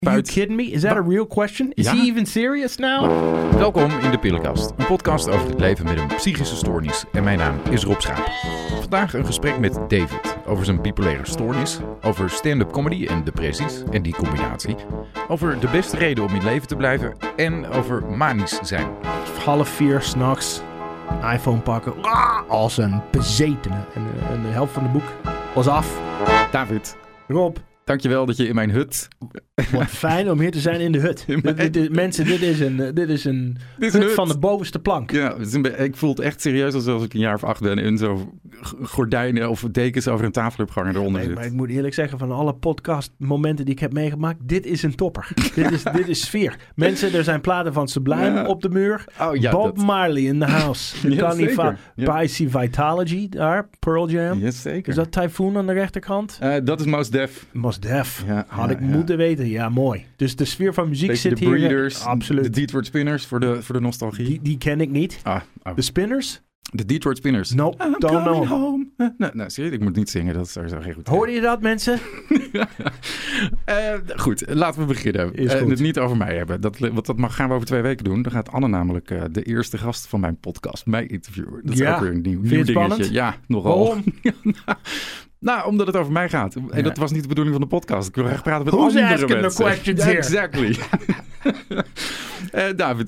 Are you kidding me? Is that a real question? Is he even serious now? Welkom in de Pillenkast, een podcast over het leven met een psychische stoornis. En mijn naam is Rob Schaap. Vandaag een gesprek met David over zijn bipolaire stoornis, over stand-up comedy en depressies en die combinatie, over de beste reden om in leven te blijven en over manisch zijn. 3:30 s'nachts, een iPhone pakken, als een bezetene. En de helft van het boek was af. David, Rob, dankjewel dat je in mijn hut... Wat fijn om hier te zijn in de hut. Mensen, dit is een hut van de bovenste plank. Ja, ik voel het echt serieus alsof ik een jaar of 8 ben en zo gordijnen of dekens over een tafel heb gehangen eronder zit. Maar ik moet eerlijk zeggen, van alle podcastmomenten die ik heb meegemaakt, dit is een topper. dit is sfeer. Mensen, er zijn platen van Sublime op de muur. Oh, ja, Bob Marley in the house. Bicy Vitalogy daar, Pearl Jam. Yes, zeker. Is dat Typhoon aan de rechterkant? Dat is Mos Def. Mos Def. Had ik moeten weten. Ja, mooi. Dus de sfeer van muziek beetje zit de hier. Breeders, Absoluut. De Detroit Spinners voor de nostalgie. Die ken ik niet. De Spinners? De Detroit Spinners. No, don't know. Home. Nee, zie je, ik moet niet zingen. Dat is geen goed. Hoorde je dat, mensen? Goed, laten we beginnen. Het niet over mij hebben. Dat gaan we over 2 weken doen. Dan gaat Anne namelijk de eerste gast van mijn podcast mij interviewen. Dat is ook weer een nieuw dingetje. Spannend? Ja, nogal. Waarom? Nou, omdat het over mij gaat. En dat was niet de bedoeling van de podcast. Ik wil echt praten met Who's andere asking mensen. the questions here? Exactly. David,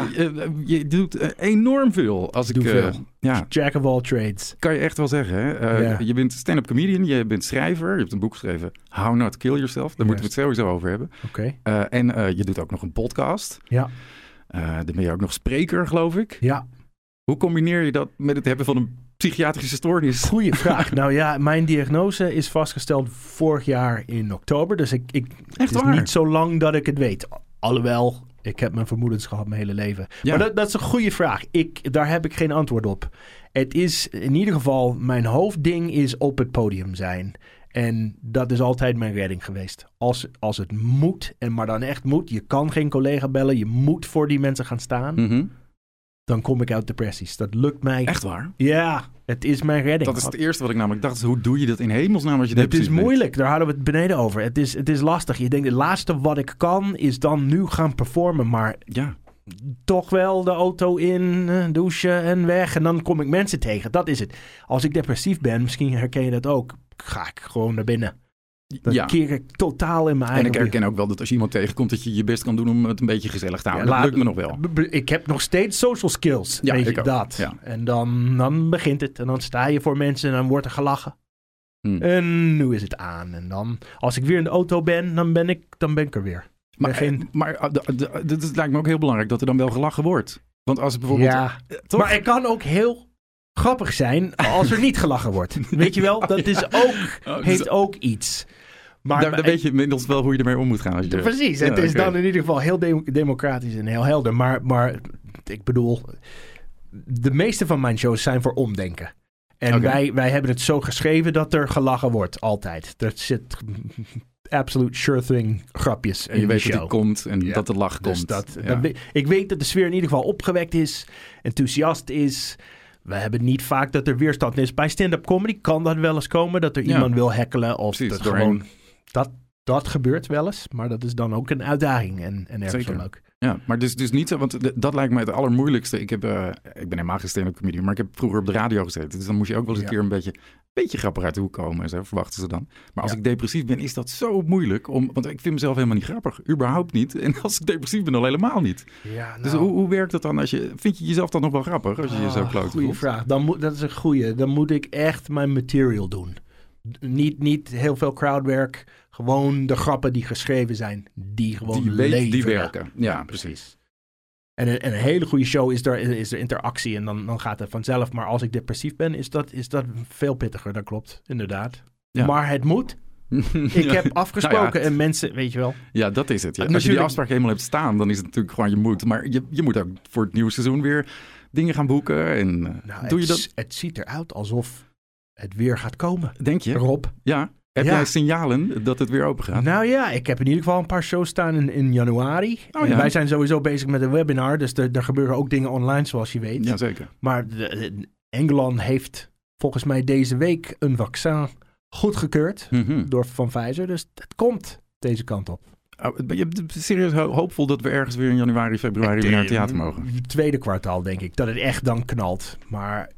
je doet enorm veel. Veel. Ja. Jack of all trades. Kan je echt wel zeggen. Hè? Je bent stand-up comedian, je bent schrijver. Je hebt een boek geschreven, How Not to Kill Yourself. Daar moeten we het sowieso over hebben. Oké. En je doet ook nog een podcast. Ja. Dan ben je ook nog spreker, geloof ik. Ja. Hoe combineer je dat met het hebben van een psychiatrische stoornis? Goeie vraag. Nou ja, mijn diagnose is vastgesteld vorig jaar in oktober. Dus het is niet zo lang dat ik het weet. Alhoewel, ik heb mijn vermoedens gehad mijn hele leven. Ja. Maar dat is een goede vraag. Daar heb ik geen antwoord op. Het is in ieder geval, mijn hoofdding is op het podium zijn. En dat is altijd mijn redding geweest. Als het moet, maar dan echt moet. Je kan geen collega bellen. Je moet voor die mensen gaan staan. Mm-hmm. Dan kom ik uit depressies. Dat lukt mij. Echt waar? Ja, het is mijn redding. Dat is het eerste wat ik namelijk dacht. Hoe doe je dat in hemelsnaam als je depressief bent? Het is moeilijk. Bent? Daar hadden we het beneden over. Het is lastig. Je denkt, het laatste wat ik kan is dan nu gaan performen. Maar toch wel de auto in, douchen en weg. En dan kom ik mensen tegen. Dat is het. Als ik depressief ben, misschien herken je dat ook, ga ik gewoon naar binnen. Dan keer ik totaal in mijn eigen... En ik herken ook wel dat als je iemand tegenkomt, dat je je best kan doen om het een beetje gezellig te houden. Dat lukt me nog wel. Ik heb nog steeds social skills. Ja, weet je ik ook. Dat. Ja. En dan begint het. En dan sta je voor mensen en dan wordt er gelachen. En nu is het aan. En dan, als ik weer in de auto ben, dan ben ik er weer. Maar het lijkt me ook heel belangrijk dat er dan wel gelachen wordt. Want als het bijvoorbeeld... Ja, toch? Maar het kan ook heel grappig zijn als er niet gelachen wordt. Weet je wel? Dat is ook, heeft ook iets. Maar daar weet je inmiddels wel hoe je ermee om moet gaan. Als je precies. Het is dan in ieder geval heel democratisch en heel helder. Maar ik bedoel, de meeste van mijn shows zijn voor omdenken. En wij hebben het zo geschreven dat er gelachen wordt. Altijd. Er zit absolute sure thing grapjes in de show. En je weet dat die komt en dat de lach dus komt. Ik weet dat de sfeer in ieder geval opgewekt is. Enthousiast is. We hebben niet vaak dat er weerstand is. Bij stand-up comedy kan dat wel eens komen. Dat er iemand wil heckelen. Of precies, dat gewoon... Dat gebeurt wel eens. Maar dat is dan ook een uitdaging. En ergens wel leuk. Ja, maar dus niet zo... Want dat lijkt mij het allermoeilijkste. Ik ben helemaal geen stand-up comedian. Maar ik heb vroeger op de radio gezeten. Dus dan moest je ook wel eens een keer een beetje grappig uit de hoek komen. En zo verwachten ze dan. Maar als ik depressief ben, is dat zo moeilijk. Want ik vind mezelf helemaal niet grappig. Überhaupt niet. En als ik depressief ben, al helemaal niet. Ja, nou, dus hoe werkt dat dan? Vind je jezelf dan nog wel grappig? Als je je zo kloot voelt? Goeie vraag. Dat is een goeie. Dan moet ik echt mijn material doen. Niet heel veel crowdwork. Gewoon de grappen die geschreven zijn. Die gewoon leven. Die werken. Ja, precies. En een hele goede show is er interactie. En dan gaat het vanzelf. Maar als ik depressief ben, is dat veel pittiger. Dat klopt, inderdaad. Ja. Maar het moet. Ik heb afgesproken en mensen, weet je wel. Ja, dat is het. Ja. Als je die afspraak helemaal hebt staan, dan is het natuurlijk gewoon je moet. Maar je moet ook voor het nieuwe seizoen weer dingen gaan boeken. En doe je dat? Het ziet eruit alsof het weer gaat komen. Denk je? Rob. Ja. Heb jij signalen dat het weer open gaat? Nou ja, ik heb in ieder geval een paar shows staan in januari. Wij zijn sowieso bezig met een webinar. Dus er gebeuren ook dingen online, zoals je weet. Jazeker. Maar Engeland heeft volgens mij deze week een vaccin goedgekeurd van Pfizer. Dus het komt deze kant op. Ben je serieus hoopvol dat we ergens weer in januari, februari weer naar het theater mogen? Het tweede kwartaal, denk ik. Dat het echt dan knalt. Maar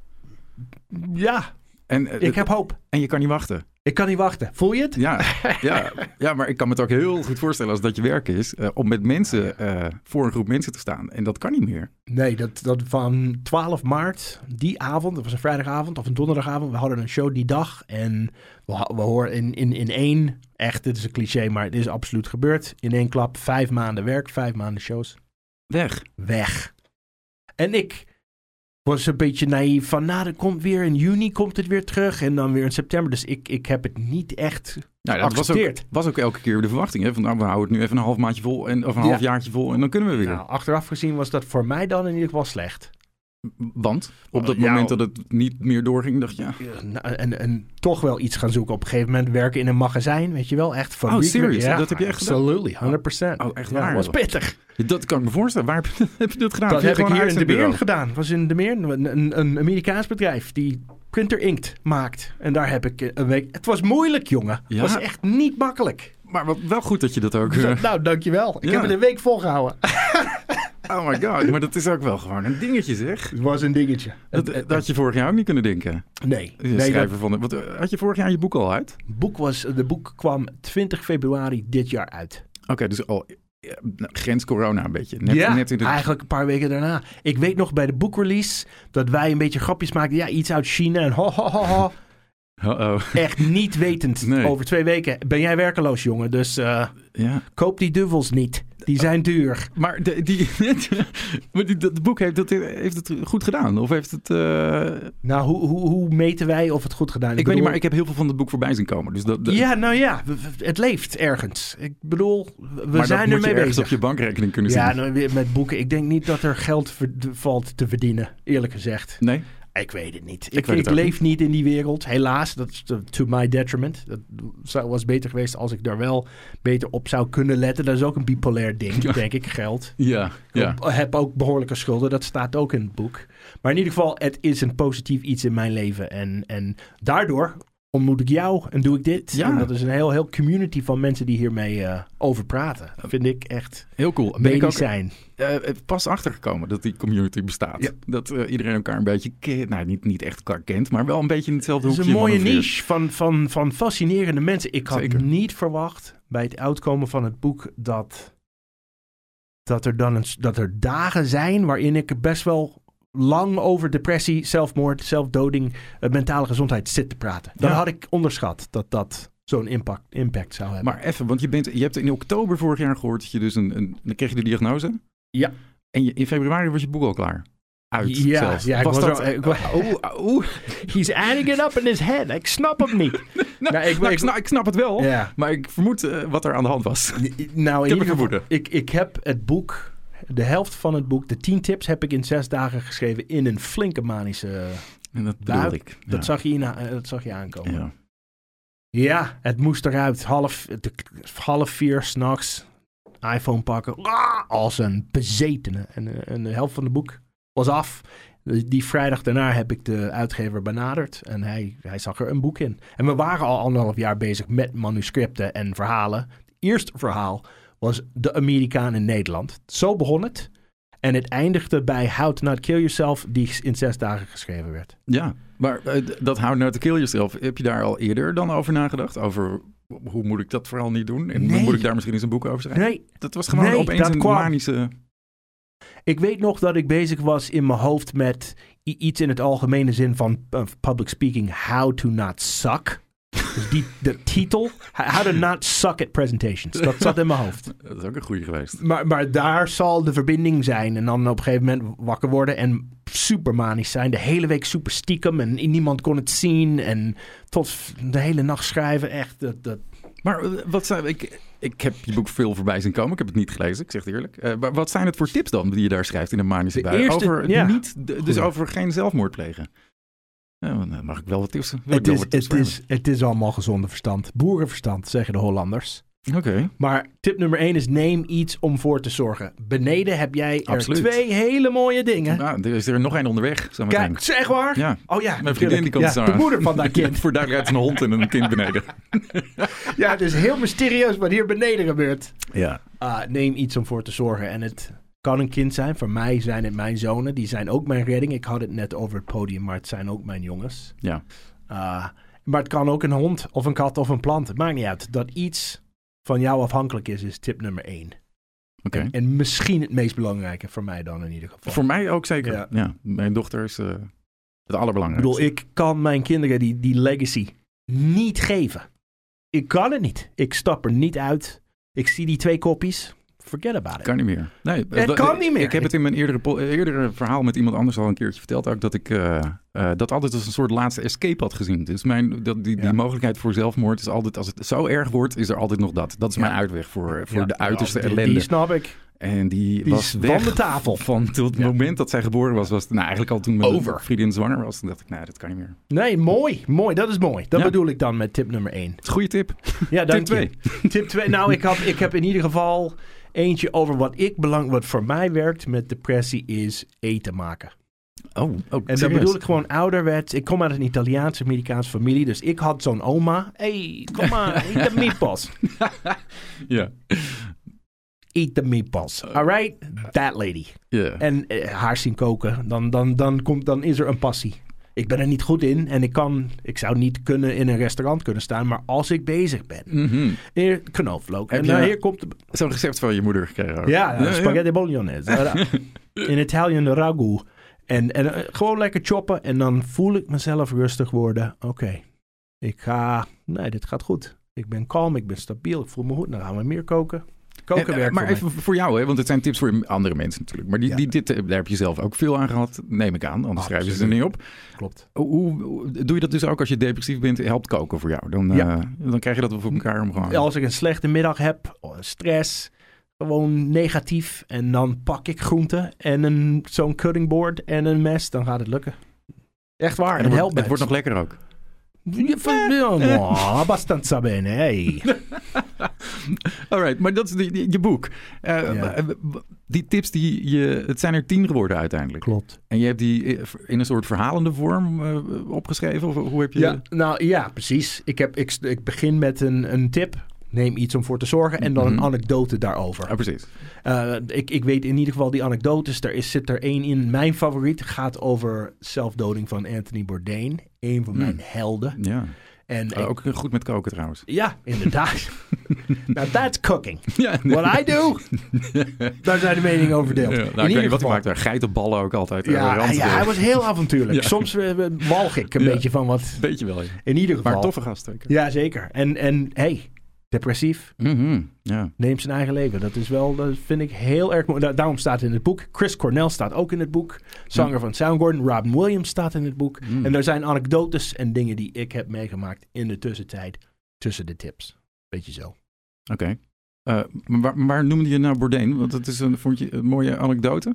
ja, ik heb hoop. En je kan niet wachten. Ik kan niet wachten. Voel je het? Ja, maar ik kan me het ook heel goed voorstellen als dat je werk is. Om met mensen voor een groep mensen te staan. En dat kan niet meer. Nee, dat van 12 maart, die avond, dat was een vrijdagavond of een donderdagavond. We hadden een show die dag en we horen in één, echt, dit is een cliché, maar het is absoluut gebeurd. In één klap 5 maanden werk, 5 maanden shows. Weg. En ik was een beetje naïef van, dat komt weer in juni, komt het weer terug en dan weer in september. Dus ik heb het niet echt geaccepteerd. Dat was ook elke keer de verwachting. Hè? Van, we houden het nu even een half maandje vol of een halfjaartje vol en dan kunnen we weer. Nou, achteraf gezien was dat voor mij dan in ieder geval slecht. Want op dat moment dat het niet meer doorging, dacht je... En toch wel iets gaan zoeken. Op een gegeven moment werken in een magazijn, weet je wel. Echt fabriek. Oh, serious? Ja, dat heb je echt gedaan? Absolutely, 100%. Echt waar? Dat was pittig. Dat kan ik me voorstellen. Waar heb je dat gedaan? Dat heb ik hier in De Meern gedaan. Het was in De Meern, een Amerikaans bedrijf die printer inkt maakt. En daar heb ik een week... Het was moeilijk, jongen. Het was echt niet makkelijk. Maar wel goed dat je dat ook... Nou, dankjewel. Ik heb het een week volgehouden. Oh my god, maar dat is ook wel gewoon een dingetje, zeg. Het was een dingetje. Dat had je vorig jaar ook niet kunnen denken. Nee. Had je vorig jaar je boek al uit? De boek kwam 20 februari dit jaar uit. Oké, dus al grens corona een beetje. Net eigenlijk een paar weken daarna. Ik weet nog bij de boekrelease dat wij een beetje grapjes maakten. Ja, iets uit China en ho. Echt niet wetend. Nee. Over 2 weken ben jij werkeloos, jongen. Dus koop die duivels niet. Die zijn duur. Maar dat boek heeft het goed gedaan? Of heeft het... Nou, hoe meten wij of het goed gedaan is? Ik weet niet, maar ik heb heel veel van het boek voorbij zien komen. Dus het leeft ergens. Ik bedoel, we zijn ermee bezig. Maar dat moet je ergens op je bankrekening kunnen zien. Ja, met boeken. Ik denk niet dat er geld valt te verdienen, eerlijk gezegd. Nee? Ik weet het niet. Ik leef niet in die wereld. Helaas, dat is to my detriment. Dat was beter geweest als ik daar wel beter op zou kunnen letten. Dat is ook een bipolair ding, denk ik, geld. Ja. Ik heb ook behoorlijke schulden. Dat staat ook in het boek. Maar in ieder geval, het is een positief iets in mijn leven. En daardoor ontmoet ik jou en doe ik dit. Ja. En dat is een heel community van mensen die hiermee over praten. Dat vind ik echt heel cool. Medicijn. Pas achtergekomen dat die community bestaat. Ja. Dat iedereen elkaar een beetje kent. Nou, niet echt elkaar kent, maar wel een beetje in hetzelfde hoekje. Het is een mooie niche van fascinerende mensen. Ik had niet verwacht bij het uitkomen van het boek dat er dagen zijn waarin ik best wel lang over depressie, zelfmoord, zelfdoding, mentale gezondheid zit te praten. Dan had ik onderschat dat zo'n impact zou hebben. Maar even, want je hebt in oktober vorig jaar gehoord dat je dus dan kreeg je de diagnose. Ja. En in februari was je boek al klaar. He's adding it up in his head. Ik snap hem niet. Ik snap het wel, maar ik vermoed wat er aan de hand was. Nou, ik heb het vermoeden. Ik heb het boek, de helft van het boek, de 10 tips heb ik in 6 dagen geschreven in een flinke manische en dat bedoelde ik. Ja. Dat zag je aankomen. Ja, het moest eruit. 3:30 s'nachts iPhone pakken. Als een bezetene. En de helft van het boek was af. Die vrijdag daarna heb ik de uitgever benaderd. En hij zag er een boek in. En we waren al 1,5 jaar bezig met manuscripten en verhalen. Het eerste verhaal was De Amerikaan in Nederland. Zo begon het. En het eindigde bij How to Not Kill Yourself, die in 6 dagen geschreven werd. Ja, maar dat How Not to Kill Yourself, heb je daar al eerder dan over nagedacht? Over hoe moet ik dat vooral niet doen? En moet ik daar misschien eens een boek over schrijven? Nee. Dat was gewoon opeens een manische... Ik weet nog dat ik bezig was in mijn hoofd met iets in het algemene zin van public speaking. How to not suck. Dus de titel. How to not suck at presentations. Dat zat in mijn hoofd. Dat is ook een goeie geweest. Maar daar zal de verbinding zijn. En dan op een gegeven moment wakker worden en super manisch zijn. De hele week super stiekem en niemand kon het zien. En tot de hele nacht schrijven. Echt. Maar wat zijn... Ik heb je boek veel voorbij zien komen. Ik heb het niet gelezen, ik zeg het eerlijk. Maar wat zijn het voor tips dan die je daar schrijft in een manische bui? Over geen zelfmoord plegen. Ja, dan mag ik wel wat tips. Het is allemaal gezonde verstand. Boerenverstand, zeggen de Hollanders. Oké. Maar tip nummer 1 is neem iets om voor te zorgen. Beneden heb jij er 2 hele mooie dingen. Nou, er is er nog 1 onderweg. Kijk, zeg waar? Ja. Oh ja, mijn vriendin die komt zo. De moeder van dat kind. Voor duidelijkheid een hond en een kind beneden. Ja, het is heel mysterieus wat hier beneden gebeurt. Ja. Neem iets om voor te zorgen. En het kan een kind zijn. Voor mij zijn het mijn zonen. Die zijn ook mijn redding. Ik had het net over het podium, maar het zijn ook mijn jongens. Ja. Maar het kan ook een hond of een kat of een plant. Het maakt niet uit. Dat iets van jou afhankelijk is tip nummer 1. Okay. En misschien het meest belangrijke voor mij dan in ieder geval. Voor mij ook zeker. Ja, mijn dochter is het allerbelangrijkste. Ik bedoel, ik kan mijn kinderen die legacy niet geven. Ik kan het niet. Ik stap er niet uit. Ik zie die 2 kopjes. Forget about it. Kan niet meer. Nee, het kan niet meer. Ik heb het in mijn eerdere verhaal met iemand anders al een keertje verteld. Ook dat ik dat altijd als een soort laatste escape had gezien. Dus die mogelijkheid voor zelfmoord is altijd, als het zo erg wordt, is er altijd nog dat. Dat is mijn uitweg voor de uiterste ellende. Die snap ik. En die was weg van de tafel. Tot het moment dat zij geboren was het eigenlijk al toen mijn vriendin zwanger was. Toen dacht ik, nee, dat kan niet meer. Nee, mooi. Dat is mooi. Dat bedoel ik dan met tip nummer 1. Dat is een goede tip. Ja, dank tip 2. Tip 2. Nou, ik heb in ieder geval eentje over wat voor mij werkt met depressie is eten maken. Oh, en dan bedoel ik gewoon ouderwets. Ik kom uit een Italiaans-Amerikaanse familie, dus ik had zo'n oma. Hey, kom maar, eat the meatballs. Ja. Eat the meatballs. All right? That lady. Yeah. En haar zien koken, dan is er een passie. Ik ben er niet goed in en ik zou niet kunnen in een restaurant kunnen staan, maar als ik bezig ben. Hier, knoflook. En hier komt zo'n recept van je moeder gekregen. Ja, spaghetti bolognese. In Italian ragu. En gewoon lekker choppen en dan voel ik mezelf rustig worden. Oké, dit gaat goed. Ik ben kalm, ik ben stabiel, ik voel me goed. Dan gaan we meer koken. Maar even voor jou, hè? Want het zijn tips voor andere mensen natuurlijk. Maar daar heb je zelf ook veel aan gehad, neem ik aan. Anders schrijven ze er niet op. Klopt. Hoe doe je dat dus ook als je depressief bent? Helpt koken voor jou? Dan krijg je dat wel voor elkaar omgehangen. Als ik een slechte middag heb, stress, gewoon negatief. En dan pak ik groenten en zo'n cutting board en een mes. Dan gaat het lukken. Echt waar. En het wordt nog lekker ook. Abbastanza bene, hey. Alright, maar dat is je boek. Die tips, het zijn er 10 geworden uiteindelijk. Klopt. En je hebt die in een soort verhalende vorm opgeschreven? Of hoe heb je... Ja, precies. Ik begin met een tip. Neem iets om voor te zorgen. En dan een anekdote daarover. Ja, precies. Ik weet in ieder geval die anekdotes. Zit er één in. Mijn favoriet gaat over zelfdoding van Anthony Bourdain. Een van mijn helden. Ja. En ook goed met koken trouwens. Ja, inderdaad. Now that's cooking. What I do, daar zijn de meningen over verdeeld. Ja, ik weet niet wat hij maakt daar. Geitenballen ook altijd. Hij was heel avontuurlijk. Ja. Soms walg ik een beetje van wat. Beetje wel, ja. In ieder geval. Maar toffe gast. Ja, zeker. En hey, depressief. Neemt zijn eigen leven. Dat vind ik heel erg mooi. Daarom staat het in het boek. Chris Cornell staat ook in het boek. Zanger van Soundgarden. Robin Williams staat in het boek. En er zijn anekdotes en dingen die ik heb meegemaakt in de tussentijd. Tussen de tips. Beetje zo. Oké. Maar waar noemde je nou Bourdain? Want het is vond je een mooie anekdote?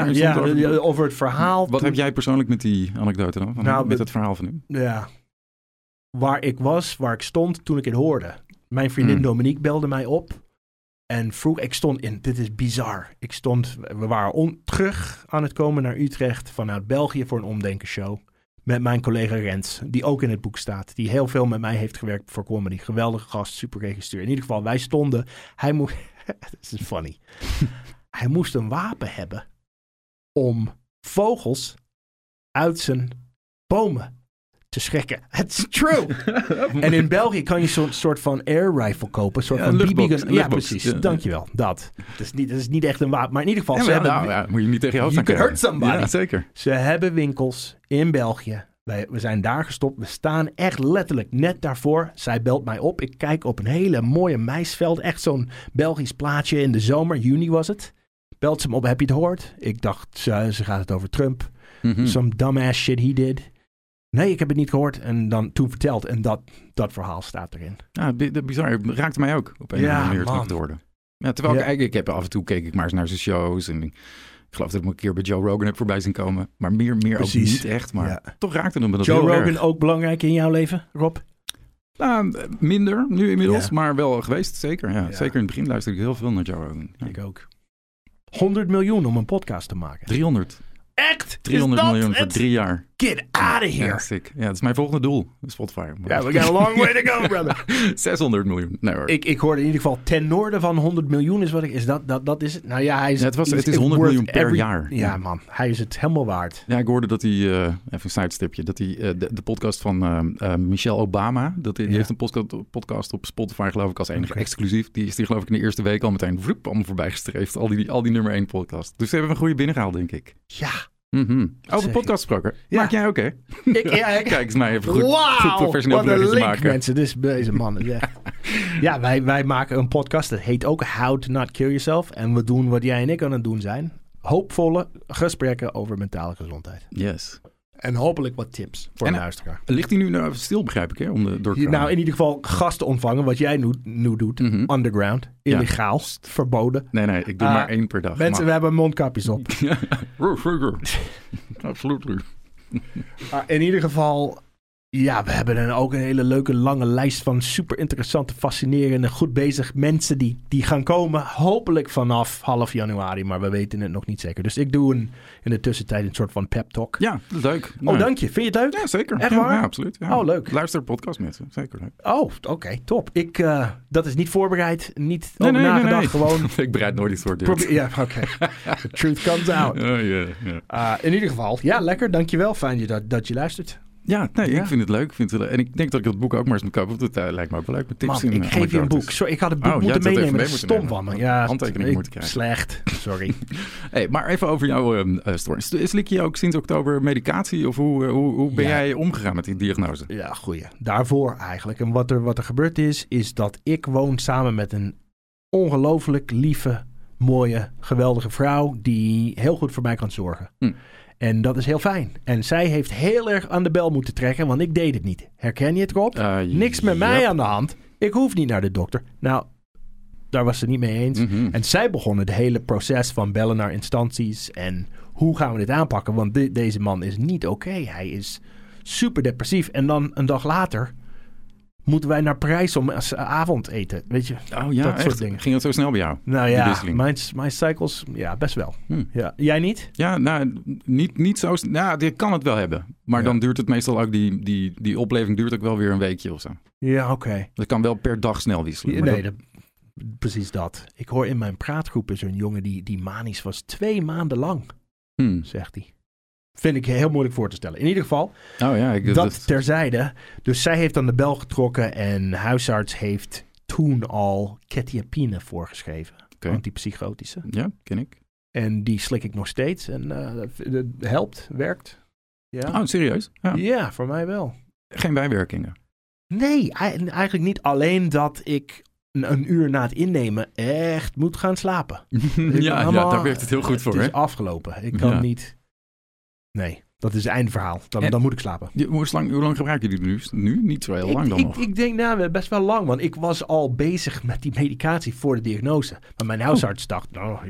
Over het verhaal. Wat heb jij persoonlijk met die anekdote dan? Met het verhaal van hem? Ja. Waar ik was, waar ik stond toen ik het hoorde. Mijn vriendin Dominique belde mij op en vroeg, dit is bizar. We waren terug aan het komen naar Utrecht vanuit België voor een omdenkenshow. Met mijn collega Rens, die ook in het boek staat. Die heel veel met mij heeft gewerkt voor comedy. Geweldige gast, super regisseur. In ieder geval, wij stonden, this is funny. Hij moest een wapen hebben om vogels uit zijn bomen te schrikken. It's true. En in België kan je zo'n soort van air rifle kopen. Een soort van BB-gun. Ja, precies. Ja. Dankjewel. Dat is niet echt een wapen. Maar in ieder geval... moet je niet tegen je hoofd aan kijken. You can hurt somebody. Ja, zeker. Ze hebben winkels in België. We zijn daar gestopt. We staan echt letterlijk net daarvoor. Zij belt mij op. Ik kijk op een hele mooie maisveld. Echt zo'n Belgisch plaatje in de zomer. Juni was het. Belt ze me op. Heb je het gehoord? Ik dacht, ze gaat het over Trump. Some dumbass shit he did. Nee, ik heb het niet gehoord. En dan toen verteld. En dat verhaal staat erin. Ja, bizar. Het raakte mij ook op een of andere manier terug te horen. Ja, terwijl ik heb af en toe keek ik maar eens naar zijn shows. En ik geloof dat ik me een keer bij Joe Rogan heb voorbij zien komen. Maar meer ook niet echt. Maar toch raakte hem dat Joe heel Rogan erg. Ook belangrijk in jouw leven, Rob? Minder nu inmiddels, maar wel geweest. Zeker, ja. Zeker in het begin luisterde ik heel veel naar Joe Rogan. Ja. Ik ook. 100 miljoen om een podcast te maken. 300. Echt? 300 miljoen voor 3 jaar. Get out of here. Ja, sick. Ja, dat is mijn volgende doel. Spotify. Ja, we got a long way to go, brother. 600 miljoen. Nee hoor. Ik hoorde in ieder geval ten noorden van 100 miljoen is wat ik... Dat is het? Nou ja, hij is... Ja, het is 100 miljoen per jaar. Ja, man. Hij is het helemaal waard. Ja, ik hoorde dat hij... even een sidestepje. Dat hij de podcast van Michelle Obama... Die heeft een podcast op Spotify, geloof ik, als enige exclusief. Die is die, geloof ik, in de eerste week al meteen allemaal voorbij gestreefd. Al die nummer 1 podcast. Dus ze hebben een goede binnengehaald, denk ik. Ja. Over podcast gesproken. Ja. Maak jij ook, hè? Kijk eens mij even goed professioneel te maken. Mensen, deze man. Ja, wij maken een podcast. Dat heet ook How to Not Kill Yourself. En we doen wat jij en ik aan het doen zijn. Hoopvolle gesprekken over mentale gezondheid. Yes. En hopelijk wat tips voor de luisteraar. Ligt hij nu nou even stil, begrijp ik, hè? Nou, in ieder geval gasten ontvangen, wat jij nu doet. Underground, illegaal, verboden. Nee, ik doe maar 1 per dag. Mensen, we hebben mondkapjes op. Absoluut. In ieder geval... Ja, we hebben dan ook een hele leuke lange lijst van super interessante, fascinerende, goed bezig mensen die gaan komen. Hopelijk vanaf half januari, maar we weten het nog niet zeker. Dus ik doe in de tussentijd een soort van pep talk. Ja, dat is leuk. Dank je. Vind je het leuk? Ja, zeker. Echt waar? Ja, absoluut. Ja. Leuk. Luister podcast met ze. Zeker leuk. Oké, top. Dat is niet voorbereid, niet over nagedacht, gewoon. Ik bereid nooit iets voor dit. Ja, oké. The truth comes out. In ieder geval, ja, lekker. Dankjewel. Fijn dat je luistert. Ja, ik vind het leuk. En ik denk dat ik dat boek ook maar eens moet kopen. Want het lijkt me ook wel leuk met tips. Man, ik geef je een boek. Sorry, ik had het boek moeten meenemen. Dat is stom van me. Ja, handtekeningen moeten krijgen. Slecht, sorry. Maar even over jouw story. Slik je ook sinds oktober medicatie? Of hoe ben jij omgegaan met die diagnose? Ja, goeie. Daarvoor eigenlijk. En wat er gebeurd is dat ik woon samen met een ongelooflijk lieve, mooie, geweldige vrouw die heel goed voor mij kan zorgen. En dat is heel fijn. En zij heeft heel erg aan de bel moeten trekken, want ik deed het niet. Herken je het, Rob? Niks met mij aan de hand. Ik hoef niet naar de dokter. Nou, daar was ze niet mee eens. En zij begonnen het hele proces van bellen naar instanties. En hoe gaan we dit aanpakken? Want deze man is niet oké. Hij is super depressief. En dan een dag later moeten wij naar Parijs om avondeten. Weet je, dat soort dingen. Ging het zo snel bij jou? Nou ja, mijn cycles, ja, best wel. Ja. Jij niet? Ja, nou, niet zo... Nou, je kan het wel hebben. Maar dan duurt het meestal ook... Die opleving duurt ook wel weer een weekje of zo. Ja, oké. Dat kan wel per dag snel wisselen. Nee, precies dat. Ik hoor in mijn praatgroep is er een jongen die manisch was 2 maanden lang, zegt hij. Vind ik heel moeilijk voor te stellen. In ieder geval, dat terzijde. Dus zij heeft aan de bel getrokken en de huisarts heeft toen al ketiapine voorgeschreven. Antipsychotische. Ja, ken ik. En die slik ik nog steeds. En dat helpt, werkt. Ja. Oh, serieus? Ja, voor mij wel. Geen bijwerkingen? Nee, eigenlijk niet. Alleen dat ik een uur na het innemen echt moet gaan slapen. Daar werkt het heel goed voor. Het is afgelopen. Ik kan niet... Nee, dat is het eindverhaal. Dan moet ik slapen. Hoe lang gebruik je die nu? Niet zo heel lang dan nog. Ik denk best wel lang. Want ik was al bezig met die medicatie voor de diagnose. Maar mijn huisarts dacht,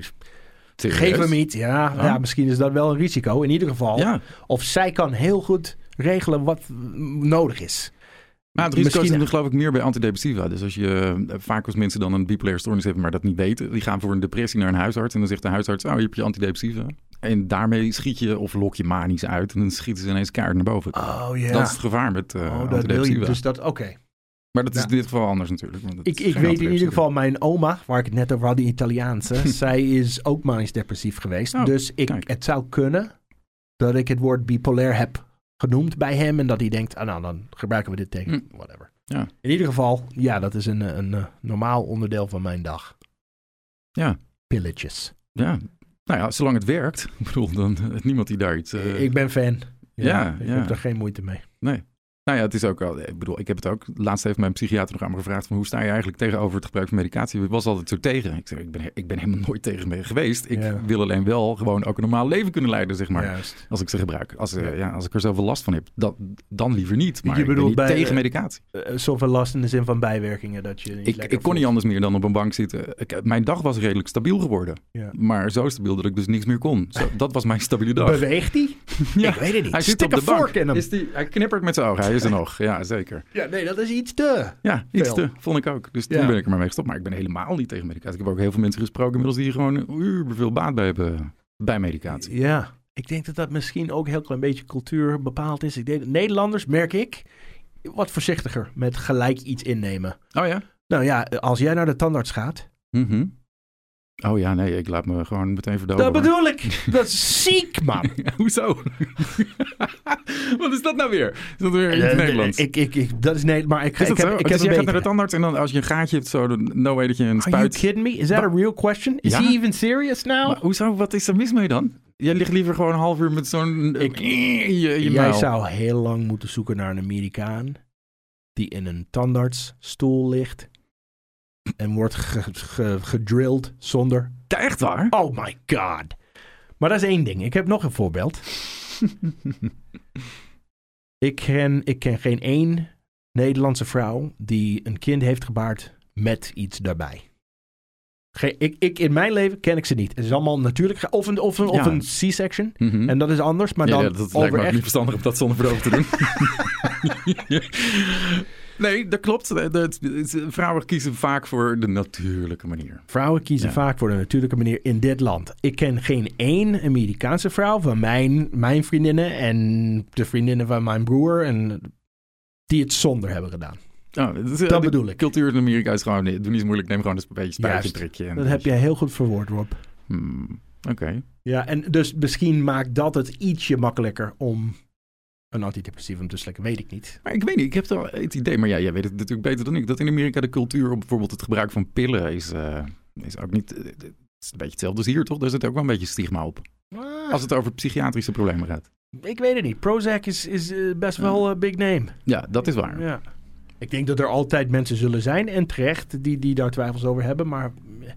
geef hem niet. Ja, misschien is dat wel een risico. In ieder geval. Of zij kan heel goed regelen wat nodig is. Maar het risico is geloof ik meer bij antidepressiva. Dus als je vaak als mensen dan een bipolaire stoornis hebben, maar dat niet weten, die gaan voor een depressie naar een huisarts. En dan zegt de huisarts, hier heb je antidepressiva. En daarmee schiet je of lok je manisch uit. En dan schieten ze ineens keihard naar boven. Oh ja. Dat is het gevaar met antidepressiva. Dat wil je. Dus dat, oké. Maar dat is in dit geval anders natuurlijk. Want ik weet in ieder geval, mijn oma, waar ik het net over had, die Italiaanse, zij is ook manisch depressief geweest. Dus het zou kunnen dat ik het woord bipolair heb genoemd bij hem. En dat hij denkt, dan gebruiken we dit tegen. Whatever. Ja. In ieder geval, dat is een normaal onderdeel van mijn dag. Ja. Pilletjes. Ja. Nou ja, zolang het werkt. Ik bedoel, dan niemand die daar iets... Ik ben fan. Ik heb er geen moeite mee. Nee. Nou ja, het is ook wel... Ik bedoel, ik heb het ook... Laatst heeft mijn psychiater nog aan me gevraagd van hoe sta je eigenlijk tegenover het gebruik van medicatie? Ik was altijd zo tegen. Ik zeg, ik ben helemaal nooit tegen mee geweest. Ik wil alleen wel gewoon ook een normaal leven kunnen leiden, zeg maar. Juist. Als ik ze gebruik. Als ik er zoveel last van heb, dan liever niet. Maar je bedoelt, ik ben niet tegen medicatie. Zoveel last in de zin van bijwerkingen dat je niet ik kon niet anders meer dan op een bank zitten. Mijn dag was redelijk stabiel geworden. Ja. Maar zo stabiel dat ik dus niks meer kon. Dat was mijn stabiele dag. Beweegt die? Ik weet het niet. Hij zit op de bank. Hij knippert met zijn ogen. Hij is er nog. Ja, zeker. Ja, nee, dat is iets te. Ja, iets te. Vond ik ook. Dus toen ben ik er maar mee gestopt. Maar ik ben helemaal niet tegen medicatie. Ik heb ook heel veel mensen gesproken inmiddels die gewoon veel baat bij hebben bij medicatie. Ja, ik denk dat misschien ook een heel klein beetje cultuur bepaald is. Ik denk dat Nederlanders, merk ik, wat voorzichtiger met gelijk iets innemen. Oh ja? Nou ja, als jij naar de tandarts gaat... Mm-hmm. Oh ja, nee, ik laat me gewoon meteen verdoven. Dat bedoel ik. Dat is ziek, man. Hoezo? Wat is dat nou weer? Is dat weer iets Nederlands? Dat is Nederlands, maar ik jij gaat naar de tandarts en dan als je een gaatje hebt, zo, no way dat je een spuit... Are you kidding me? Is that a real question? Is he even serious now? Maar hoezo? Wat is er mis mee dan? Jij ligt liever gewoon een half uur met zo'n... Jij zou heel lang moeten zoeken naar een Amerikaan die in een tandartsstoel ligt en wordt gedrilled zonder... Echt waar? Oh my god. Maar dat is één ding. Ik heb nog een voorbeeld. Ik ken geen één Nederlandse vrouw die een kind heeft gebaard met iets daarbij. In mijn leven ken ik ze niet. Het is allemaal natuurlijk. Of een C-section. Mm-hmm. En dat is anders. Maar dan dat lijkt me ook niet verstandig om dat zonder verdoven te doen. Nee, dat klopt. Vrouwen kiezen vaak voor de natuurlijke manier. Vrouwen kiezen vaak voor de natuurlijke manier in dit land. Ik ken geen één Amerikaanse vrouw van mijn vriendinnen en de vriendinnen van mijn broer en die het zonder hebben gedaan. Dat bedoel ik. Cultuur in Amerika is gewoon, doe niet zo moeilijk, neem gewoon een beetje spuitje. Dat heb jij heel goed verwoord, Rob. Oké. Ja, en dus misschien maakt dat het ietsje makkelijker om een antidepressivum te slikken, weet ik niet. Maar ik weet niet, ik heb wel het idee, maar jij weet het natuurlijk beter dan ik, dat in Amerika de cultuur op bijvoorbeeld het gebruik van pillen is ook niet... Het is een beetje hetzelfde als hier, toch? Daar zit ook wel een beetje stigma op. Als het over psychiatrische problemen gaat. Ik weet het niet. Prozac is best wel een big name. Ja, dat is waar. Ja. Ik denk dat er altijd mensen zullen zijn, en terecht, die daar twijfels over hebben. Maar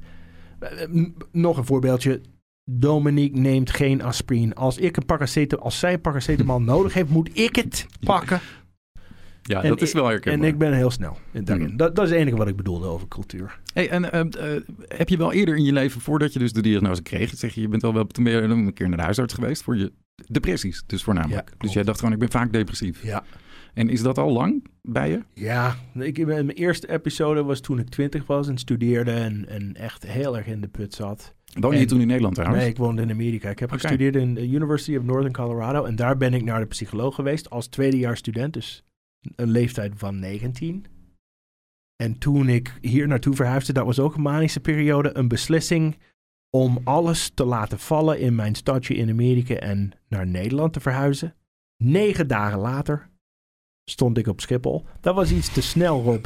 nog een voorbeeldje. Dominique neemt geen aspirine. Als zij een paracetamol nodig heeft, moet ik het pakken. Ja, dat is wel herkenbaar. En ik ben heel snel daarin. Dat is het enige wat ik bedoelde over cultuur. Hey, en heb je wel eerder in je leven, voordat je dus de diagnose kreeg, zeg je bent al wel toen ben je een keer naar de huisarts geweest voor je depressies, dus voornamelijk. Ja, dus jij dacht gewoon, ik ben vaak depressief. Ja. En is dat al lang bij je? Ja, mijn eerste episode was toen ik 20 was en studeerde en echt heel erg in de put zat. Woonde je toen in Nederland trouwens? Nee, ik woonde in Amerika. Ik heb gestudeerd in de University of Northern Colorado en daar ben ik naar de psycholoog geweest als tweedejaars student, dus een leeftijd van 19. En toen ik hier naartoe verhuisde, dat was ook een manische periode, een beslissing om alles te laten vallen in mijn stadje in Amerika en naar Nederland te verhuizen. 9 dagen later stond ik op Schiphol. Dat was iets te snel, Rob.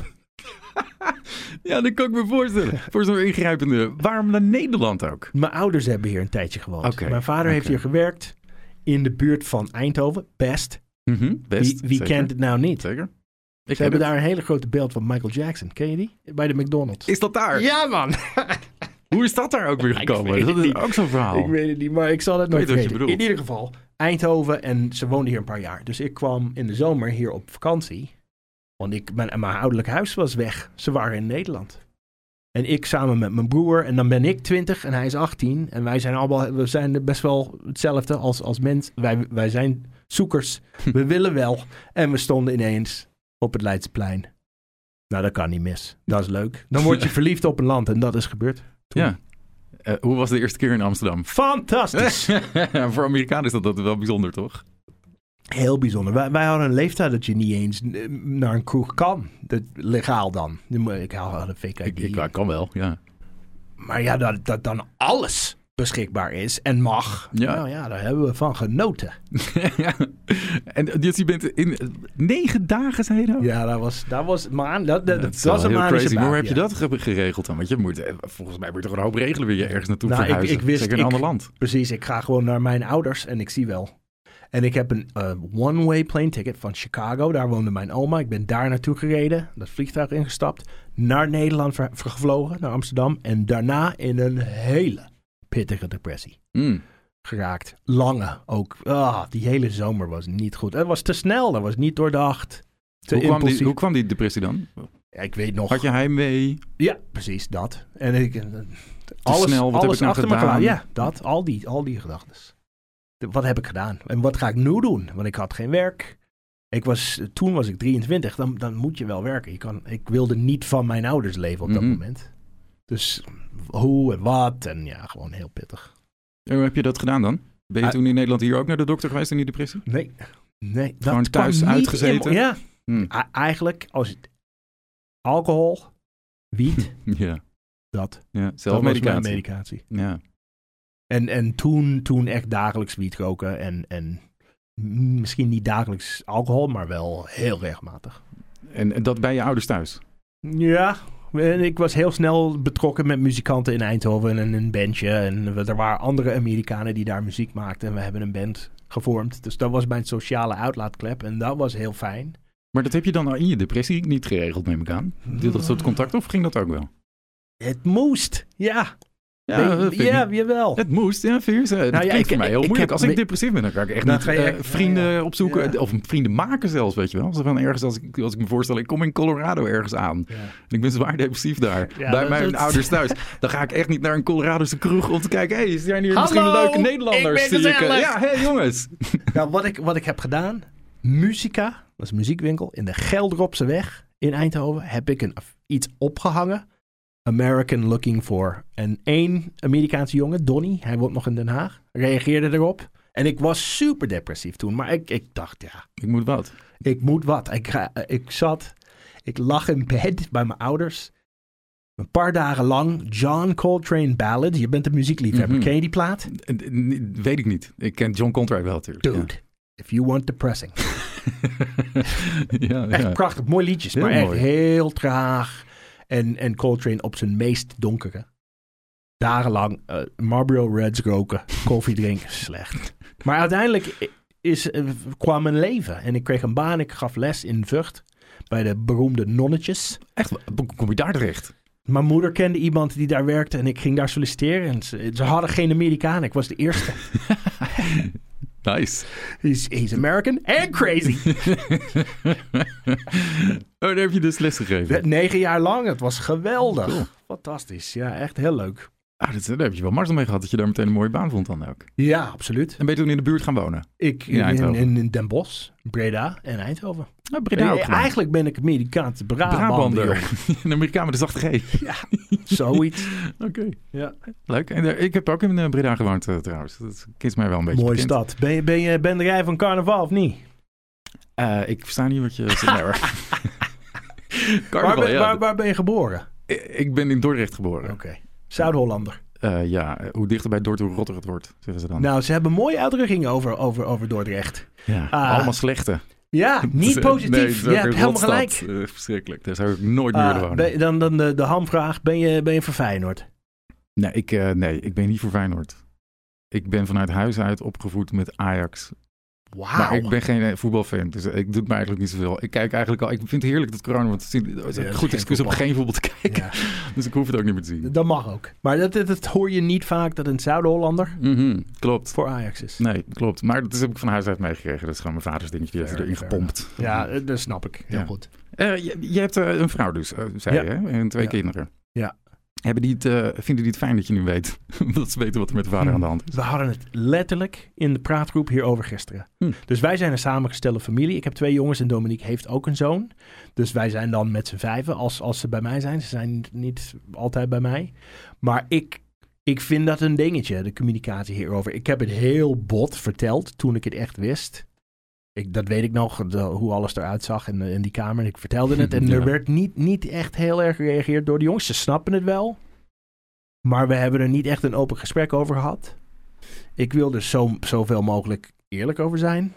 Ja, dat kan ik me voorstellen. Voor zo'n ingrijpende. Waarom naar Nederland ook? Mijn ouders hebben hier een tijdje gewoond. Okay, mijn vader heeft hier gewerkt in de buurt van Eindhoven. Best. Mm-hmm, best. Wie kent het nou niet? Zeker. Ze hebben daar een hele grote beeld van Michael Jackson. Ken je die? Bij de McDonald's. Is dat daar? Ja, man. Hoe is dat daar ook weer gekomen? Dat is ook zo'n verhaal. Ik weet het niet, maar ik zal het nooit weten. In ieder geval, Eindhoven en ze woonden hier een paar jaar. Dus ik kwam in de zomer hier op vakantie. Want mijn ouderlijk huis was weg. Ze waren in Nederland. En ik samen met mijn broer. En dan ben ik 20 en hij is 18. En we zijn best wel hetzelfde als mens. Wij zijn zoekers. We willen wel. En we stonden ineens op het Leidseplein. Nou, dat kan niet mis. Dat is leuk. Dan word je verliefd op een land en dat is gebeurd. Toen. Ja. Hoe was de eerste keer in Amsterdam? Fantastisch. Voor Amerikanen is dat wel bijzonder, toch? Heel bijzonder. Wij hadden een leeftijd dat je niet eens naar een kroeg kan. Legaal dan. Ik had een fake ID. Ik kan wel, ja. Maar ja, dat dan alles beschikbaar is en mag. Ja. Nou ja, daar hebben we van genoten. Ja. En dus je bent in 9 dagen, zei je nou? Ja, dat was een manische crazy. baan. Hoe heb je dat geregeld dan? Want volgens mij moet je toch een hoop regelen weer je ergens naartoe verhuizen. Zeker in een ander land. Precies, ik ga gewoon naar mijn ouders en ik zie wel. En ik heb een one-way plane ticket van Chicago. Daar woonde mijn oma. Ik ben daar naartoe gereden. Dat vliegtuig ingestapt. Naar Nederland gevlogen. Naar Amsterdam. En daarna in een hele pittige depressie geraakt. Lange ook. Die hele zomer was niet goed. Het was te snel. Dat was niet doordacht. Hoe kwam die depressie dan? Ja, ik weet nog. Had je heimwee? Ja, precies dat. En alles snel, wat heb ik nou achter gedaan? Ja, dat. Al die gedachten. wat heb ik gedaan? En wat ga ik nu doen? Want ik had geen werk. Toen was ik 23. Dan moet je wel werken. Ik wilde niet van mijn ouders leven op dat moment. Dus hoe en wat. En ja, gewoon heel pittig. En hoe heb je dat gedaan dan? Ben je toen in Nederland hier ook naar de dokter geweest in die depressie? Nee. Gewoon thuis uitgezeten? Ja. Eigenlijk als het alcohol, wiet, dat. Ja, zelfmedicatie. Dat was mijn medicatie. Ja. En toen echt dagelijks wiet roken en misschien niet dagelijks alcohol, maar wel heel regelmatig. En dat bij je ouders thuis? Ja, en ik was heel snel betrokken met muzikanten in Eindhoven en een bandje. En er waren andere Amerikanen die daar muziek maakten en we hebben een band gevormd. Dus dat was mijn sociale uitlaatklep en dat was heel fijn. Maar dat heb je dan in je depressie niet geregeld, neem ik aan? Dat soort contact of ging dat ook wel? Het moest, ja. Ja, jawel. Het moest, ja, vind je? Het klinkt voor mij heel moeilijk. Als ik depressief ben, dan kan ik echt niet vrienden opzoeken. Ja. Of vrienden maken zelfs, weet je wel. Van ergens, als ik me voorstel, ik kom in Colorado ergens aan. Ja. En ik ben zwaar depressief daar. Ja, bij mijn ouders thuis. Dan ga ik echt niet naar een Coloradose kroeg om te kijken. Hey, zijn hier misschien leuke Nederlanders? Ja, hey jongens. Nou, wat ik heb gedaan. Musica, dat is een muziekwinkel. In de Geldropseweg in Eindhoven heb ik iets opgehangen. American Looking For. En 1 Amerikaanse jongen, Donnie, hij woont nog in Den Haag, reageerde erop. En ik was super depressief toen, maar ik dacht, ja. Ik moet wat. Ik lag in bed bij mijn ouders. Een paar dagen lang John Coltrane Ballad. Je bent een muziekliefhebber. Ken je die plaat? Weet ik niet. Ik ken John Coltrane wel natuurlijk. Dude, if you want depressing. Echt prachtig, mooi liedjes, heel maar mooi. Echt heel traag. En Coltrane op zijn meest donkere. Dagenlang Marlboro Reds roken, koffie drinken, slecht. Maar uiteindelijk kwam mijn leven. En ik kreeg een baan, ik gaf les in Vught. Bij de beroemde nonnetjes. Echt? Kom je daar terecht? Mijn moeder kende iemand die daar werkte en ik ging daar solliciteren. En ze hadden geen Amerikanen, ik was de eerste. Nice. He's American and crazy. Daar heb je dus les gegeven? 9 jaar lang. Het was geweldig. Cool. Fantastisch. Ja, echt heel leuk. Daar heb je wel mazzel mee gehad dat je daar meteen een mooie baan vond dan ook. Ja, absoluut. En ben je toen in de buurt gaan wonen? In Den Bosch, Breda en Eindhoven. Ja, Breda ook eigenlijk ben ik Amerikaanse Brabander. Een Amerikaan met een zachte G. Ja, zoiets. Oké. Ja. Leuk. En ik heb ook in Breda gewoond trouwens. Dat is mij wel een beetje mooie bekend. Stad. Ben jij van carnaval of niet? Ik versta niet wat je zegt. Carnaval, waar ben je geboren? Ik ben in Dordrecht geboren. Oké. Zuid-Hollander. Hoe dichter bij Dordrecht hoe rotter het wordt, zeggen ze dan. Nou, ze hebben mooie uitdrukkingen over Dordrecht. Ja, allemaal slechte. Ja, niet positief. Je hebt helemaal gelijk. Verschrikkelijk. Daar zou ik nooit meer willen wonen. Dan de hamvraag. Ben je voor Feyenoord? Nee, ik ben niet voor Feyenoord. Ik ben vanuit huis uit opgevoed met Ajax. Wauw. Maar ik ben geen voetbalfan, dus ik doe me eigenlijk niet zoveel. Ik kijk eigenlijk al. Ik vind het heerlijk dat corona, want het is een goed excuus om geen voetbal te kijken. Ja. Dus ik hoef het ook niet meer te zien. Dat mag ook. Maar dat hoor je niet vaak dat een Zuid-Hollander klopt. voor Ajax is. Nee, klopt. Maar dat heb ik van huis uit meegekregen. Dat is gewoon mijn vaders dingetje. Die heeft erin gepompt. Ja, dat snap ik. Heel goed. Je hebt een vrouw dus, zei je, hè? En 2 kinderen. Ja. Vinden die het fijn dat je nu weet? Dat ze weten wat er met de vader aan de hand is. We hadden het letterlijk in de praatgroep hierover gisteren. Dus wij zijn een samengestelde familie. Ik heb 2 jongens en Dominique heeft ook een zoon. Dus wij zijn dan met z'n 5 als ze bij mij zijn. Ze zijn niet altijd bij mij. Maar ik vind dat een dingetje, de communicatie hierover. Ik heb het heel bot verteld toen ik het echt wist. Dat weet ik nog, hoe alles eruit zag in die kamer. En ik vertelde het en er werd niet echt heel erg gereageerd door de jongens. Ze snappen het wel. Maar we hebben er niet echt een open gesprek over gehad. Ik wil er zoveel mogelijk eerlijk over zijn.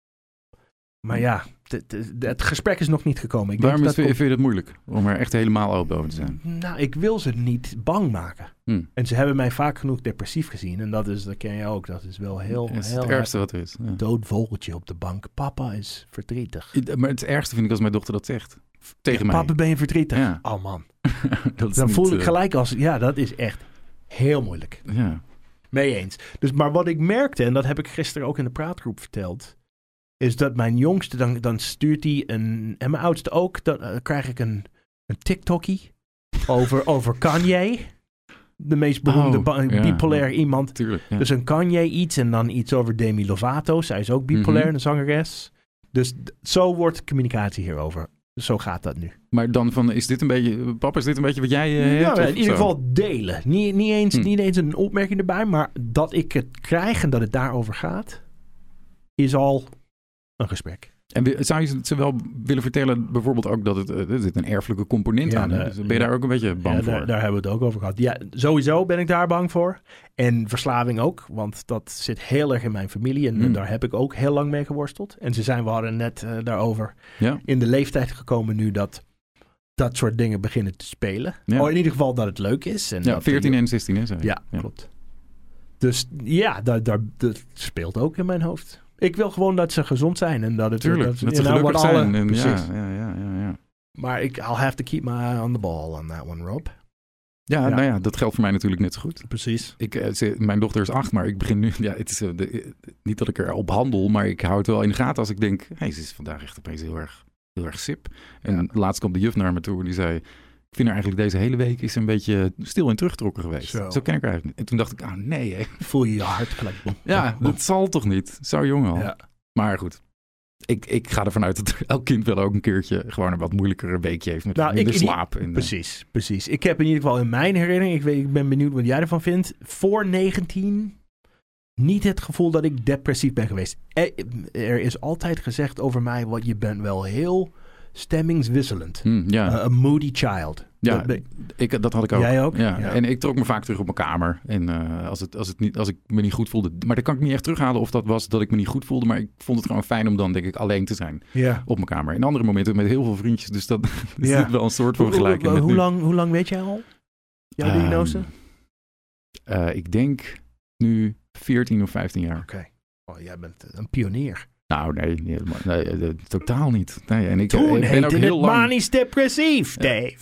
Maar ja, het gesprek is nog niet gekomen. Waarom vind je dat moeilijk? Om er echt helemaal open over te zijn? Nou, ik wil ze niet bang maken. En ze hebben mij vaak genoeg depressief gezien. En dat ken je ook. Dat is wel heel... Dat is het ergste wat er is. Ja. Dood vogeltje op de bank. Papa is verdrietig. Maar het ergste vind ik als mijn dochter dat zegt. Tegen mij. Papa, ben je verdrietig? Ja. Oh man. Dan voel ik gelijk als... Ja, dat is echt heel moeilijk. Ja. Mee eens. Dus, maar wat ik merkte, en dat heb ik gisteren ook in de praatgroep verteld, is dat mijn jongste, dan stuurt hij en mijn oudste ook, dan krijg ik een TikTokie over Kanye. de meest beroemde bipolair iemand. Tuurlijk, ja. Dus een Kanye iets en dan iets over Demi Lovato. Zij is ook bipolair, een zangeres. Dus zo wordt communicatie hierover. Zo gaat dat nu. Maar dan van, is dit een beetje wat jij hebt? In ieder geval delen. Niet eens een opmerking erbij, maar dat ik het krijg en dat het daarover gaat, is al een gesprek. En zou je ze wel willen vertellen, bijvoorbeeld ook dat er zit een erfelijke component aan. Dus ben je daar ook een beetje bang voor? Daar hebben we het ook over gehad. Ja, sowieso ben ik daar bang voor. En verslaving ook, want dat zit heel erg in mijn familie. En daar heb ik ook heel lang mee geworsteld. En we hadden net daarover in de leeftijd gekomen nu dat soort dingen beginnen te spelen. Ja. Oh, in ieder geval dat het leuk is. En 14 en 16 is het. Ja, klopt. Dus ja, dat speelt ook in mijn hoofd. Ik wil gewoon dat ze gezond zijn en dat het dat ze gelukkig zijn. En ja. Maar I'll have to keep my eye on the ball on that one, Rob. Ja, nou ja, dat geldt voor mij natuurlijk net zo goed. Precies. Mijn dochter is 8, maar ik begin nu... Ja, het is niet dat ik erop handel, maar ik hou het wel in de gaten als ik denk... ze is vandaag echt opeens heel erg sip. En laatst kwam de juf naar me toe en die zei... Ik vind haar eigenlijk deze hele week is een beetje stil en teruggetrokken geweest. Zo ken ik haar eigenlijk niet. En toen dacht ik, nee. Hè. Voel je hart gelijk. Dat zal toch niet? Zo jong al. Ja. Maar goed, ik ga ervan uit dat elk kind wel ook een keertje gewoon een wat moeilijkere weekje heeft met minder slaap. Precies. Ik heb in ieder geval in mijn herinnering, ik ben benieuwd wat jij ervan vindt, voor 19 niet het gevoel dat ik depressief ben geweest. Er is altijd gezegd over mij, je bent wel heel stemmingswisselend. A moody child. Ja, dat had ik ook. Jij ook? Ja. En ik trok me vaak terug op mijn kamer. En als ik me niet goed voelde... Maar dat kan ik niet echt terughalen of dat was dat ik me niet goed voelde. Maar ik vond het gewoon fijn om dan, denk ik, alleen te zijn op mijn kamer. In andere momenten met heel veel vriendjes. Dus dat is wel een soort van vergelijking. Hoe lang weet jij al? Jouw diagnose? Ik denk nu 14 of 15 jaar. Oké. Oh, jij bent een pionier. Nou, nee, totaal niet. Nee, en ik ben ook heel lang manisch depressief, Dave.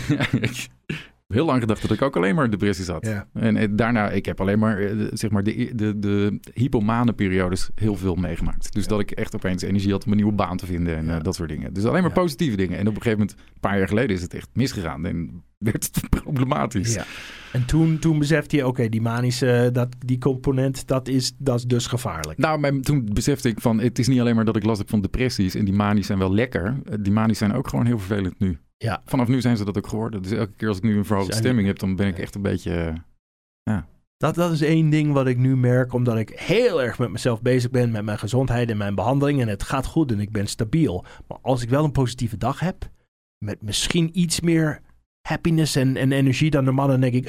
Heel lang gedacht dat ik ook alleen maar depressies had. Ja. En daarna, ik heb alleen maar, zeg maar, de hypomane periodes heel veel meegemaakt. Dus dat ik echt opeens energie had om een nieuwe baan te vinden en dat soort dingen. Dus alleen maar positieve dingen. En op een gegeven moment, een paar jaar geleden, is het echt misgegaan en werd het problematisch. Ja. En toen besefte je, oké, die manische, die component, dat is dus gevaarlijk. Nou, maar toen besefte ik van, het is niet alleen maar dat ik last heb van depressies en die manisch zijn wel lekker. Die manisch zijn ook gewoon heel vervelend nu. Ja. Vanaf nu zijn ze dat ook geworden. Dus elke keer als ik nu een verhoogde stemming heb, dan ben ik echt een beetje... Dat is één ding wat ik nu merk, omdat ik heel erg met mezelf bezig ben, met mijn gezondheid en mijn behandeling. En het gaat goed en ik ben stabiel. Maar als ik wel een positieve dag heb, met misschien iets meer happiness en energie dan normaal, dan denk ik,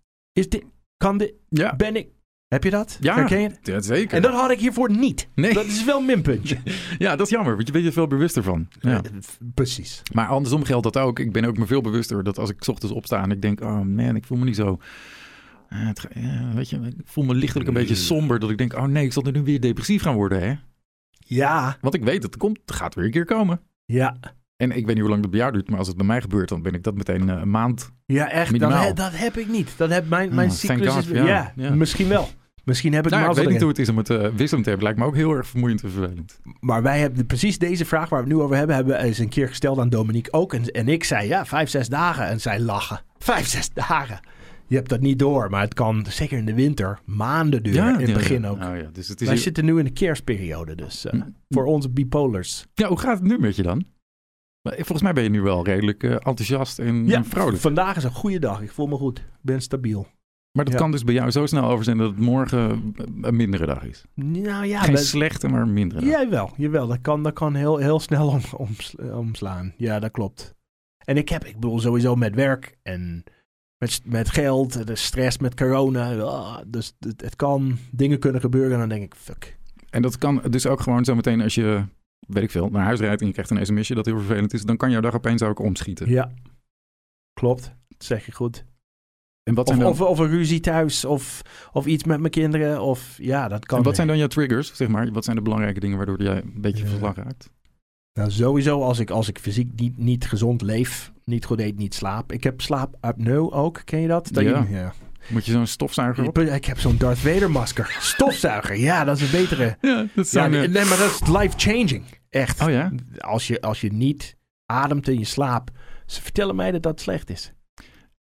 ben ik... Heb je dat? Ja, herken je het? Ja, zeker. En dat had ik hiervoor niet. Nee. Dat is wel een minpuntje. Ja, dat is jammer, want je bent je veel bewuster van. Ja. Precies. Maar andersom geldt dat ook. Ik ben ook me veel bewuster dat als ik 's ochtends opsta en ik denk, oh man, ik voel me niet zo... weet je, ik voel me lichtelijk een beetje somber. Dat ik denk, oh nee, ik zal er nu weer depressief gaan worden, hè? Ja. Want ik weet dat het gaat weer een keer komen. Ja. En ik weet niet hoe lang dat bij jou duurt, maar als het bij mij gebeurt, dan ben ik dat meteen een maand. Ja, echt. Dat heb ik niet. Dat heb mijn cyclus is. Ja, misschien wel. Misschien heb ik ik weet niet hoe het is om het wisselend te hebben. Lijkt me ook heel erg vermoeiend en vervelend. Maar wij hebben precies deze vraag waar we het nu over hebben we eens een keer gesteld aan Dominique ook. En ik zei 5-6 dagen. En zij lachen. 5-6 dagen. Je hebt dat niet door, maar het kan zeker in de winter maanden duren. In het begin ook. Oh, ja. Dus het is wij zitten nu in de kerstperiode, dus voor onze bipolars. Ja, hoe gaat het nu met je dan? Volgens mij ben je nu wel redelijk enthousiast en vrolijk. Vandaag is een goede dag. Ik voel me goed. Ik ben stabiel. Maar dat kan dus bij jou zo snel over zijn dat het morgen een mindere dag is. Nou ja, geen slechte, maar een mindere dag. Jawel. Dat kan heel, heel snel omslaan. Ja, dat klopt. En ik bedoel sowieso met werk en met geld, de stress met corona. Dus dingen kunnen gebeuren en dan denk ik, fuck. En dat kan dus ook gewoon zo meteen als je, weet ik veel, naar huis rijdt en je krijgt een sms'je dat heel vervelend is, dan kan jouw dag opeens ook omschieten. Ja, klopt. Dat zeg je goed. En wat zijn of een ruzie thuis of iets met mijn kinderen. Dat kan. En wat zijn dan jouw triggers, zeg maar? Wat zijn de belangrijke dingen waardoor jij een beetje verslag raakt? Nou, sowieso als ik fysiek niet gezond leef, niet goed eet, niet slaap. Ik heb slaapapneu ook, ken je dat? Moet je zo'n stofzuiger op? Ik heb zo'n Darth Vader masker. Stofzuiger, ja, dat is een betere. Ja, dat is nee, maar dat is life-changing. Echt. Oh ja? Als je niet ademt in je slaap. Ze vertellen mij dat slecht is.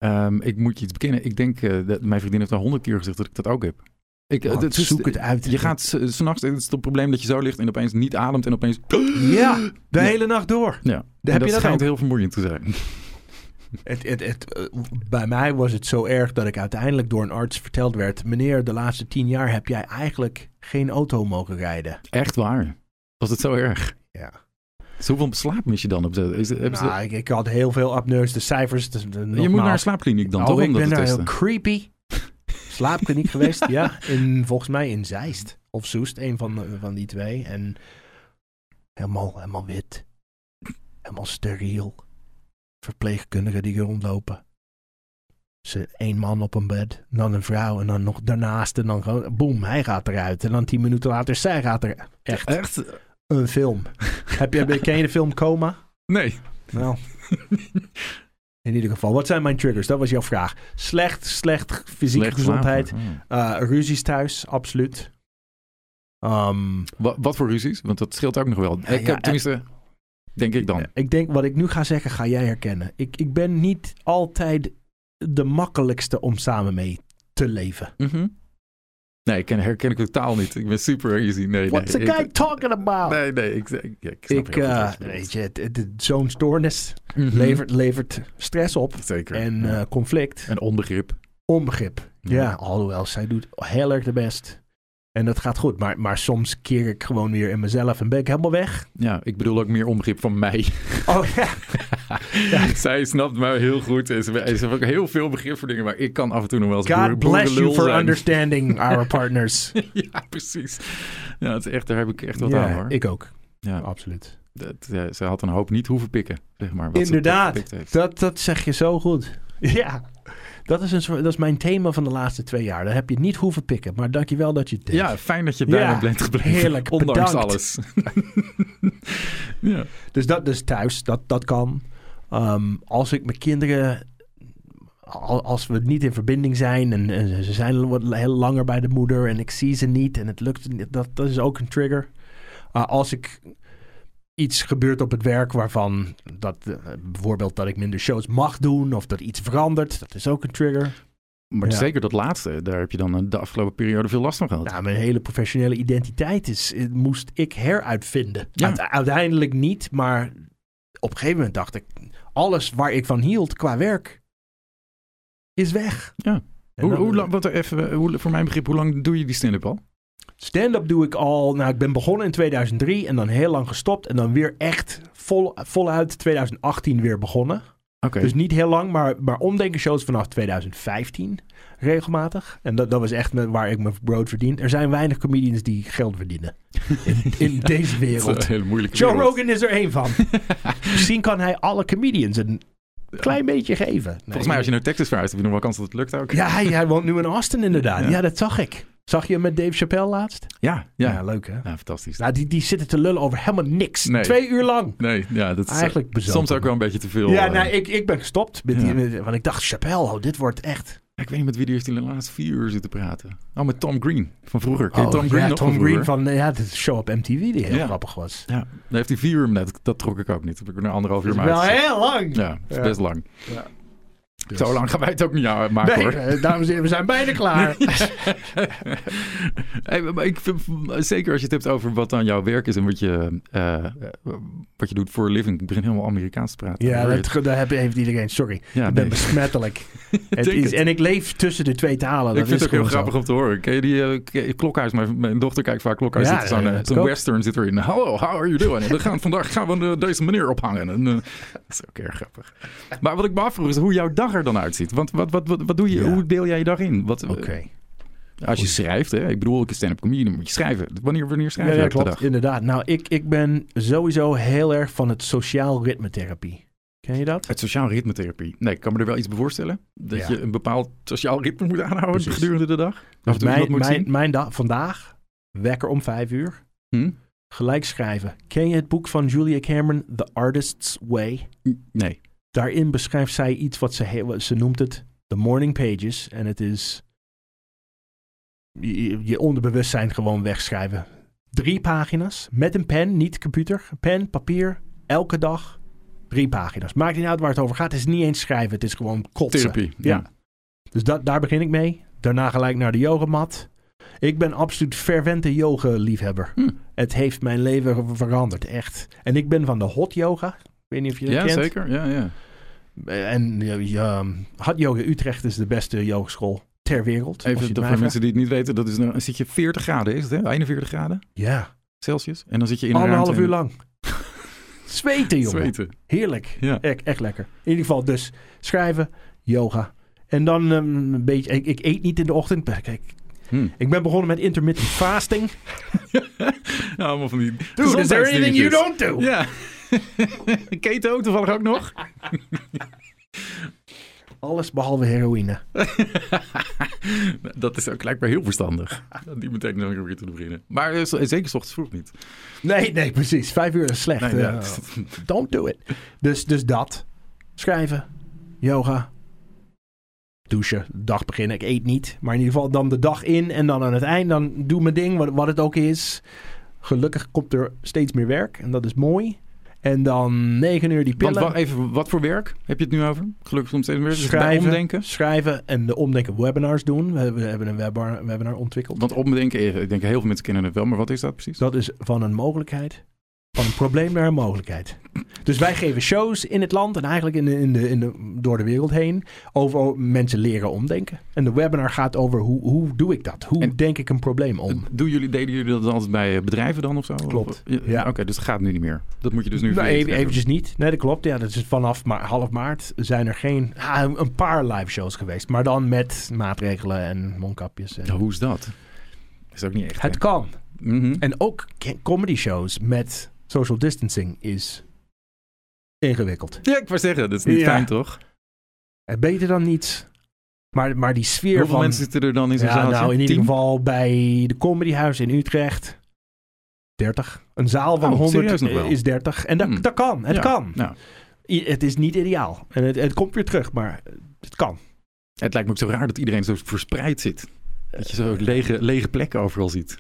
Ik moet je iets bekennen. Ik denk dat mijn vriendin heeft al 100 keer gezegd dat ik dat ook heb. Zoek het uit. Je gaat 's nachts, het is het probleem dat je zo ligt en opeens niet ademt en opeens... Ja, de hele nacht door. Ja, dat schijnt heel vermoeiend te zijn. Bij mij was het zo erg dat ik uiteindelijk door een arts verteld werd... meneer, de laatste 10 jaar heb jij eigenlijk geen auto mogen rijden. Echt waar? Was het zo erg? Ja. Dus hoeveel slaap mis je dan op ik had heel veel apneus, de cijfers... Je moet naar een slaapkliniek dan, toch? Ik ben daar heel creepy... slaapkliniek geweest, ja. Volgens mij in Zeist of Soest, een van die twee. En helemaal wit. Helemaal steriel. Verpleegkundigen die rondlopen. Eén man op een bed, dan een vrouw en dan nog daarnaast. En dan gewoon, boem, hij gaat eruit. En dan 10 minuten later, zij gaat er. Echt? Een film. Ken je de film Coma? Nee. Nou... In ieder geval, wat zijn mijn triggers? Dat was jouw vraag. Slecht fysieke gezondheid. Ruzies thuis, absoluut. Wat voor ruzies? Want dat scheelt ook nog wel. Tenminste, denk ik dan. Ik denk, wat ik nu ga zeggen, ga jij herkennen. Ik ben niet altijd de makkelijkste om samen mee te leven. Mm-hmm. Nee, herken ik totaal niet. Ik ben super easy. What's the guy talking about? Nee, ik snap weet je, zo'n stoornis levert stress op. Zeker. En conflict. En onbegrip. Ja, alhoewel, zij doet heel erg de best. En dat gaat goed. Maar soms keer ik gewoon weer in mezelf en ben ik helemaal weg. Ja, ik bedoel ook meer onbegrip van mij. Oh ja. Zij snapt mij heel goed. Ze heeft ook heel veel begrip voor dingen. Maar ik kan af en toe nog wel eens God bless you for understanding our partners. Ja, precies. Ja, het is echt, daar heb ik echt wat aan, hoor. Ik ook. Ja, absoluut. Ze had een hoop niet hoeven pikken, zeg maar. Inderdaad. Dat zeg je zo goed. Ja. Dat is mijn thema van de laatste 2 jaar. Daar heb je niet hoeven pikken. Maar dankjewel dat je het deed. Ja, fijn dat je bij me bent gebleven. Heerlijk, ondanks bedankt. alles. Ja. Dus thuis, dat kan. Als ik mijn kinderen... Als we niet in verbinding zijn... en ze zijn wat heel langer bij de moeder... en ik zie ze niet en het lukt niet... Dat is ook een trigger. Als ik... iets gebeurt op het werk waarvan bijvoorbeeld dat ik minder shows mag doen of dat iets verandert, dat is ook een trigger. Maar zeker dat laatste, daar heb je dan de afgelopen periode veel last van gehad. Nou, mijn hele professionele identiteit moest ik heruitvinden. Ja. Uiteindelijk niet, maar op een gegeven moment dacht ik, alles waar ik van hield qua werk is weg. Ja. Voor mijn begrip, hoe lang doe je die stand-up al? Stand-up doe ik al... Nou, ik ben begonnen in 2003 en dan heel lang gestopt. En dan weer echt voluit 2018 weer begonnen. Okay. Dus niet heel lang, maar omdenken shows vanaf 2015 regelmatig. En dat was echt waar ik mijn brood verdien. Er zijn weinig comedians die geld verdienen in deze wereld. Dat is een hele moeilijke Joe wereld. Rogan is er één van. Misschien kan hij alle comedians een klein beetje geven. Nee. Volgens mij als je naar Texas verhuist, heb je nog wel kans dat het lukt ook. Ja, hij woont nu in Austin inderdaad. Ja, dat zag ik. Zag je hem met Dave Chappelle laatst? Ja. Leuk hè? Ja, fantastisch. Nou, die zitten te lullen over helemaal niks. Nee. 2 uur lang. Nee, ja, dat is eigenlijk bezopen. Soms ook wel een beetje te veel. Ja, ik ben gestopt. Want ik dacht, Chappelle, dit wordt echt... Ik weet niet met wie die heeft in de laatste 4 uur zitten praten. Oh, met Tom Green van vroeger. Ken je Tom Green nog Tom van Green van de show op MTV die heel grappig was. Ja, daar heeft hij 4 uur net. Dat trok ik ook niet. Dat heb ik er 1,5 uur maar wel heel lang. Ja, dat is best lang. Ja. Dus. Zo lang gaan wij het ook niet maken, hoor. Dames en heren, we zijn bijna klaar. Maar ik vind, zeker als je het hebt over wat dan jouw werk is en wat je doet voor a living. Ik begin helemaal Amerikaans te praten. Ja, dat heeft iedereen. Sorry, ik ben besmettelijk. En ik leef tussen de 2 talen. Ik vind het ook heel grappig om te horen. Ken je die Klokhuis? Mijn dochter kijkt vaak Klokhuis. Zo'n western zit erin. Hallo, how are you doing? Vandaag gaan we deze meneer ophangen. En, dat is ook erg grappig. Maar wat ik me afvroeg is hoe jouw dag er dan uitziet. Want wat doe je? Ja. Hoe deel jij je dag in? Als je schrijft, hè? Ik bedoel, ik een stand-up comedian, moet je schrijven. Wanneer schrijf je klopt, de dag? Inderdaad. Nou, ik ben sowieso heel erg van het sociaal ritmetherapie. Ken je dat? Het sociaal ritmetherapie. Nee, ik kan me er wel iets bij voorstellen. Dat je een bepaald sociaal ritme moet aanhouden gedurende de dag. Mijn dag, vandaag, wekker om 5 uur. Gelijk schrijven. Ken je het boek van Julia Cameron, The Artist's Way? Nee. Daarin beschrijft zij iets wat ze noemt het The Morning Pages. En het is je onderbewustzijn gewoon wegschrijven. 3 pagina's met een pen, niet computer. Pen, papier, elke dag. 3 pagina's. Maakt niet uit waar het over gaat. Het is niet eens schrijven. Het is gewoon kotsen. Therapie. Ja. Dus daar begin ik mee. Daarna gelijk naar de yogamat. Ik ben absoluut fervente yoga-liefhebber. Het heeft mijn leven veranderd, echt. En ik ben van de hot yoga. Ik weet niet of je dat kent. Ja, zeker. Ja. En hot yoga Utrecht is de beste yogeschool ter wereld. Even voor mensen die het niet weten. Dat is dan zit je 40 graden, is het hè? 41 graden? Ja. Celsius. En dan zit je in een ruimte. 1,5 uur lang. Zweten, jongen. Zweten. Heerlijk. Ja. Echt lekker. In ieder geval dus schrijven, yoga. En dan een beetje... Ik eet niet in de ochtend. Kijk, ik ben begonnen met intermittent fasting. Ja, allemaal van die... Dude, is there anything you don't do? Ja. Keto toevallig ook nog. Alles behalve heroïne. Dat is ook blijkbaar heel verstandig. Die meteen nog weer te beginnen. Maar zeker 's ochtends vroeg niet. Nee, precies. 5 uur is slecht. Nee, don't do it. Dus dat. Schrijven. Yoga. Douchen. Dag beginnen. Ik eet niet. Maar in ieder geval dan de dag in. En dan aan het eind. Dan doe mijn ding. Wat het ook is. Gelukkig komt er steeds meer werk. En dat is mooi. En dan 9 uur die pillen. Want even, wat voor werk heb je het nu over? Gelukkig komt steeds meer. Schrijven en de omdenken webinars doen. We hebben een webinar ontwikkeld. Want omdenken, ik denk heel veel mensen kennen het wel, maar wat is dat precies? Dat is van een mogelijkheid, van een probleem naar een mogelijkheid. Dus wij geven shows in het land en eigenlijk door de wereld heen over mensen leren omdenken. En de webinar gaat over hoe doe ik dat? Hoe denk ik een probleem om? Deden jullie dat altijd bij bedrijven dan of zo? Klopt. Ja. Oké, dus het gaat nu niet meer. Dat moet je dus nu... Nee, eventjes niet. Nee, dat klopt. Ja, dat is vanaf half maart zijn er een paar live shows geweest. Maar dan met maatregelen en mondkapjes. En... Hoe is dat? Is ook niet echt. Het kan. Mm-hmm. En ook comedy shows met social distancing is ingewikkeld. Ja, ik wou zeggen, dat is niet fijn, toch? Beter dan niets. Maar die sfeer Hoeveel mensen zitten er dan in zo'n zaaltje? Nou, in ieder geval bij de Comedyhuis in Utrecht 30. Een zaal van 100 is 30. En dat kan. Het kan. Ja. Het is niet ideaal. En het komt weer terug, maar het kan. Het lijkt me ook zo raar dat iedereen zo verspreid zit. Dat je zo lege plekken overal ziet.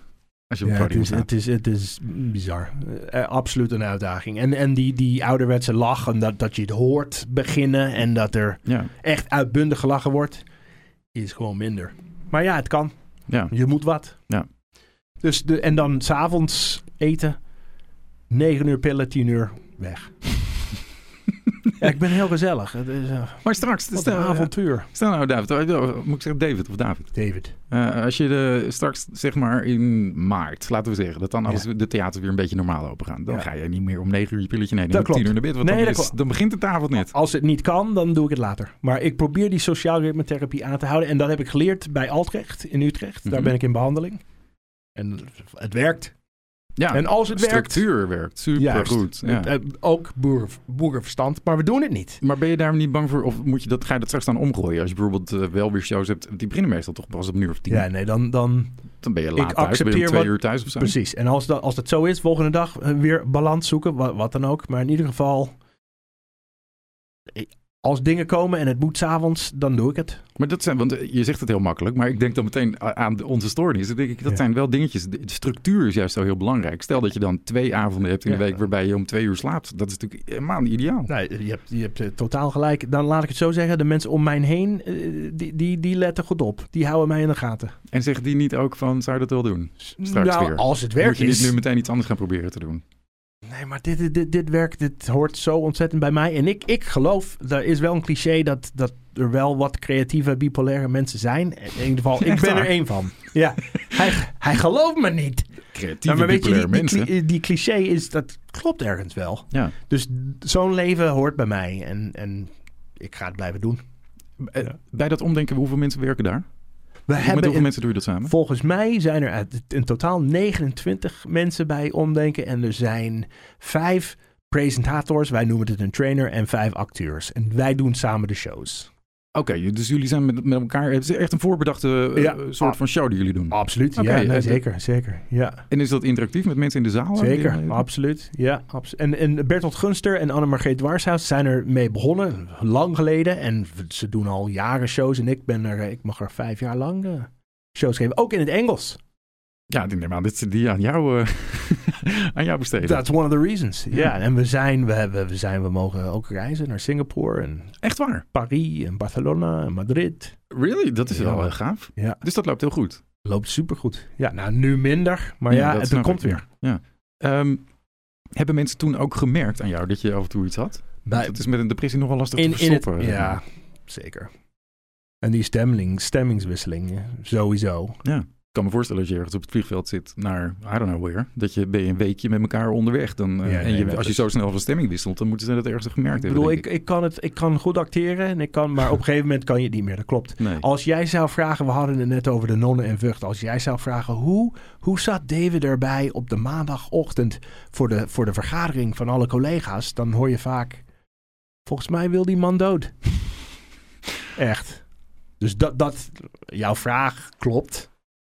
Het is bizar. Absoluut een uitdaging. En die ouderwetse lach, en dat je het hoort beginnen en dat er echt uitbundig gelachen wordt, is gewoon minder. Maar ja, het kan. Ja. Je moet wat. Ja. Dus en dan 's avonds eten, 9 uur pillen, 10 uur weg. Ja, ik ben heel gezellig. Het is, maar straks... Wat een avontuur. Stel nou, David. Moet ik zeggen David of David? David. Als je straks, zeg maar in maart, laten we zeggen, dat dan alles de theaters weer een beetje normaal open gaan. Dan ga je niet meer om 9 uur je pilletje nemen. Dat klopt. 10 uur naar bed. Want dan begint de avond net. Als het niet kan, dan doe ik het later. Maar ik probeer die sociaal ritmetherapie aan te houden. En dat heb ik geleerd bij Altrecht in Utrecht. Daar ben ik in behandeling. En het werkt. Ja, en als het structuur werkt. Super goed. Ja. Ook boerenverstand, maar we doen het niet. Maar ben je daar niet bang voor? Of ga je dat straks dan omgooien? Als je bijvoorbeeld wel weer shows hebt, die beginnen meestal toch pas op 1 uur of 10. Ja, nee, dan ben je laat thuis, ben je om 2 uur thuis of zo. Precies. En als dat zo is, volgende dag weer balans zoeken, wat dan ook. Maar in ieder geval, als dingen komen en het moet 's avonds, dan doe ik het. Maar dat zijn, want je zegt het heel makkelijk, maar ik denk dan meteen aan onze stoornis. Dan denk ik, dat zijn wel dingetjes. De structuur is juist zo heel belangrijk. Stel dat je dan 2 avonden hebt in de week waarbij je om 2 uur slaapt. Dat is natuurlijk helemaal niet ideaal. Nee, je hebt totaal gelijk. Dan laat ik het zo zeggen, de mensen om mij heen, die letten goed op. Die houden mij in de gaten. En zeggen die niet ook van, zou je dat wel doen? Straks weer. Als het werkt moet je dit nu meteen iets anders gaan proberen te doen? Nee, maar dit werkt, dit hoort zo ontzettend bij mij. En ik geloof, er is wel een cliché dat er wel wat creatieve, bipolaire mensen zijn. In ieder geval, ik ben er één van. Ja, hij gelooft me niet. Creatieve, bipolaire mensen. Die cliché is, dat klopt ergens wel. Ja. Dus zo'n leven hoort bij mij. En ik ga het blijven doen. Bij dat omdenken, hoeveel mensen werken daar? Met hoeveel mensen doe je dat samen? Volgens mij zijn er in totaal 29 mensen bij omdenken. En er zijn 5 presentators, wij noemen het een trainer, en 5 acteurs. En wij doen samen de shows. Oké, dus jullie zijn met elkaar... Het is echt een voorbedachte soort van show die jullie doen? Absoluut, zeker. Ja. En is dat interactief met mensen in de zaal? Zeker, absoluut. Ja, en Bertolt Gunster en Annemargreet Warshuis zijn er mee begonnen, lang geleden. En ze doen al jaren shows en ik mag er 5 jaar lang shows geven. Ook in het Engels. Ja, die aan jou... aan jou besteden. That's one of the reasons. Ja, en we mogen ook reizen naar Singapore en echt waar? Paris en Barcelona en Madrid. Really? Dat is wel gaaf. Ja. Dus dat loopt heel goed. Loopt supergoed. Ja, nou nu minder, maar het komt weer. Ja. Hebben mensen toen ook gemerkt aan jou dat je af en toe iets had? Het is met een depressie nogal lastig te verstoppen. Ja, zeker. En die stemmingswisseling, sowieso. Ja, ik kan me voorstellen als je ergens op het vliegveld zit naar, I don't know where, dat ben je een weekje met elkaar onderweg. Als je zo snel van stemming wisselt, dan moeten ze dat ergens gemerkt hebben. Ik kan goed acteren, maar op een gegeven moment kan je het niet meer. Dat klopt. Nee. Als jij zou vragen, we hadden het net over de nonnen en Vught. Als jij zou vragen, hoe zat David erbij op de maandagochtend voor de vergadering van alle collega's, dan hoor je vaak, volgens mij wil die man dood. Echt. Dus dat jouw vraag klopt.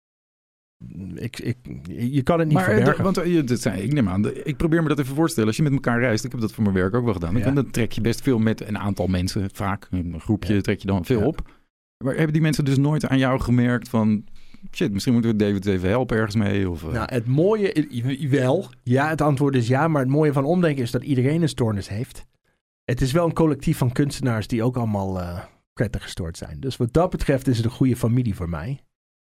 Je kan het niet verbergen. Ik neem aan, ik probeer me dat even voor te stellen. Als je met elkaar reist, ik heb dat voor mijn werk ook wel gedaan. Ja. Dan trek je best veel met een aantal mensen. Vaak een groepje trek je dan veel op. Maar hebben die mensen dus nooit aan jou gemerkt van, shit, misschien moeten we David even helpen ergens mee? Of, Nou, het mooie, wel. Ja, het antwoord is ja. Maar het mooie van omdenken is dat iedereen een stoornis heeft. Het is wel een collectief van kunstenaars die ook allemaal prettig gestoord zijn. Dus wat dat betreft is het een goede familie voor mij.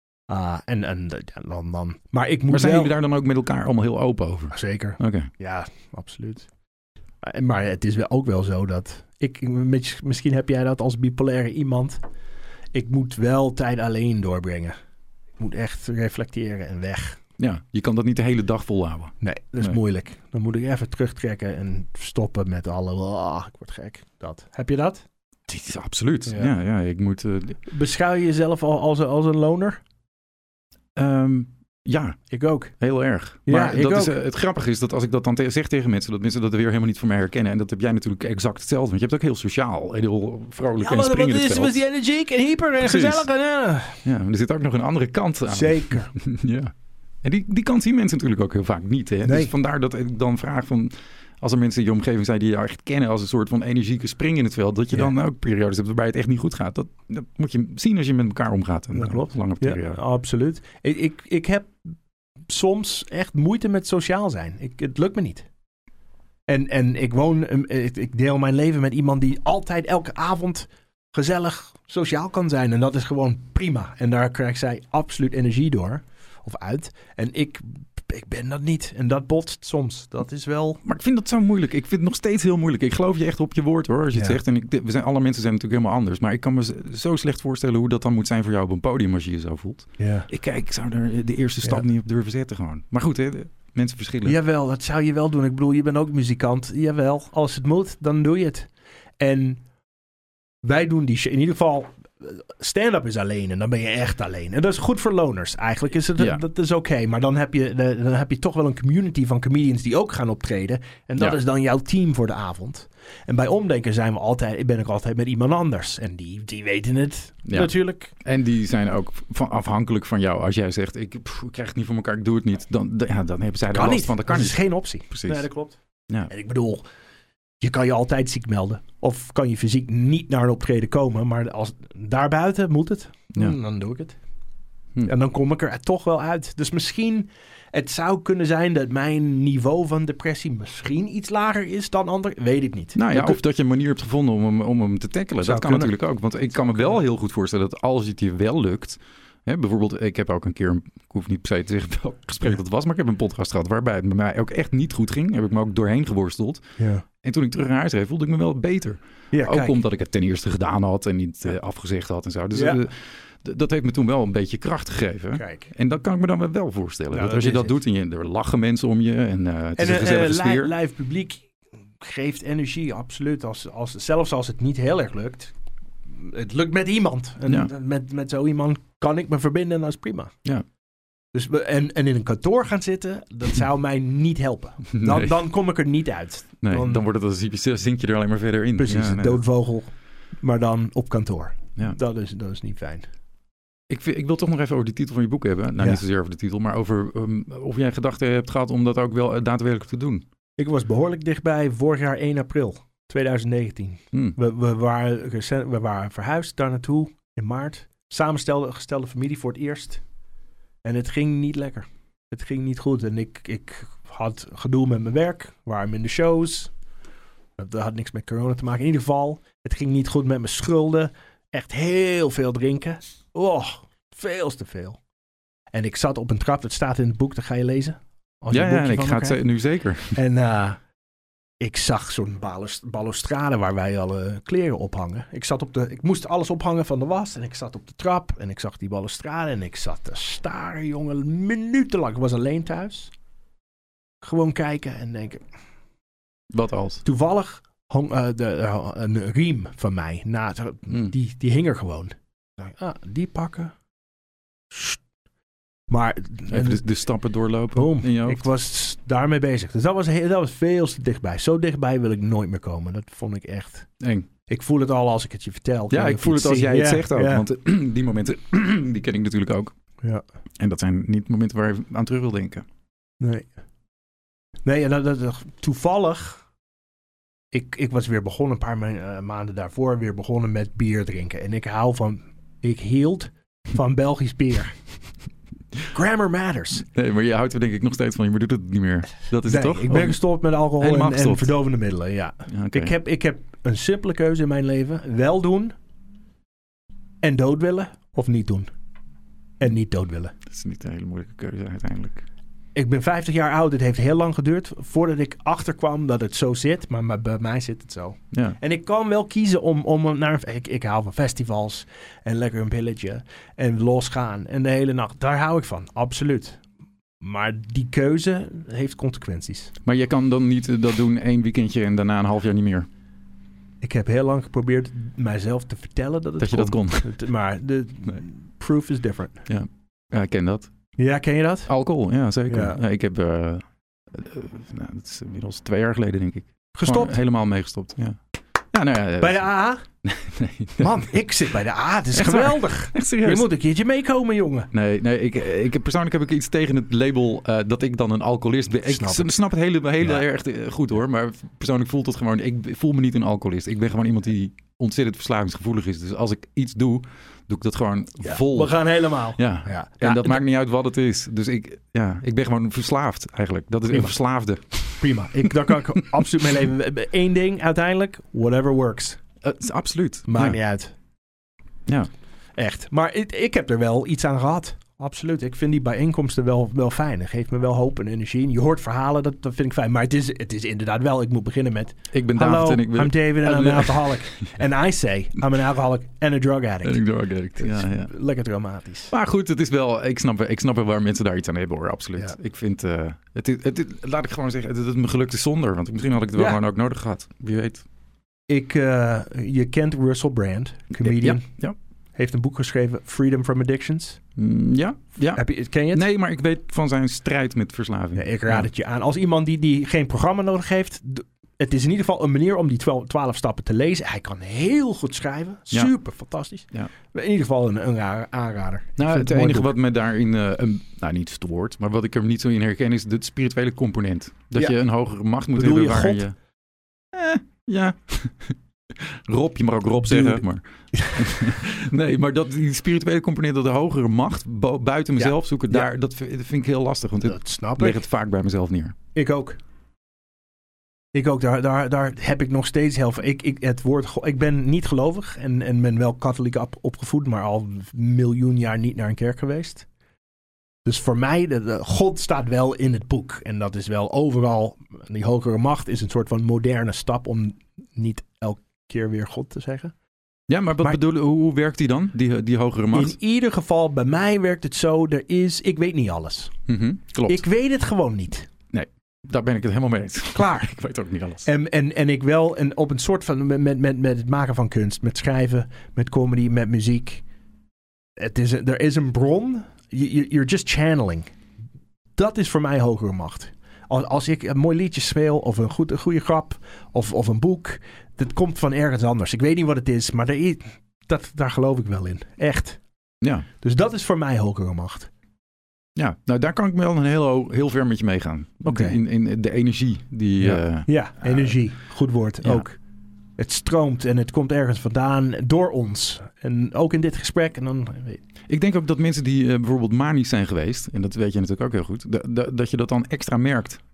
Maar zijn jullie daar dan ook met elkaar allemaal heel open over? Zeker. Okay. Ja, absoluut. Maar het is ook wel zo dat misschien heb jij dat als bipolaire iemand. Ik moet wel tijd alleen doorbrengen. Ik moet echt reflecteren en weg. Ja, je kan dat niet de hele dag volhouden. Nee, dat is moeilijk. Dan moet ik even terugtrekken en stoppen met alle, ik word gek. Dat. Heb je dat? Absoluut. Ja, ik moet... Beschouw je jezelf als een loner? Ja. Ik ook. Heel erg. Ja, maar het grappige is dat als ik dat dan zeg tegen mensen, dat mensen dat weer helemaal niet voor mij herkennen. En dat heb jij natuurlijk exact hetzelfde. Want je hebt ook heel sociaal, heel vrolijk en springend veld. Was die energiek en hyper en gezellig. Ja, maar er zit ook nog een andere kant aan. Zeker. Ja. En die kant zien mensen natuurlijk ook heel vaak niet. Hè? Nee. Dus vandaar dat ik dan vraag van, als er mensen in je omgeving zijn die jou echt kennen als een soort van energieke spring in het veld, dat je dan ook periodes hebt waarbij het echt niet goed gaat. Dat moet je zien als je met elkaar omgaat. Dat klopt. Lange periode. Ja, absoluut. Ik heb soms echt moeite met sociaal zijn. Het lukt me niet. En ik deel mijn leven met iemand die altijd elke avond gezellig sociaal kan zijn. En dat is gewoon prima. En daar krijgt zij absoluut energie door. Of uit. En ik ben dat niet. En dat botst soms. Dat is wel... Maar ik vind dat zo moeilijk. Ik vind het nog steeds heel moeilijk. Ik geloof je echt op je woord hoor, als je het zegt. En alle mensen zijn natuurlijk helemaal anders. Maar ik kan me zo slecht voorstellen hoe dat dan moet zijn voor jou op een podium als je je zo voelt. Ja. Ik zou er de eerste stap niet op durven zetten gewoon. Maar goed, hè, mensen verschillen. Jawel, dat zou je wel doen. Ik bedoel, je bent ook muzikant. Jawel, als het moet, dan doe je het. En wij doen die... In ieder geval... Stand-up is alleen en dan ben je echt alleen. En dat is goed voor loners. Eigenlijk is het dat is oké. Maar dan heb je toch wel een community van comedians die ook gaan optreden. En dat is dan jouw team voor de avond. En bij Omdenken ben ik altijd met iemand anders. En die weten het natuurlijk. En die zijn ook afhankelijk van jou. Als jij zegt, ik krijg het niet voor elkaar, ik doe het niet. Dan hebben zij er last van. Dat is geen optie. Precies. Nee, dat klopt. Ja. En ik bedoel... Je kan je altijd ziek melden. Of kan je fysiek niet naar een optreden komen. Maar als daarbuiten moet het. Dan doe ik het. En dan kom ik er toch wel uit. Dus misschien... Het zou kunnen zijn dat mijn niveau van depressie misschien iets lager is dan anderen. Weet ik niet. Nou ja, of dat je een manier hebt gevonden om hem te tackelen. Dat kan natuurlijk ook. Want ik kan me wel heel goed voorstellen dat als het je wel lukt... bijvoorbeeld, ik heb ook een keer, ik hoef niet per se te zeggen welk gesprek dat was, maar ik heb een podcast gehad waarbij het bij mij ook echt niet goed ging. Heb ik me ook doorheen geworsteld. Ja. En toen ik terug naar huis reed, voelde ik me wel beter. Ja, ook omdat ik het ten eerste gedaan had en niet afgezegd had en zo. Dus dat heeft me toen wel een beetje kracht gegeven. Kijk. En dat kan ik me dan wel voorstellen. Dat als je dat doet en er lachen mensen om je en het is een gezellige sfeer. Live publiek geeft energie, absoluut. Zelfs als het niet heel erg lukt. Het lukt met iemand. En met zo iemand kan ik me verbinden en dat is prima. Ja. Dus en in een kantoor gaan zitten, dat zou mij niet helpen. Dan kom ik er niet uit. Nee, dan wordt het als zink je er alleen maar verder in. Precies, een doodvogel. Maar dan op kantoor. Ja. Dat is niet fijn. Ik wil toch nog even over de titel van je boek hebben. Nou, niet zozeer over de titel, maar over of jij gedachten hebt gehad om dat ook wel daadwerkelijk te doen. Ik was behoorlijk dichtbij vorig jaar 1 april 2019. We waren verhuisd daar naartoe in maart. Samengestelde familie voor het eerst. En het ging niet lekker. Het ging niet goed. En ik had gedoe met mijn werk. Waren minder shows. Dat had niks met corona te maken. In ieder geval, het ging niet goed met mijn schulden. Echt heel veel drinken. Oh, veel te veel. En ik zat op een trap. Dat staat in het boek. Dat ga je lezen. Ik ga het nu zeker. En ik zag zo'n balustrade waar wij alle kleren ophangen. Ik moest alles ophangen van de was. En ik zat op de trap. En ik zag die balustrade. En ik zat te staren, jongen. Minutenlang. Ik was alleen thuis. Gewoon kijken en denken... Wat als? Toevallig hong een riem van mij. Die hing er gewoon. Die pakken. Maar... Even de stappen doorlopen boom, in je hoofd. Ik was daarmee bezig. Dus dat was veel te dichtbij. Zo dichtbij wil ik nooit meer komen. Dat vond ik echt... eng. Ik voel het al als ik het je vertel. Ja, ik voel het als jij het zegt ook. Ja. Want die momenten, die ken ik natuurlijk ook. Ja. En dat zijn niet momenten waar je aan terug wil denken. Nee, en toevallig... Ik was weer begonnen, een paar maanden daarvoor, weer begonnen met bier drinken. En ik hield van Belgisch bier. Grammar matters. Nee, maar je houdt er denk ik nog steeds van. Je doet het niet meer. Dat is het toch? Ik ben gestopt met alcohol en verdovende middelen, ja. Okay. Ik heb een simpele keuze in mijn leven. Wel doen en dood willen of niet doen. En niet dood willen. Dat is niet een hele moeilijke keuze uiteindelijk. Ik ben 50 jaar oud. Het heeft heel lang geduurd voordat ik achterkwam dat het zo zit. Maar bij mij zit het zo. Ja. En ik kan wel kiezen om naar... Ik hou van festivals en lekker een pilletje en losgaan en de hele nacht. Daar hou ik van, absoluut. Maar die keuze heeft consequenties. Maar je kan dan niet dat doen 1 weekendje en daarna een half jaar niet meer? Ik heb heel lang geprobeerd mijzelf te vertellen dat je dat kon. Maar proof is different. Ja, ik ken dat. Ja, ken je dat? Alcohol, ja zeker. Ja. Ja, ik heb, dat is inmiddels 2 jaar geleden denk ik. Gestopt? Gewoon helemaal meegestopt, ja. Bij de AA? Nee. Man, ik zit bij de AA. Het is geweldig. Echt serieus? Je moet een keertje meekomen, jongen. Nee, persoonlijk heb ik iets tegen het label dat ik dan een alcoholist ben. Ik snap het heel erg goed hoor. Maar persoonlijk voelt het gewoon... Ik voel me niet een alcoholist. Ik ben gewoon iemand die ontzettend verslavingsgevoelig is. Dus als ik iets doe ik dat gewoon vol. We gaan helemaal. Ja. En dat maakt niet uit wat het is. Dus ik ben gewoon verslaafd eigenlijk. Dat is een verslaafde. Prima. Daar kan ik absoluut mee leven. Eén ding uiteindelijk. Whatever works. Absoluut. Maakt niet uit. Ja. Echt. Maar ik heb er wel iets aan gehad. Absoluut. Ik vind die bijeenkomsten wel fijn. Het geeft me wel hoop en energie. En je hoort verhalen, dat vind ik fijn. Maar het is inderdaad wel, ik moet beginnen met... Ik ben David en ik ben... I'm David and I'm an alcoholic. And I say, I'm an alcoholic and a drug addict. En een drug addict, ja. Lekker dramatisch. Maar goed, het is wel... Ik snap wel waar mensen daar iets aan hebben hoor, absoluut. Ja. Ik vind... laat ik gewoon zeggen, het is me gelukt zonder. Want misschien had ik het wel gewoon ook nodig gehad. Wie weet. Je kent Russell Brand, comedian. Ja. Heeft een boek geschreven, Freedom from Addictions. Ja. Ken je het? Nee, maar ik weet van zijn strijd met verslaving. Ja, ik raad het je aan. Als iemand die geen programma nodig heeft... Het is in ieder geval een manier om die 12 stappen te lezen. Hij kan heel goed schrijven. Super, fantastisch. Ja. In ieder geval een rare aanrader. Nou, het enige wat me daarin niet stoort... maar wat ik er niet zo in herken is de spirituele component. Dat je een hogere macht moet hebben waar God? je... Ja... Rob, je mag ook Rob zeggen. Maar... nee, maar die spirituele component, dat de hogere macht buiten mezelf zoeken, dat vind ik heel lastig. Want ik leg het vaak bij mezelf neer. Ik ook. Daar heb ik nog steeds heel veel. Ik ben niet gelovig en ben wel katholiek opgevoed, maar al 1 miljoen jaar niet naar een kerk geweest. Dus voor mij, God staat wel in het boek. En dat is wel overal, die hogere macht is een soort van moderne stap om niet elke keer weer God te zeggen. Ja, maar hoe werkt die dan, die hogere macht? In ieder geval, bij mij werkt het zo, ik weet niet alles. Klopt. Ik weet het gewoon niet. Nee, daar ben ik het helemaal mee eens. Klaar. Ik weet ook niet alles. En ik wel, en op een soort van, met het maken van kunst, met schrijven, met comedy, met muziek. Er is een bron, you're just channeling. Dat is voor mij hogere macht. Als ik een mooi liedje speel, of een goede grap, of een boek, dat komt van ergens anders. Ik weet niet wat het is, maar daar geloof ik wel in. Echt. Ja. Dus dat is voor mij hogere macht. Ja, nou daar kan ik wel heel ver met je meegaan. Okay. In de energie die... energie. Goed woord, ook. Het stroomt en het komt ergens vandaan door ons. En ook in dit gesprek. En dan... Ik denk ook dat mensen die bijvoorbeeld manisch zijn geweest... en dat weet je natuurlijk ook heel goed... dat je dat dan extra merkt.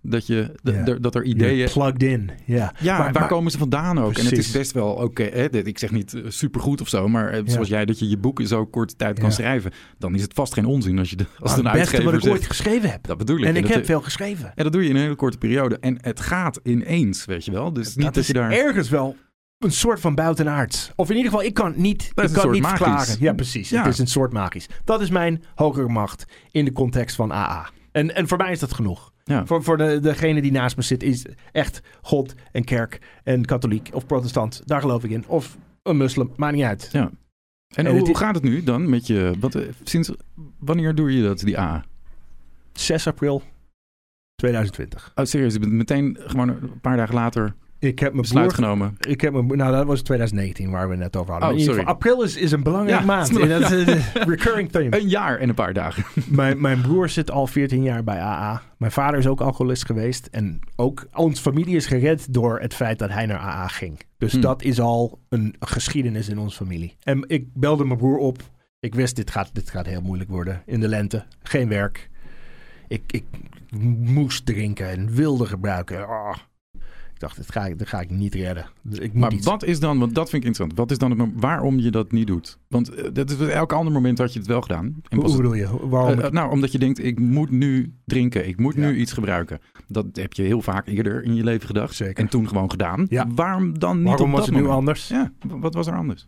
dat er ideeën... Plugged in, ja. Ja, maar waar komen ze vandaan ook? Precies. En het is best wel oké. Ik zeg niet supergoed of zo, maar zoals jij dat je je boek in zo'n korte tijd kan schrijven, dan is het vast geen onzin als het een uitgever beste wat ik zegt, ooit geschreven heb. Dat bedoel ik. En ik heb veel geschreven. En dat doe je in een hele korte periode. En het gaat ineens, weet je wel. Dus niet dat je daar... ergens wel een soort van buitenaards. Of in ieder geval, ik kan het niet verklaren. Ja, precies. Ja. Het is een soort magisch. Dat is mijn hogere macht in de context van AA. En voor mij is dat genoeg. Ja. Voor degene die naast me zit is echt God en kerk en katholiek of protestant. Daar geloof ik in. Of een moslim, maakt niet uit. Ja. En hoe gaat het nu dan met je... Sinds wanneer doe je dat, die AA? 6 april 2020. Oh, serieus? Je bent meteen gewoon een paar dagen later... Ik heb mijn besluit genomen. Dat was 2019 waar we het net over hadden. Oh, sorry. April is een belangrijke maand. Dat is een recurring theme. Een jaar en een paar dagen. Mijn broer zit al 14 jaar bij AA. Mijn vader is ook alcoholist geweest. En ook onze familie is gered door het feit dat hij naar AA ging. Dus dat is al een geschiedenis in onze familie. En ik belde mijn broer op. Ik wist, dit gaat heel moeilijk worden in de lente. Geen werk. Ik moest drinken en wilde gebruiken. Ik dacht, dat ga ik niet redden. Wat is dan, want dat vind ik interessant. Wat is dan waarom je dat niet doet? Want dat is elk ander moment had je het wel gedaan. En hoe bedoel je? Waarom? Omdat je denkt, ik moet nu drinken. Ik moet nu iets gebruiken. Dat heb je heel vaak eerder in je leven gedacht. Zeker. En toen gewoon gedaan. Ja. Waarom dan niet waarom op was dat het moment? nu anders? Ja, wat was er anders?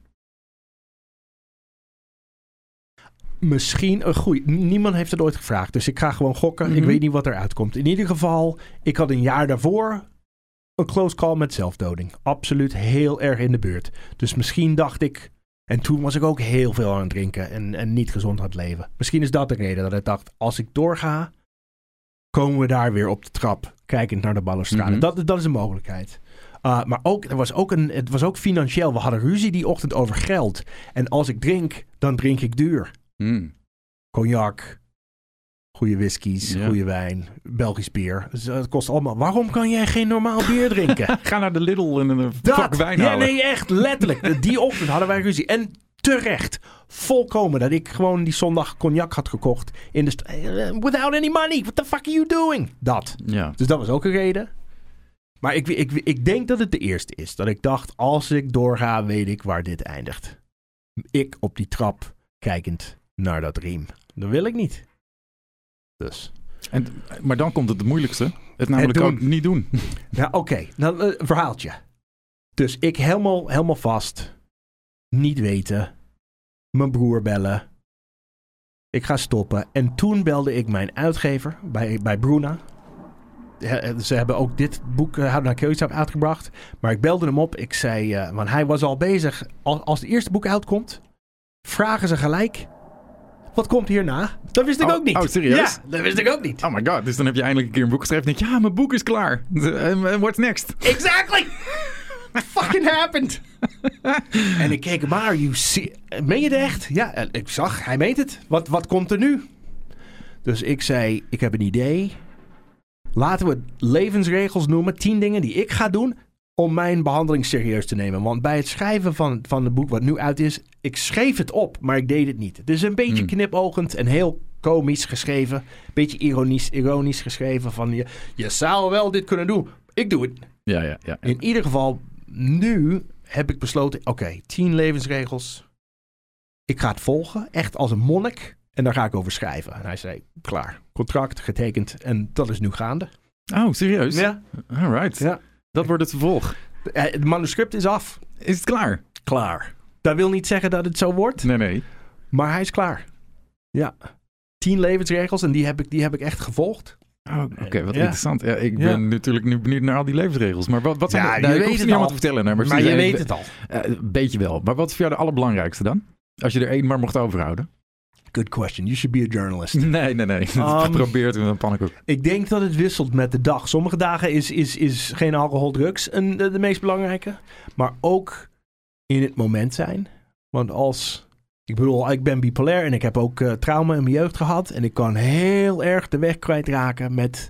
Misschien een goeie. Niemand heeft het ooit gevraagd. Dus ik ga gewoon gokken. Ik weet niet wat eruit komt. In ieder geval, ik had een jaar daarvoor een close call met zelfdoding. Absoluut heel erg in de buurt. Dus misschien dacht ik... En toen was ik ook heel veel aan het drinken en niet gezond aan het leven. Misschien is dat de reden dat ik dacht... Als ik doorga, komen we daar weer op de trap. Kijkend naar de balustrade. Dat is een mogelijkheid. Maar ook, het was ook financieel. We hadden ruzie die ochtend over geld. En als ik drink, dan drink ik duur. Cognac, goede whiskies, goede wijn, Belgisch bier. Dus het kost allemaal. Waarom kan jij geen normaal bier drinken? Ga naar de Lidl en een pak wijn halen. Ja, nee, echt, letterlijk. Die ochtend hadden wij ruzie. En terecht, volkomen, dat ik gewoon die zondag cognac had gekocht. Without any money. What the fuck are you doing? Dat. Ja. Dus dat was ook een reden. Maar ik denk dat het de eerste is. Dat ik dacht, als ik doorga, weet ik waar dit eindigt. Ik op die trap, kijkend naar dat riem. Dat wil ik niet. Dus. Maar dan komt het moeilijkste. Het namelijk ook niet doen. Ja, oké. Nou, een verhaaltje. Dus ik helemaal vast. Niet weten. Mijn broer bellen. Ik ga stoppen. En toen belde ik mijn uitgever bij Bruna. Ze hebben ook dit boek How to Not Kill Yourself uitgebracht. Maar ik belde hem op. Ik zei, want hij was al bezig. Als het eerste boek uitkomt, vragen ze gelijk... Wat komt hierna? Dat wist ik ook niet. Oh, serieus? Ja, dat wist ik ook niet. Oh my god, dus dan heb je eindelijk een keer een boek geschreven en denk je, ja, mijn boek is klaar. What's next? Exactly! Fucking happened! En ik keek maar, meen je het echt? Ja, ik zag, hij meent het. Wat komt er nu? Dus ik zei, ik heb een idee. Laten we het levensregels noemen. 10 dingen die ik ga doen om mijn behandeling serieus te nemen. Want bij het schrijven van het boek wat nu uit is... Ik schreef het op, maar ik deed het niet. Het is een beetje knipoogend en heel komisch geschreven. Een beetje ironisch geschreven van... Je zou wel dit kunnen doen. Ik doe het. Ja. In ieder geval, nu heb ik besloten... Oké, 10 levensregels. Ik ga het volgen, echt als een monnik. En daar ga ik over schrijven. En hij zei, klaar. Contract, getekend. En dat is nu gaande. Oh, serieus? Ja. All right. Ja. Dat wordt het vervolg. Het manuscript is af. Is het klaar? Klaar. Dat wil niet zeggen dat het zo wordt. Nee. Maar hij is klaar. Ja. 10 levensregels en die heb ik echt gevolgd. Oh, oké, wat interessant. Ja, ik ben natuurlijk nu benieuwd naar al die levensregels. Maar wat zijn je ik hoef het niet allemaal te vertellen. Maar je weet het al. Een beetje wel. Maar wat is voor jou de allerbelangrijkste dan? Als je er 1 maar mocht overhouden. Good question. You should be a journalist. Nee. Geprobeerd met een pannenkoek. Ik denk dat het wisselt met de dag. Sommige dagen is geen alcohol, drugs de meest belangrijke. Maar ook in het moment zijn. Want ik ben bipolair en ik heb ook trauma in mijn jeugd gehad. En ik kan heel erg de weg kwijtraken met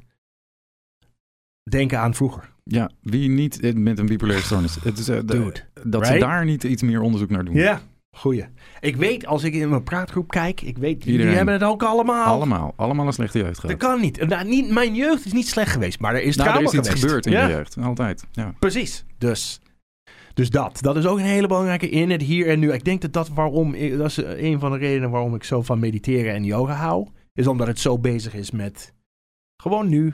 denken aan vroeger. Ja, wie niet met een bipolaire stoornis. Het is, Dude, dat ze daar niet iets meer onderzoek naar doen. Ja. Goeie. Ik weet, als ik in mijn praatgroep kijk, jullie hebben het ook allemaal. Allemaal een slechte jeugd gehad. Dat kan niet. Nou, mijn jeugd is niet slecht geweest, maar er is trauma geweest. Er is iets gebeurd in je jeugd. Altijd. Ja. Precies. Dus dat is ook een hele belangrijke in het hier en nu. Ik denk dat is een van de redenen waarom ik zo van mediteren en yoga hou. Is omdat het zo bezig is met gewoon nu.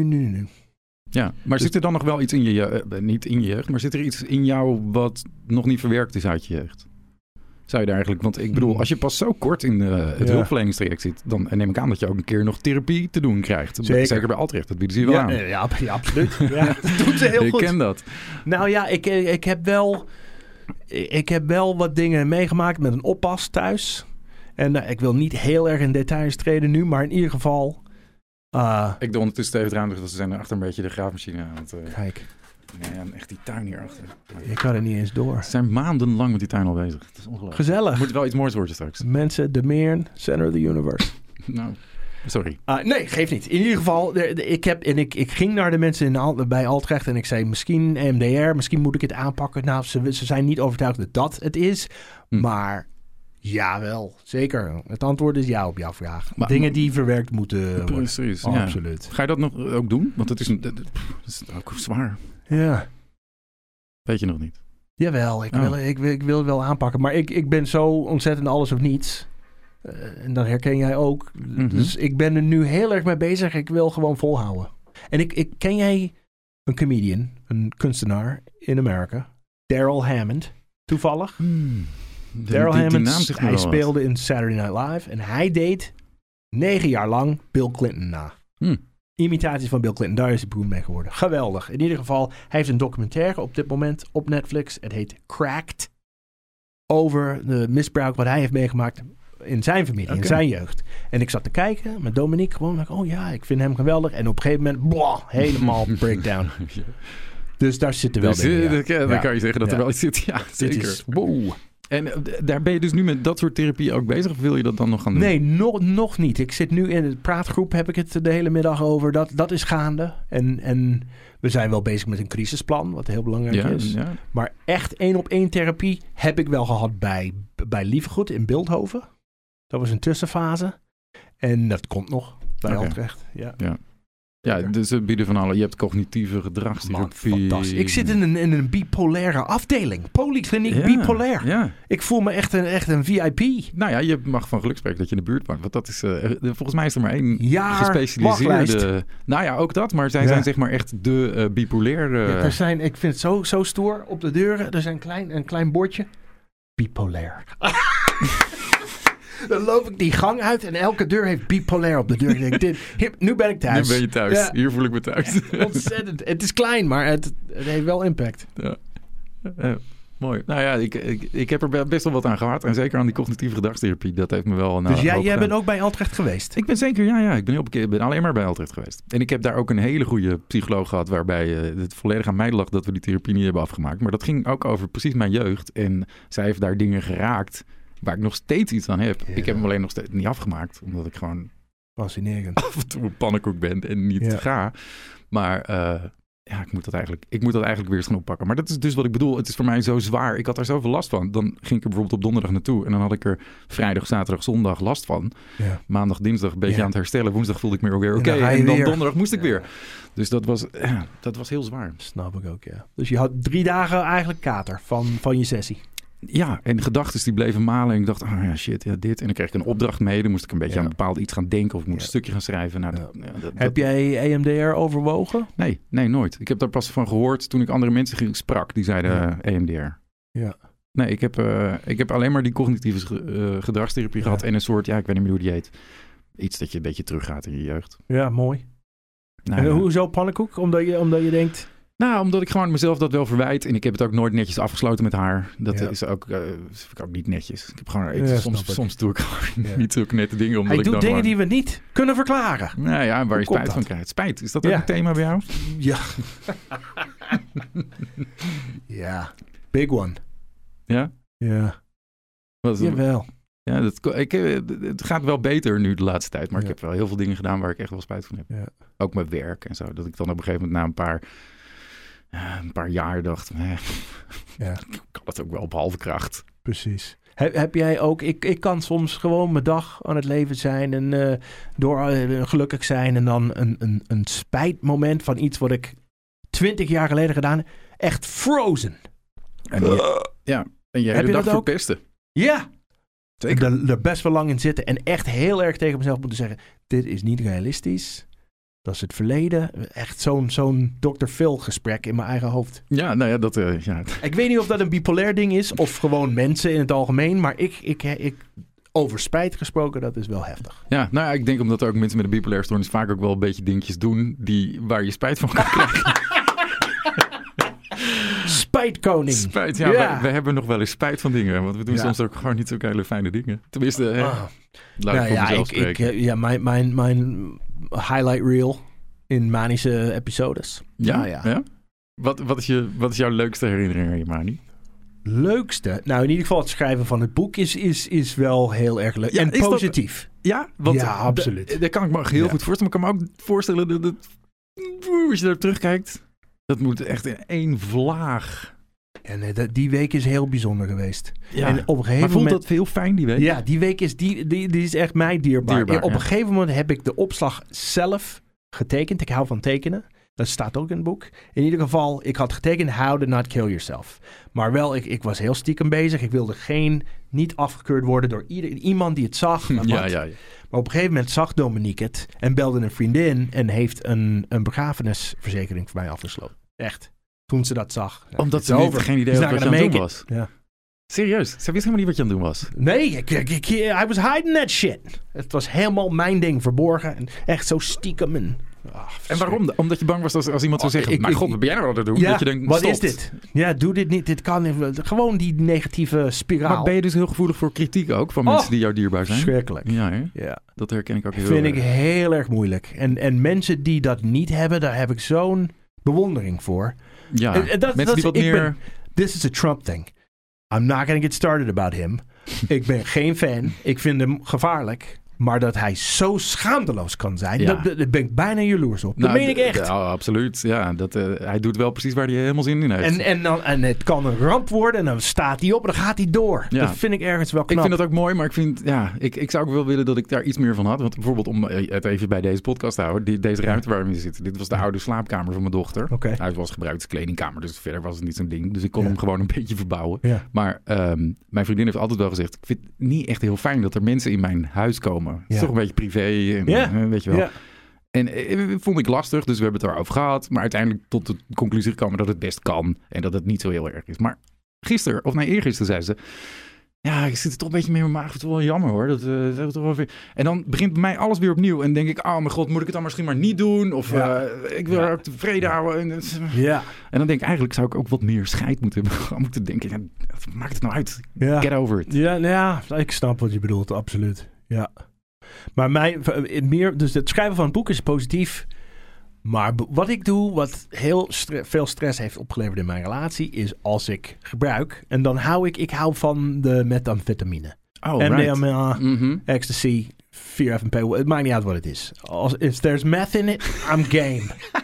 Ja, maar zit er dan nog wel iets in je niet in je jeugd, maar zit er iets in jou wat nog niet verwerkt is uit je jeugd? Zou je daar eigenlijk, want ik bedoel, als je pas zo kort in het hulpverleningstraject zit, dan neem ik aan dat je ook een keer nog therapie te doen krijgt. Zeker bij Altrecht, dat bieden ze je wel aan. Ja, absoluut. Ja, dat doen ze heel goed. Ik ken dat. Nou ja, ik heb wel wat dingen meegemaakt met een oppas thuis. En ik wil niet heel erg in details treden nu, maar in ieder geval... ik doe ondertussen even eraan, dat ze zijn achter een beetje de graafmachine aan het... Kijk. Nee, en echt die tuin hierachter. Ik kan er niet eens door. Ze zijn maandenlang met die tuin al bezig. Het is ongelooflijk. Gezellig. Het moet wel iets moois worden straks. Mensen, de Meern, center of the universe. Nou, sorry. Nee, geeft niet. In ieder geval, ik ging naar de mensen bij Altrecht en ik zei misschien EMDR, misschien moet ik het aanpakken. Nou, ze zijn niet overtuigd dat het is, maar... Jawel, zeker. Het antwoord is ja op jouw vraag. Maar, dingen die verwerkt moeten worden. Precies, ja. Absoluut. Ga je dat nog ook doen? Want het is ook zwaar. Ja. Weet je nog niet? Jawel, ik wil het wel aanpakken. Maar ik ben zo ontzettend alles of niets. En dat herken jij ook. Mm-hmm. Dus ik ben er nu heel erg mee bezig. Ik wil gewoon volhouden. En ken jij een comedian, een kunstenaar in Amerika? Daryl Hammond, toevallig? Daryl Hammond, hij speelde in Saturday Night Live en hij deed 9 jaar lang Bill Clinton na. Imitaties van Bill Clinton, daar is hij beroemd mee geworden. Geweldig. In ieder geval, hij heeft een documentaire op dit moment op Netflix. Het heet Cracked. Over de misbruik wat hij heeft meegemaakt in zijn familie, in zijn jeugd. En ik zat te kijken met Dominique gewoon. Oh ja, ik vind hem geweldig. En op een gegeven moment, helemaal breakdown. Dus daar zitten wel dingen. Dan kan je zeggen dat er wel iets zit. Ja, zeker. Wow. En daar ben je dus nu met dat soort therapie ook bezig? Of wil je dat dan nog gaan doen? Nee, nog niet. Ik zit nu in de praatgroep, heb ik het de hele middag over. Dat is gaande. En we zijn wel bezig met een crisisplan, wat heel belangrijk is. Ja. Maar echt 1-op-1 therapie heb ik wel gehad bij Lievegoed in Bilthoven. Dat was een tussenfase. En dat komt nog bij Altrecht. Ja. Ja, dus ze bieden van alle. Je hebt cognitieve gedragstherapie. Fantastisch. Ik zit in een bipolaire afdeling. Polykliniek bipolair. Ja. Ik voel me echt een VIP. Nou ja, je mag van geluk spreken dat je in de buurt woont. Want dat is, volgens mij is er maar één gespecialiseerde... Nou ja, ook dat. Maar zij zijn zeg maar echt de bipolaire... Ja, ik vind het zo stoer op de deuren. Er is een klein bordje. Bipolair. Dan loop ik die gang uit en elke deur heeft bipolair op de deur. Ik denk, nu ben ik thuis. Nu ben je thuis. Ja. Hier voel ik me thuis. Ontzettend. Het is klein, maar het heeft wel impact. Ja. Mooi. Nou ja, ik heb er best wel wat aan gehad. En zeker aan die cognitieve gedragstherapie. Dat heeft me wel... Dus jij bent ook bij Altrecht geweest? Ik ben zeker, ja. Ik ben alleen maar bij Altrecht geweest. En ik heb daar ook een hele goede psycholoog gehad... waarbij het volledig aan mij lag dat we die therapie niet hebben afgemaakt. Maar dat ging ook over precies mijn jeugd. En zij heeft daar dingen geraakt... waar ik nog steeds iets aan heb. Ja. Ik heb hem alleen nog steeds niet afgemaakt. Omdat ik gewoon... fascinerend. Af en toe een pannenkoek ben en niet ga. Maar ik moet dat eigenlijk weer eens gaan oppakken. Maar dat is dus wat ik bedoel. Het is voor mij zo zwaar. Ik had daar zoveel last van. Dan ging ik er bijvoorbeeld op donderdag naartoe. En dan had ik er vrijdag, zaterdag, zondag last van. Ja. Maandag, dinsdag een beetje aan het herstellen. Woensdag voelde ik me ook weer oké. En dan donderdag moest ik weer. Dus dat was heel zwaar. Snap ik ook, ja. Dus je had 3 dagen eigenlijk kater van je sessie. Ja, en gedachten die bleven malen. En ik dacht, dit. En dan kreeg ik een opdracht mee. Dan moest ik een beetje aan bepaald iets gaan denken. Of ik moest een stukje gaan schrijven. Nou, heb jij EMDR overwogen? Nee, nooit. Ik heb daar pas van gehoord toen ik andere mensen sprak. Die zeiden EMDR. Ja. Nee, ik heb alleen maar die cognitieve gedragstherapie gehad. En een soort, ik weet niet meer hoe die heet. Iets dat je een beetje teruggaat in je jeugd. Ja, mooi. Nou, en hoezo pannenkoek? Omdat je denkt... Nou, omdat ik gewoon mezelf dat wel verwijt. En ik heb het ook nooit netjes afgesloten met haar. Dat is ook, vind ik ook niet netjes. Ik heb gewoon, soms doe ik gewoon niet zulke nette dingen. Omdat hij doet dingen die we niet kunnen verklaren. Nou ja, waar je spijt van krijgt. Spijt, is dat ook een thema bij jou? Ja. Ja, big one. Ja? Ja. Jawel. Ja, het gaat wel beter nu de laatste tijd. Maar ik heb wel heel veel dingen gedaan waar ik echt wel spijt van heb. Ja. Ook mijn werk en zo. Dat ik dan op een gegeven moment na een paar jaar dacht... ik kan het ook wel op halve kracht. Precies. Heb jij ook... Ik kan soms gewoon mijn dag aan het leven zijn en gelukkig zijn en dan een spijtmoment van iets wat ik 20 jaar geleden gedaan heb. Echt frozen. En je hele dag verpesten. Ja. Zeker. Er best wel lang in zitten en echt heel erg tegen mezelf moeten zeggen, dit is niet realistisch. Dat is het verleden. Echt zo'n Dr. Phil gesprek in mijn eigen hoofd. Ja, nou ja, dat... Ik weet niet of dat een bipolair ding is of gewoon mensen in het algemeen, maar ik over spijt gesproken, dat is wel heftig. Ja, nou ja, ik denk omdat ook mensen met een bipolaire stoornis vaak ook wel een beetje dingetjes doen waar je spijt van kan krijgen. Spijtkoning. Spijt, ja. We hebben nog wel eens spijt van dingen. Want we doen soms ook gewoon niet zo hele fijne dingen. Tenminste, laat ik voor mezelf spreken. Mijn highlight reel in manische episodes. Ja? Wat is jouw leukste herinnering aan je manie? Leukste? Nou, in ieder geval het schrijven van het boek is wel heel erg leuk. Ja, en positief. Absoluut. Dat kan ik me heel goed voorstellen. Maar ik kan me ook voorstellen dat als je daar terugkijkt, dat moet echt in één vlaag. Ja, nee, die week is heel bijzonder geweest. Ja. En op een gegeven maar moment, dat heel fijn die week? Ja, die week is, die is echt mij dierbaar. Op een gegeven moment heb ik de opslag zelf getekend. Ik hou van tekenen. Dat staat ook in het boek. In ieder geval, ik had getekend How to Not Kill Yourself. Maar wel, ik was heel stiekem bezig. Ik wilde niet afgekeurd worden door iemand die het zag. Ja. Maar op een gegeven moment zag Dominique het en belde een vriendin en heeft een begrafenisverzekering voor mij afgesloten. Echt. Toen ze dat zag. Omdat ze geen idee had wat je aan het doen was. Ja. Serieus? Ze wist helemaal niet wat je aan het doen was? Nee, I was hiding that shit. Het was helemaal mijn ding verborgen. En echt zo stiekem. En waarom? Omdat je bang was als iemand zou zeggen, maar god, wat ben jij nou aan het doen? Ja, dat je denkt, wat is dit? Ja, doe dit niet. Dit kan niet. Gewoon die negatieve spiraal. Maar ben je dus heel gevoelig voor kritiek ook van mensen die jou dierbaar zijn? Schrikkelijk. Ja, hè? Ja. Dat herken ik ook heel erg. Vind ik heel erg moeilijk. En mensen die dat niet hebben, daar heb ik zo'n bewondering voor. Ja, mensen die wat meer... This is a Trump thing. I'm not going to get started about him. Ik ben geen fan. Ik vind hem gevaarlijk. Maar dat hij zo schaamteloos kan zijn, daar ben ik bijna jaloers op. Dat meen ik echt. Ja, absoluut. Ja, hij doet wel precies waar hij helemaal zin in heeft. En het kan een ramp worden en dan staat hij op en dan gaat hij door. Ja. Dat vind ik ergens wel knap. Ik vind dat ook mooi, maar ik vind, ik zou ook wel willen dat ik daar iets meer van had. Want bijvoorbeeld, om het even bij deze podcast te houden, deze ruimte waar we in zitten. Dit was de oude slaapkamer van mijn dochter. Okay. Hij was gebruikt als kledingkamer, dus verder was het niet zo'n ding. Dus ik kon hem gewoon een beetje verbouwen. Ja. Maar mijn vriendin heeft altijd wel gezegd, ik vind het niet echt heel fijn dat er mensen in mijn huis komen. Het is toch een beetje privé, en, weet je wel. Ja. En vond ik lastig, dus we hebben het erover gehad. Maar uiteindelijk tot de conclusie gekomen dat het best kan. En dat het niet zo heel erg is. Maar eergisteren zei ze, ja, ik zit er toch een beetje mee in mijn maag. Het is wel jammer hoor. Dat toch wel weer... En dan begint bij mij alles weer opnieuw. En denk ik, oh mijn god, moet ik het dan misschien maar niet doen? Of ik wil er ook tevreden houden. En dan denk ik, eigenlijk zou ik ook wat meer scheid moeten hebben. Om moeten denken, maakt het nou uit? Get over it. Ja, ik snap wat je bedoelt, absoluut. Ja. Maar dus het schrijven van het boek is positief. Maar wat ik doe, wat heel veel stress heeft opgeleverd in mijn relatie, is als ik gebruik. En dan hou ik hou van de methamfetamine. MDMA, ecstasy, 4-FMP. Het maakt niet uit wat het is. If there's meth in it, I'm game.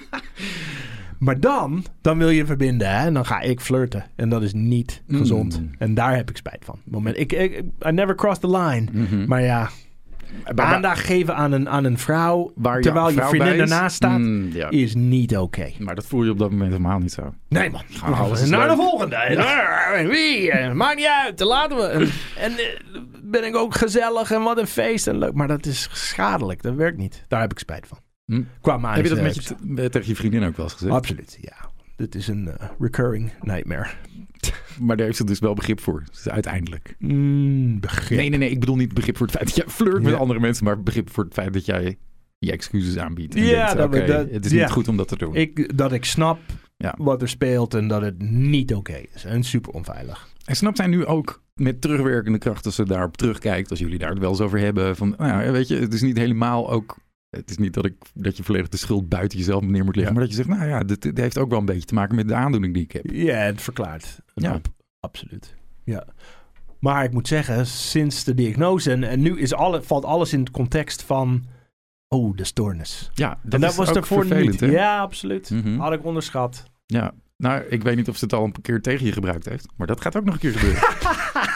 Maar dan wil je verbinden, hè? En dan ga ik flirten. En dat is niet gezond. En daar heb ik spijt van. I never crossed the line. Maar ja, aandacht geven aan een vrouw terwijl je vriendin ernaast staat, is niet oké. Maar dat voel je op dat moment helemaal niet zo. Nee man. Naar de volgende. Wie? Maakt niet uit. Laten we. En ben ik ook gezellig en wat een feest en leuk. Maar dat is schadelijk. Dat werkt niet. Daar heb ik spijt van. Heb je dat tegen je vriendin ook wel eens gezegd? Absoluut, ja. Dit is een recurring nightmare. Maar daar heeft ze dus wel begrip voor, uiteindelijk. Begrip? Nee. Ik bedoel niet begrip voor het feit dat jij flirt met andere mensen, maar begrip voor het feit dat jij je excuses aanbiedt. En denkt, het is niet goed om dat te doen. Dat ik snap wat er speelt en dat het niet oké is. En super onveilig. En snapt zij nu ook met terugwerkende kracht, als ze daarop terugkijkt, als jullie daar het wel eens over hebben, van, weet je, het is niet helemaal ook... Het is niet dat je volledig de schuld buiten jezelf neer moet leggen. Maar dat je zegt, dit heeft ook wel een beetje te maken met de aandoening die ik heb. Ja, het verklaart. Absoluut. Ja. Maar ik moet zeggen, sinds de diagnose... En nu valt alles in het context van... de stoornis. Ja, dat was daarvoor vervelend, niet. Hè? Ja, absoluut. Had ik onderschat. Ja, nou, ik weet niet of ze het al een keer tegen je gebruikt heeft. Maar dat gaat ook nog een keer gebeuren.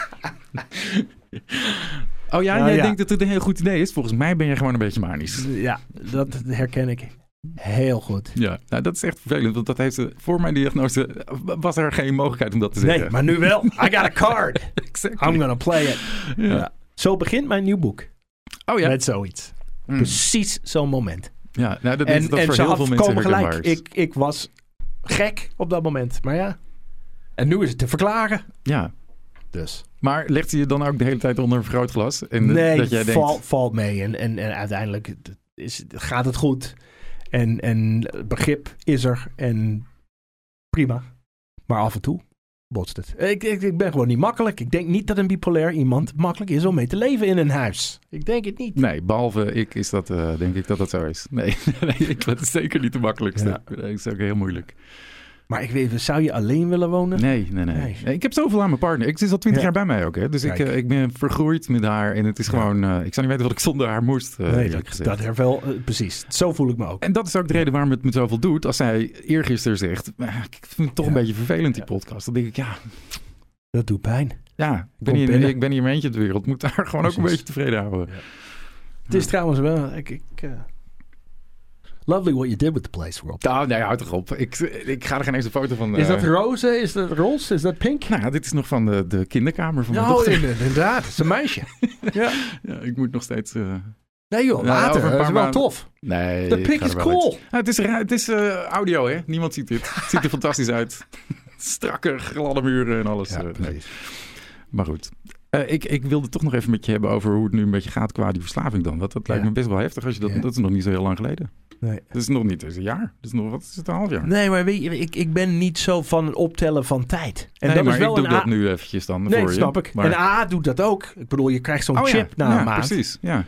Oh ja, jij denkt dat het een heel goed idee is. Volgens mij ben je gewoon een beetje manisch. Ja, dat herken ik heel goed. Ja, nou, dat is echt vervelend. Want dat heeft voor mijn diagnose was er geen mogelijkheid om dat te zeggen. Nee, maar nu wel. I got a card. Exactly. I'm gonna play it. Ja. Zo begint mijn nieuw boek. Oh ja? Met zoiets. Precies zo'n moment. Ja, nou, dat is voor heel veel mensen herkenbaar. Ik was gek op dat moment. Maar ja. En nu is het te verklaren. Ja. Dus. Maar legt hij je dan ook de hele tijd onder een vergrootglas? Nee, dat jij valt mee. En uiteindelijk gaat het goed. En begrip is er. En prima. Maar af en toe botst het. Ik ben gewoon niet makkelijk. Ik denk niet dat een bipolair iemand makkelijk is om mee te leven in een huis. Ik denk het niet. Nee, behalve ik is dat, denk ik dat dat zo is. Nee, ik vind het zeker niet de makkelijkste. Ja. Dat is ook heel moeilijk. Maar ik weet, zou je alleen willen wonen? Nee. Ik heb zoveel aan mijn partner. Ik zit al 20 jaar bij mij ook. Hè? Dus ik ben vergroeid met haar. En het is gewoon... ik zou niet weten wat ik zonder haar moest. Dat er wel... precies. Zo voel ik me ook. En dat is ook de reden waarom het me zoveel doet. Als zij eergisteren zegt... ik vind het toch een beetje vervelend, die podcast. Dan denk ik, dat doet pijn. Ja, ik ben hier mijn eentje op de wereld. Moet daar gewoon ook een beetje tevreden houden. Ja. Het is trouwens wel... Lovely what you did with the place, Rob. Oh, nee, houd toch op. Ik ga er geen eens een foto van... Is dat roze? Is dat roze? Is dat pink? Nou ja, dit is nog van de kinderkamer van mijn dochter. Inderdaad. Het is een meisje. ja, ik moet nog steeds... Nee joh, later. Dat is wel tof. Nee. De pink is cool. Het is audio, hè. Niemand ziet dit. Het ziet er fantastisch uit. Strakke, gladde muren en alles. Ja, precies. Nee. Maar goed. Ik wilde toch nog even met je hebben over hoe het nu een beetje gaat qua die verslaving dan. Want dat lijkt me best wel heftig als je dat is nog niet zo heel lang geleden. Nee. Dat is nog niet eens een jaar. Dat is nog, wat is het, een half jaar? Nee, maar weet je, ik ben niet zo van het optellen van tijd. En nee, dat maar is wel ik doe dat nu eventjes dan voor je. Nee, snap ik. Maar... En A doet dat ook. Ik bedoel, je krijgt zo'n chip na een maand. Precies, ja.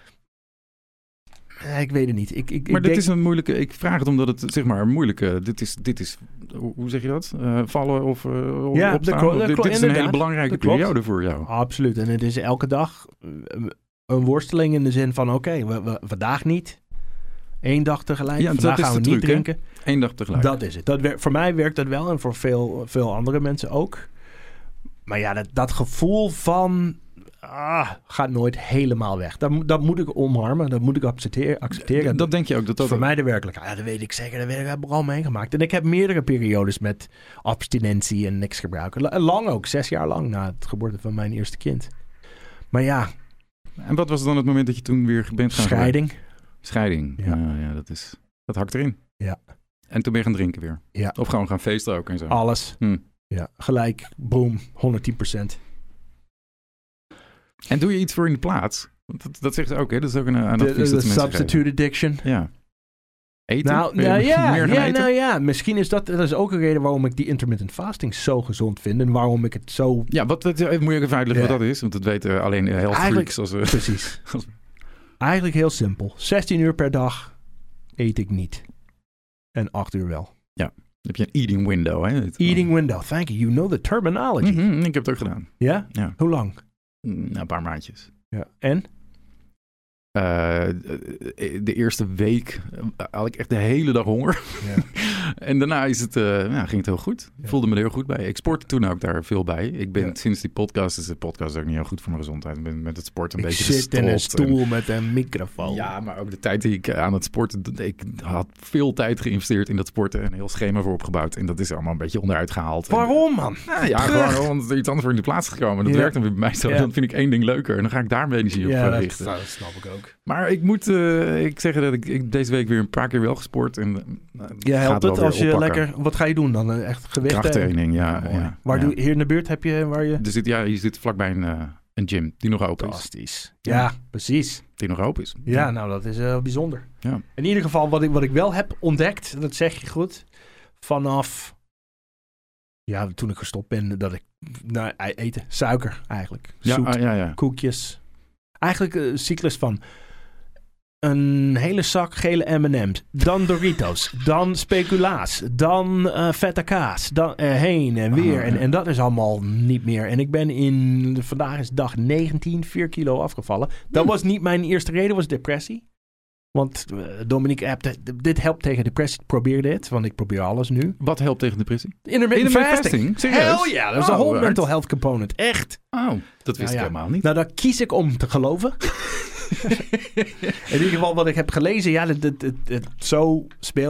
Ik weet het niet. Maar dit is een moeilijke... Ik vraag het omdat het, zeg maar, een moeilijke... Dit is hoe zeg je dat? Vallen of opstaan? Dit is een hele belangrijke periode voor jou. Absoluut. En het is elke dag een worsteling in de zin van... Oké, vandaag niet. 1 dag tegelijk. Ja, vandaag gaan we niet drinken. 1 dag tegelijk. Dat is het. Voor mij werkt dat wel. En voor veel andere mensen ook. Maar ja, dat gevoel van... gaat nooit helemaal weg. Dat moet ik omarmen. Dat moet ik accepteren. Dat denk je ook? Dat voor mij de werkelijkheid. Ja, dat weet ik zeker. Dat heb ik al meegemaakt. En ik heb meerdere periodes met abstinentie en niks gebruiken. Lang ook. 6 jaar lang na het geboorte van mijn eerste kind. Maar ja. En wat was dan het moment dat je toen weer bent gaan Scheiding. Ja, dat hakt erin. Ja. En toen ben je gaan drinken weer. Ja. Of gewoon gaan feesten ook en zo. Alles. Ja, gelijk. Boom. 110%. En doe je iets voor in de plaats? Dat zeggen ze ook, hè? Dat is ook een advies dat mensen substitute geven. Addiction. Ja. Eten? Nou, misschien is dat is ook een reden waarom ik die intermittent fasting zo gezond vind. En waarom ik het zo... Ja, moet je even uitleggen wat dat is? Want dat weten alleen health freaks. Precies. Eigenlijk heel simpel. 16 uur per dag eet ik niet. En 8 uur wel. Ja. Dan heb je een eating window, hè? Eating window. Thank you. You know the terminology. Ik heb het ook gedaan. Ja? Ja. Hoe lang? Een paar maandjes. Ja. En? De eerste week had ik echt de hele dag honger. Ja. En daarna ging het heel goed. Ik voelde me er heel goed bij. Ik sportte toen ook daar veel bij. Ik ben sinds die podcast... Dus de podcast is ook niet heel goed voor mijn gezondheid. Ik ben met het sporten een beetje gestopt. Ik zit in een stoel met een microfoon. Ja, maar ook de tijd die ik aan het sporten... Ik had veel tijd geïnvesteerd in dat sporten. Een heel schema voor opgebouwd. En dat is allemaal een beetje onderuit gehaald. Waarom, man? Gewoon omdat er iets anders voor in de plaats is gekomen. Dat werkt dan weer bij mij zo. Ja. Dan vind ik 1 ding leuker. En dan ga ik daar mijn energie op richten. Dat snap ik ook. Maar ik moet zeggen dat ik deze week weer een paar keer wel gesport. En, helpt het als je lekker... Wat ga je doen dan? Echt gewicht? Krachttraining, ja. Hier in de buurt heb je... Waar je... Je zit vlakbij een gym die nog open is. Fantastisch. Ja, precies. Die nog open is. Ja, nou dat is bijzonder. Ja. In ieder geval wat ik wel heb ontdekt, dat zeg je goed, vanaf... Ja, toen ik gestopt ben, dat ik... Nou, eten. Suiker eigenlijk. Zoet, koekjes. Eigenlijk een cyclus van... Een hele zak gele M&M's. Dan Doritos. Dan speculaas. Dan vette kaas. Dan heen en weer. En dat is allemaal niet meer. En ik ben vandaag is dag 19, 4 kilo afgevallen. Dat was niet mijn eerste reden, was depressie. Want Dominique appte, dit helpt tegen depressie. Probeer dit, want ik probeer alles nu. Wat helpt tegen depressie? Intermittent fasting. Serieus? Hell yeah, dat is een whole mental health component. Echt. Oh, dat wist ik helemaal niet. Nou, daar kies ik om te geloven. In ieder geval wat ik heb gelezen. Ja, zo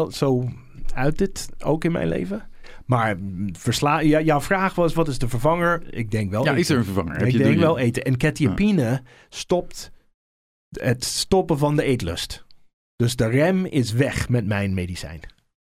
uit dit ook in mijn leven. Maar jouw vraag was, wat is de vervanger? Ik denk wel eten. Is er een vervanger? Ik denk wel eten. En ketiapine stopt het stoppen van de eetlust. Dus de rem is weg met mijn medicijn.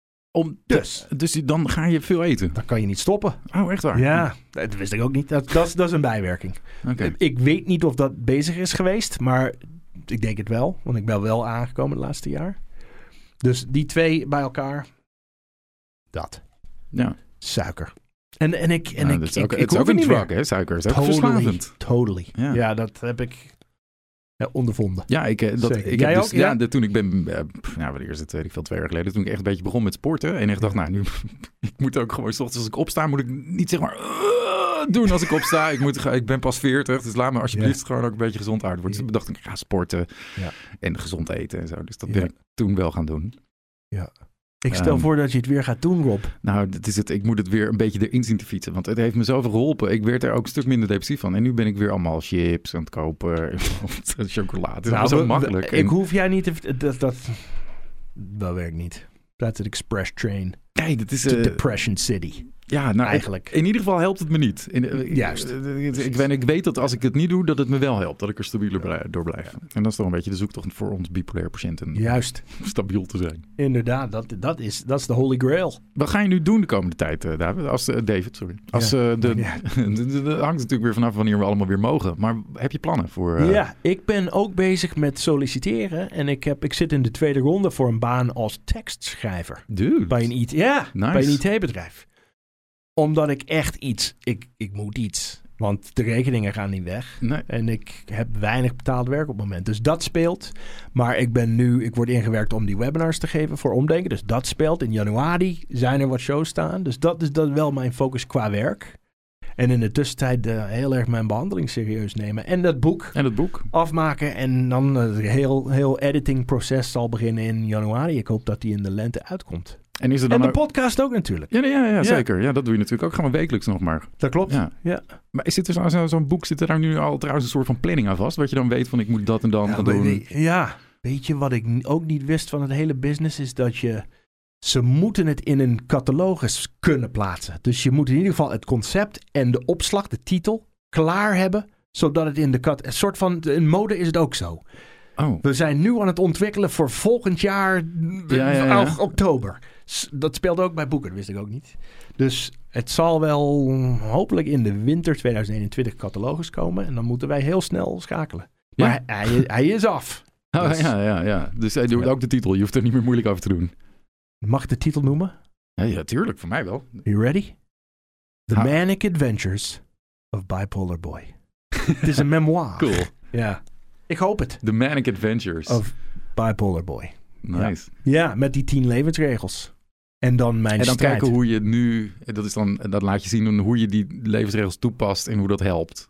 Dus dan ga je veel eten? Dan kan je niet stoppen. Oh, echt waar? Ja, dat wist ik ook niet. Dat is een bijwerking. Okay. Ik weet niet of dat bezig is geweest, maar ik denk het wel. Want ik ben wel aangekomen het laatste jaar. Dus die twee bij elkaar, dat. Ja. Suiker. En ik het is ook een drug, hè? Suiker is ook verslavend. Totally. Ja, dat heb ik ondervonden. Ja, Jij ook? Toen ik ben, wanneer is het, weet ik veel, 2 jaar geleden, toen ik echt een beetje begon met sporten. En ik dacht, nou, nu, ik moet ook gewoon, 's ochtends als ik opsta, moet ik niet zeg maar doen als ik opsta. Ik ben pas 40, dus laat me alsjeblieft gewoon ook een beetje gezond uit worden. Dus dacht ik ga sporten en gezond eten en zo. Dus dat ben ik toen wel gaan doen. Ja. Ik stel voor dat je het weer gaat doen, Rob. Nou, dat is het. Ik moet het weer een beetje erin zien te fietsen. Want het heeft me zoveel geholpen. Ik werd er ook een stuk minder depressief van. En nu ben ik weer allemaal chips aan het kopen. Of chocolade. Het is zo makkelijk. Ik hoef jij niet te... Dat werkt niet. That's an express train. Nee, dat is... Depression City. Ja, nou eigenlijk. In ieder geval helpt het me niet. Juist. Ik weet dat als ik het niet doe, dat het me wel helpt. Dat ik er stabieler door blijf. En dat is toch een beetje de zoektocht voor ons bipolaire patiënten. Juist. Stabiel te zijn. Inderdaad, dat is de holy grail. Wat ga je nu doen de komende tijd, David? Sorry. Dat hangt natuurlijk weer vanaf wanneer we allemaal weer mogen. Maar heb je plannen voor... Ja, ik ben ook bezig met solliciteren. En ik zit in de 2e ronde voor een baan als tekstschrijver. Dude. Bij een IT-bedrijf. Omdat ik echt ik moet iets. Want de rekeningen gaan niet weg. Nee. En ik heb weinig betaald werk op het moment. Dus dat speelt. Maar ik word ingewerkt om die webinars te geven voor Omdenken. Dus dat speelt. In januari zijn er wat shows staan. Dus dat is wel mijn focus qua werk. En in de tussentijd heel erg mijn behandeling serieus nemen. En dat boek afmaken. En dan het heel editingproces zal beginnen in januari. Ik hoop dat die in de lente uitkomt. En is er dan de podcast ook natuurlijk. Ja, zeker. Ja, dat doe je natuurlijk ook gewoon wekelijks nog maar. Dat klopt. Ja. Maar zit er zo'n boek, zit er daar nu al trouwens een soort van planning aan vast? Wat je dan weet van ik moet dat en dan gaan doen? Weet je wat ik ook niet wist van het hele business is dat ze moeten het in een catalogus kunnen plaatsen. Dus je moet in ieder geval het concept en de opslag, de titel, klaar hebben. Zodat het een soort van, in mode is het ook zo. Oh. We zijn nu aan het ontwikkelen voor volgend jaar, oktober. Dat speelde ook bij boeken, dat wist ik ook niet. Dus het zal wel hopelijk in de winter 2021 catalogus komen. En dan moeten wij heel snel schakelen. Maar hij is af. Oh, dus, ja. Dus hij doet ook de titel. Je hoeft er niet meer moeilijk over te doen. Mag ik de titel noemen? Ja, tuurlijk. Voor mij wel. You ready? The Manic Adventures of Bipolar Boy. Het is een memoir. Cool. Ja. Ik hoop het. The Manic Adventures of Bipolar Boy. Nice. Ja, met die 10 levensregels. En dan mijn En dan kijken hoe je nu... Dat laat je zien hoe je die levensregels toepast en hoe dat helpt.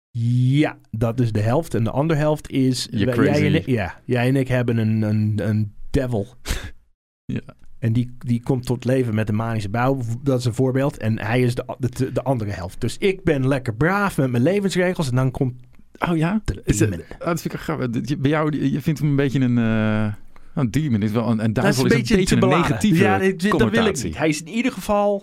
Ja, dat is de helft. En de andere helft is... Jij en ik hebben een devil. Ja. En die komt tot leven met een manische bouw. Dat is een voorbeeld. En hij is de andere helft. Dus ik ben lekker braaf met mijn levensregels. En dan komt... Oh ja? Dat vind ik grappig. Bij jou, je vindt hem een beetje een demon. Is wel een duivel is een beetje een negatieve connotatie. Dat wil ik niet. Hij is in ieder geval...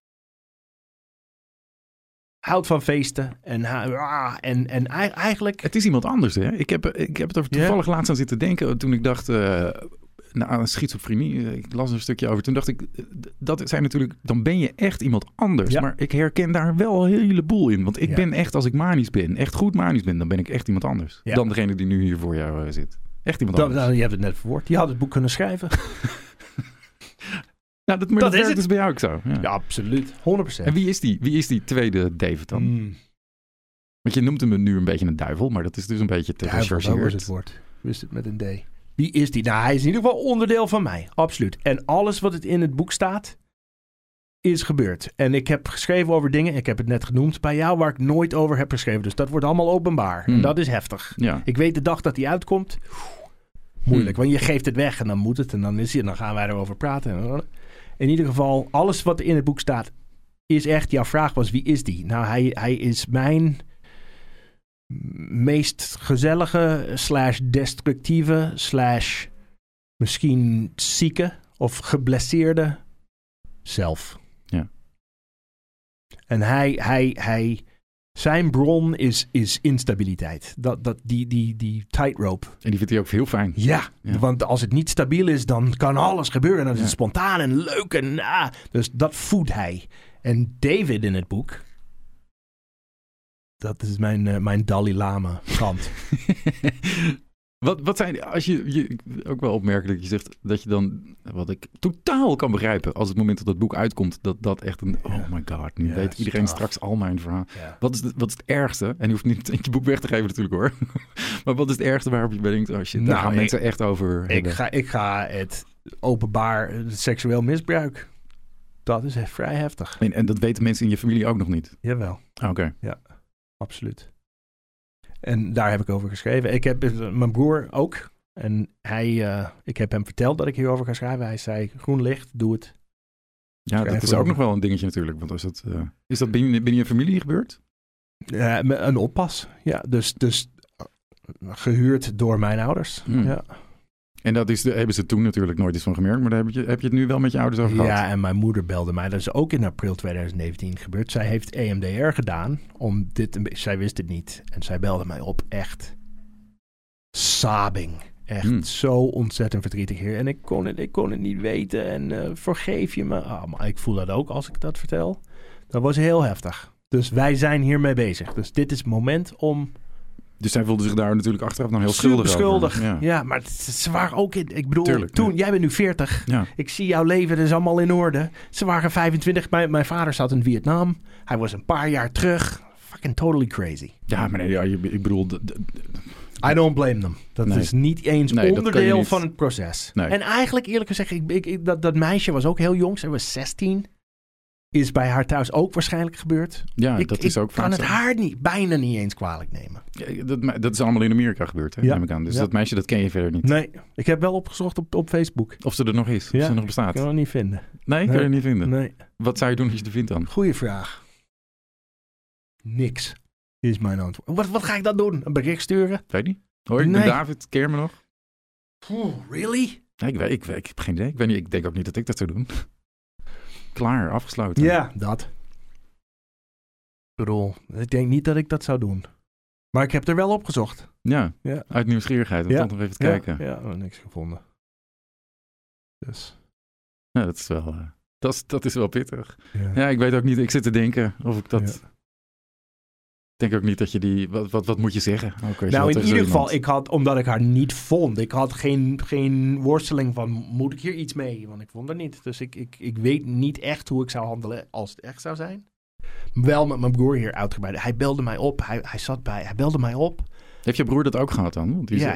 houdt van feesten. En eigenlijk... Het is iemand anders, hè? Ik heb het er toevallig laatst aan zitten denken. Toen ik dacht... aan schizofrenie. Ik las er een stukje over. Toen dacht ik... dat zijn natuurlijk... dan ben je echt iemand anders. Ja. Maar ik herken daar wel een heleboel in. Want ik ben echt... als ik manisch ben... echt goed manisch ben... dan ben ik echt iemand anders. Ja. Dan degene die nu hier voor jou zit. Echt iemand anders. Je hebt het net verwoord. Je had het boek kunnen schrijven. Nou, dat werkt dus bij jou ook zo. Ja, absoluut. 100%. En wie is die tweede David dan? Want je noemt hem nu een beetje een duivel, maar dat is dus een beetje te gechargeerd. Dat was het woord. Wist het met een D. Wie is die? Nou, hij is in ieder geval onderdeel van mij. Absoluut. En alles wat in het boek staat, is gebeurd. En ik heb geschreven over dingen, ik heb het net genoemd bij jou, waar ik nooit over heb geschreven. Dus dat wordt allemaal openbaar. En dat is heftig. Ja. Ik weet de dag dat die uitkomt... moeilijk. Want je geeft het weg en dan moet het en dan is het en dan gaan wij erover praten. In ieder geval, alles wat in het boek staat is echt... Jouw vraag was, wie is die? Nou, hij is mijn meest gezellige / destructieve / misschien zieke of geblesseerde zelf. Ja. En zijn bron is instabiliteit. Die tightrope. En die vindt hij ook heel fijn. Ja, want als het niet stabiel is, dan kan alles gebeuren. En dan is het spontaan en leuk. Dus dat voedt hij. En David in het boek... Dat is mijn Dalai Lama kant. Wat zijn, als je ook wel opmerkelijk, je zegt dat je dan, wat ik totaal kan begrijpen, als het moment dat het boek uitkomt, dat echt een, oh my god, nu weet iedereen straks al mijn verhaal. Ja. Wat is het ergste? En je hoeft niet je boek weg te geven natuurlijk hoor. Maar wat is het ergste waarop je bedenkt, als je, daar gaan mensen echt over hebben? Ik ga het openbaar seksueel misbruik. Dat is echt vrij heftig. En dat weten mensen in je familie ook nog niet? Jawel. Oké. Ja, absoluut. En daar heb ik over geschreven. Ik heb mijn broer ook. En ik heb hem verteld dat ik hierover ga schrijven. Hij zei, groen licht, doe het. Ja, dat is ook nog wel een dingetje natuurlijk. Want is dat binnen je familie gebeurd? Een oppas. Ja, dus gehuurd door mijn ouders. Ja. En hebben ze toen natuurlijk nooit iets van gemerkt. Maar daar heb je het nu wel met je ouders over gehad? Ja, en mijn moeder belde mij. Dat is ook in april 2019 gebeurd. Zij heeft EMDR gedaan. Zij wist het niet. En zij belde mij op. Echt sobbing. Echt zo ontzettend verdrietig hier. En ik kon het niet weten. En vergeef je me? Maar ik voel dat ook als ik dat vertel. Dat was heel heftig. Dus wij zijn hiermee bezig. Dus dit is het moment om... Dus zij voelde zich daar natuurlijk achteraf nog heel schuldig. Ja, maar ze waren ook in... Ik bedoel, tuurlijk, toen... Jij bent nu 40. Ja. Ik zie jouw leven, dat is allemaal in orde. Ze waren 25. Mijn vader zat in Vietnam. Hij was een paar jaar terug. Fucking totally crazy. Ja, maar nee, ik bedoel... I don't blame them. Dat is niet eens onderdeel van het proces. Nee. En eigenlijk, eerlijk gezegd, dat meisje was ook heel jong. Ze was 16. Is bij haar thuis ook waarschijnlijk gebeurd. Ja, dat is ook vaak kan het haar bijna niet eens kwalijk nemen. Ja, dat is allemaal in Amerika gebeurd, hè, neem ik aan. Dus dat meisje, dat ken je verder niet. Nee, ik heb wel opgezocht op Facebook. Of ze er nog is, of ze nog bestaat. Ik kan het niet vinden. Nee, kan je het niet vinden? Nee. Wat zou je doen als je het vindt dan? Goeie vraag. Niks is mijn antwoord. Wat ga ik dan doen? Een bericht sturen? Weet niet. Hoor, ik ben David, keer me nog. Really? Nee, ik heb geen idee. Ik weet niet, ik denk ook niet dat ik dat zou doen. Klaar, afgesloten. Ja, dat. Ik bedoel, ik denk niet dat ik dat zou doen. Maar ik heb er wel opgezocht. Ja, uit nieuwsgierigheid. Om toch nog even te kijken. Ja, niks gevonden. Dus. Ja, dat is wel... Dat is wel pittig. Ja, ik weet ook niet. Ik zit te denken of ik dat... Ik denk ook niet dat je die... Wat moet je zeggen? Nou, in ieder geval, omdat ik haar niet vond. Ik had geen worsteling van, moet ik hier iets mee? Want ik vond het niet. Dus ik weet niet echt hoe ik zou handelen als het echt zou zijn. Wel met mijn broer hier uitgebreid. Hij belde mij op. Hij belde mij op. Heeft je broer dat ook gehad dan? Ja,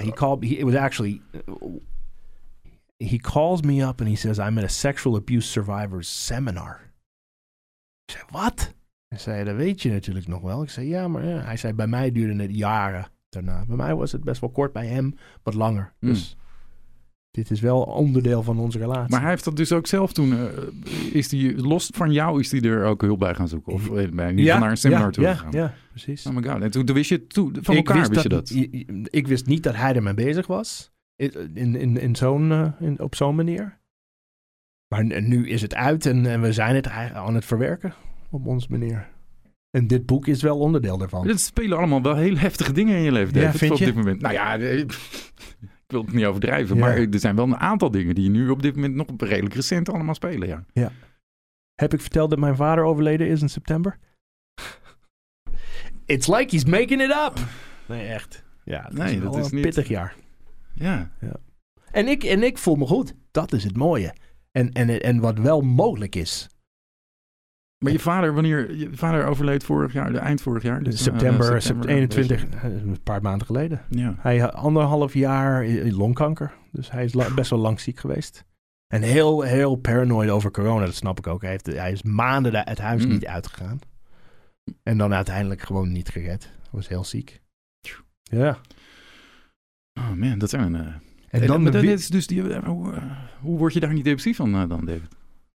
he calls me up and he says, I'm at a sexual abuse survivors seminar. Ik zei, wat? Hij zei, dat weet je natuurlijk nog wel. Ik zei, ja, maar ja. Hij zei, bij mij duurde het jaren daarna. Bij mij was het best wel kort, bij hem wat langer. Dus dit is wel onderdeel van onze relatie. Maar hij heeft dat dus ook zelf toen... is hij los van jou, is hij er ook hulp bij gaan zoeken? Of ben je van naar een seminar toe gegaan? Ja, precies. Oh my god. En toen wist je van elkaar, wist je dat? Ik wist niet dat hij ermee bezig was. Op zo'n manier. Maar nu is het uit en we zijn het aan het verwerken. Op onze manier. En dit boek is wel onderdeel daarvan. Het spelen allemaal wel heel heftige dingen in je leven, David, vind op je? dit moment. Nou ja, ik wil het niet overdrijven, maar er zijn wel een aantal dingen die nu op dit moment nog redelijk recent allemaal spelen, ja. Heb ik verteld dat mijn vader overleden is in september? It's like he's making it up. Nee, echt. Ja, dat is een pittig jaar. Ja. En ik voel me goed. Dat is het mooie. En wat wel mogelijk is. Maar je vader overleed eind vorig jaar. Dus september 21, een paar maanden geleden. Ja. Hij had 1,5 jaar longkanker. Dus hij is best wel lang ziek geweest. En heel, heel paranoid over corona, dat snap ik ook. Hij is maanden het huis niet uitgegaan. En dan uiteindelijk gewoon niet gered. Hij was heel ziek. Ja. Oh man, dat zijn... En dan is dus hoe word je daar niet depressief van dan, David?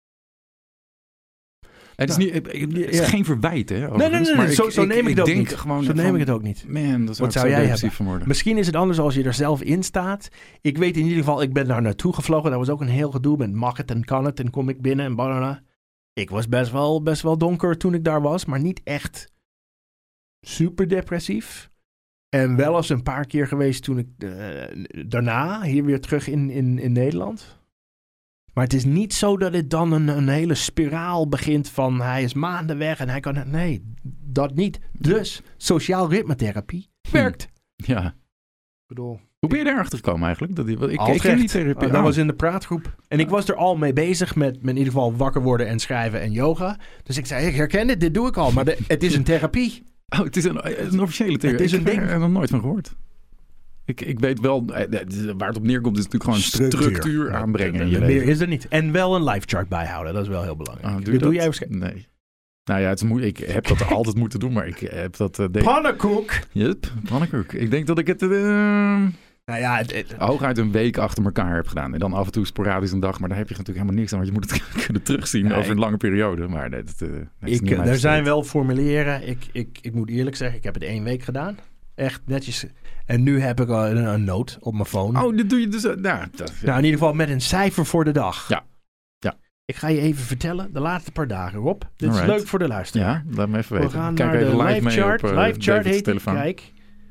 Het is geen verwijt, hè? Nee. Maar zo neem ik het ook niet. Zo neem ik het ook niet. Man, dat Wat zou jij hebben? Misschien is het anders als je er zelf in staat. Ik weet in ieder geval, ik ben daar naartoe gevlogen. Dat was ook een heel gedoe met mag het en kan het. En kom ik binnen en banana. Ik was best wel donker toen ik daar was. Maar niet echt super depressief. En wel eens een paar keer geweest toen ik daarna hier weer terug in Nederland. Maar het is niet zo dat het dan een hele spiraal begint van hij is maanden weg en hij kan... Nee, dat niet. Dus sociaal ritmetherapie werkt. Ja. Ik bedoel... Hoe ben je daar achter gekomen eigenlijk? Ik ken die therapie. Dat was in de praatgroep. En ik was er al mee bezig met in ieder geval wakker worden en schrijven en yoga. Dus ik zei, ik herken dit doe ik al. Maar het is een therapie. Oh, het is een officiële therapie. Het is een ding. Ik heb er nog nooit van gehoord. Ik weet wel, waar het op neerkomt is natuurlijk gewoon structuur aanbrengen in je leven. Meer is er niet. En wel een life chart bijhouden. Dat is wel heel belangrijk. Doe jij waarschijnlijk? Nee. Nou ja, het is moeilijk. Ik heb dat altijd moeten doen, maar ik heb dat... Pannenkoek! Yep, pannenkoek. Ik denk dat ik het... Nou ja, hooguit een week achter elkaar heb gedaan. En dan af en toe sporadisch een dag. Maar daar heb je natuurlijk helemaal niks aan. Want je moet het kunnen terugzien over een lange periode. Maar er zijn wel formulieren. Ik moet eerlijk zeggen, ik heb het 1 week gedaan. Echt netjes. En nu heb ik al een noot op mijn phone. Oh, dat doe je dus... Nou, in ieder geval met een cijfer voor de dag. Ja. Ik ga je even vertellen, de laatste paar dagen, Rob. Dit is leuk voor de luisteraar. Ja, laat me even weten. We gaan naar de live chart. Live chart heet het. Kijk.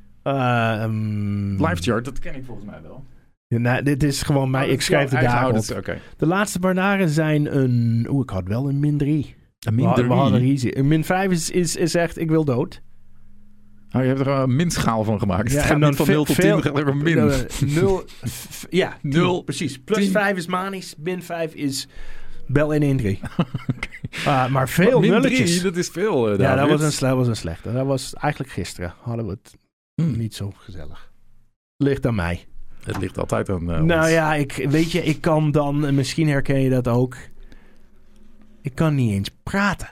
Live chart, dat ken ik volgens mij wel. Nou, dit is gewoon mij. Ik schrijf de dagen op. Okay. De laatste paar dagen zijn een... ik had wel een -3. Een -3? We hadden easy. Een -5 is echt, ik wil dood. Oh, je hebt er een minschaal van gemaakt. Ja, het gaat niet van 0 tot 10, het gaat alleen maar min. 0, ja, 0, precies. Plus 5 is manisch, -5 is bel 113. Okay. Maar veel nulletjes. 3, dat is veel. Ja, dat was een slechte. Dat was eigenlijk gisteren. Hadden we het niet zo gezellig. Ligt aan mij. Het ligt altijd aan nou ja, ik kan dan, misschien herken je dat ook. Ik kan niet eens praten.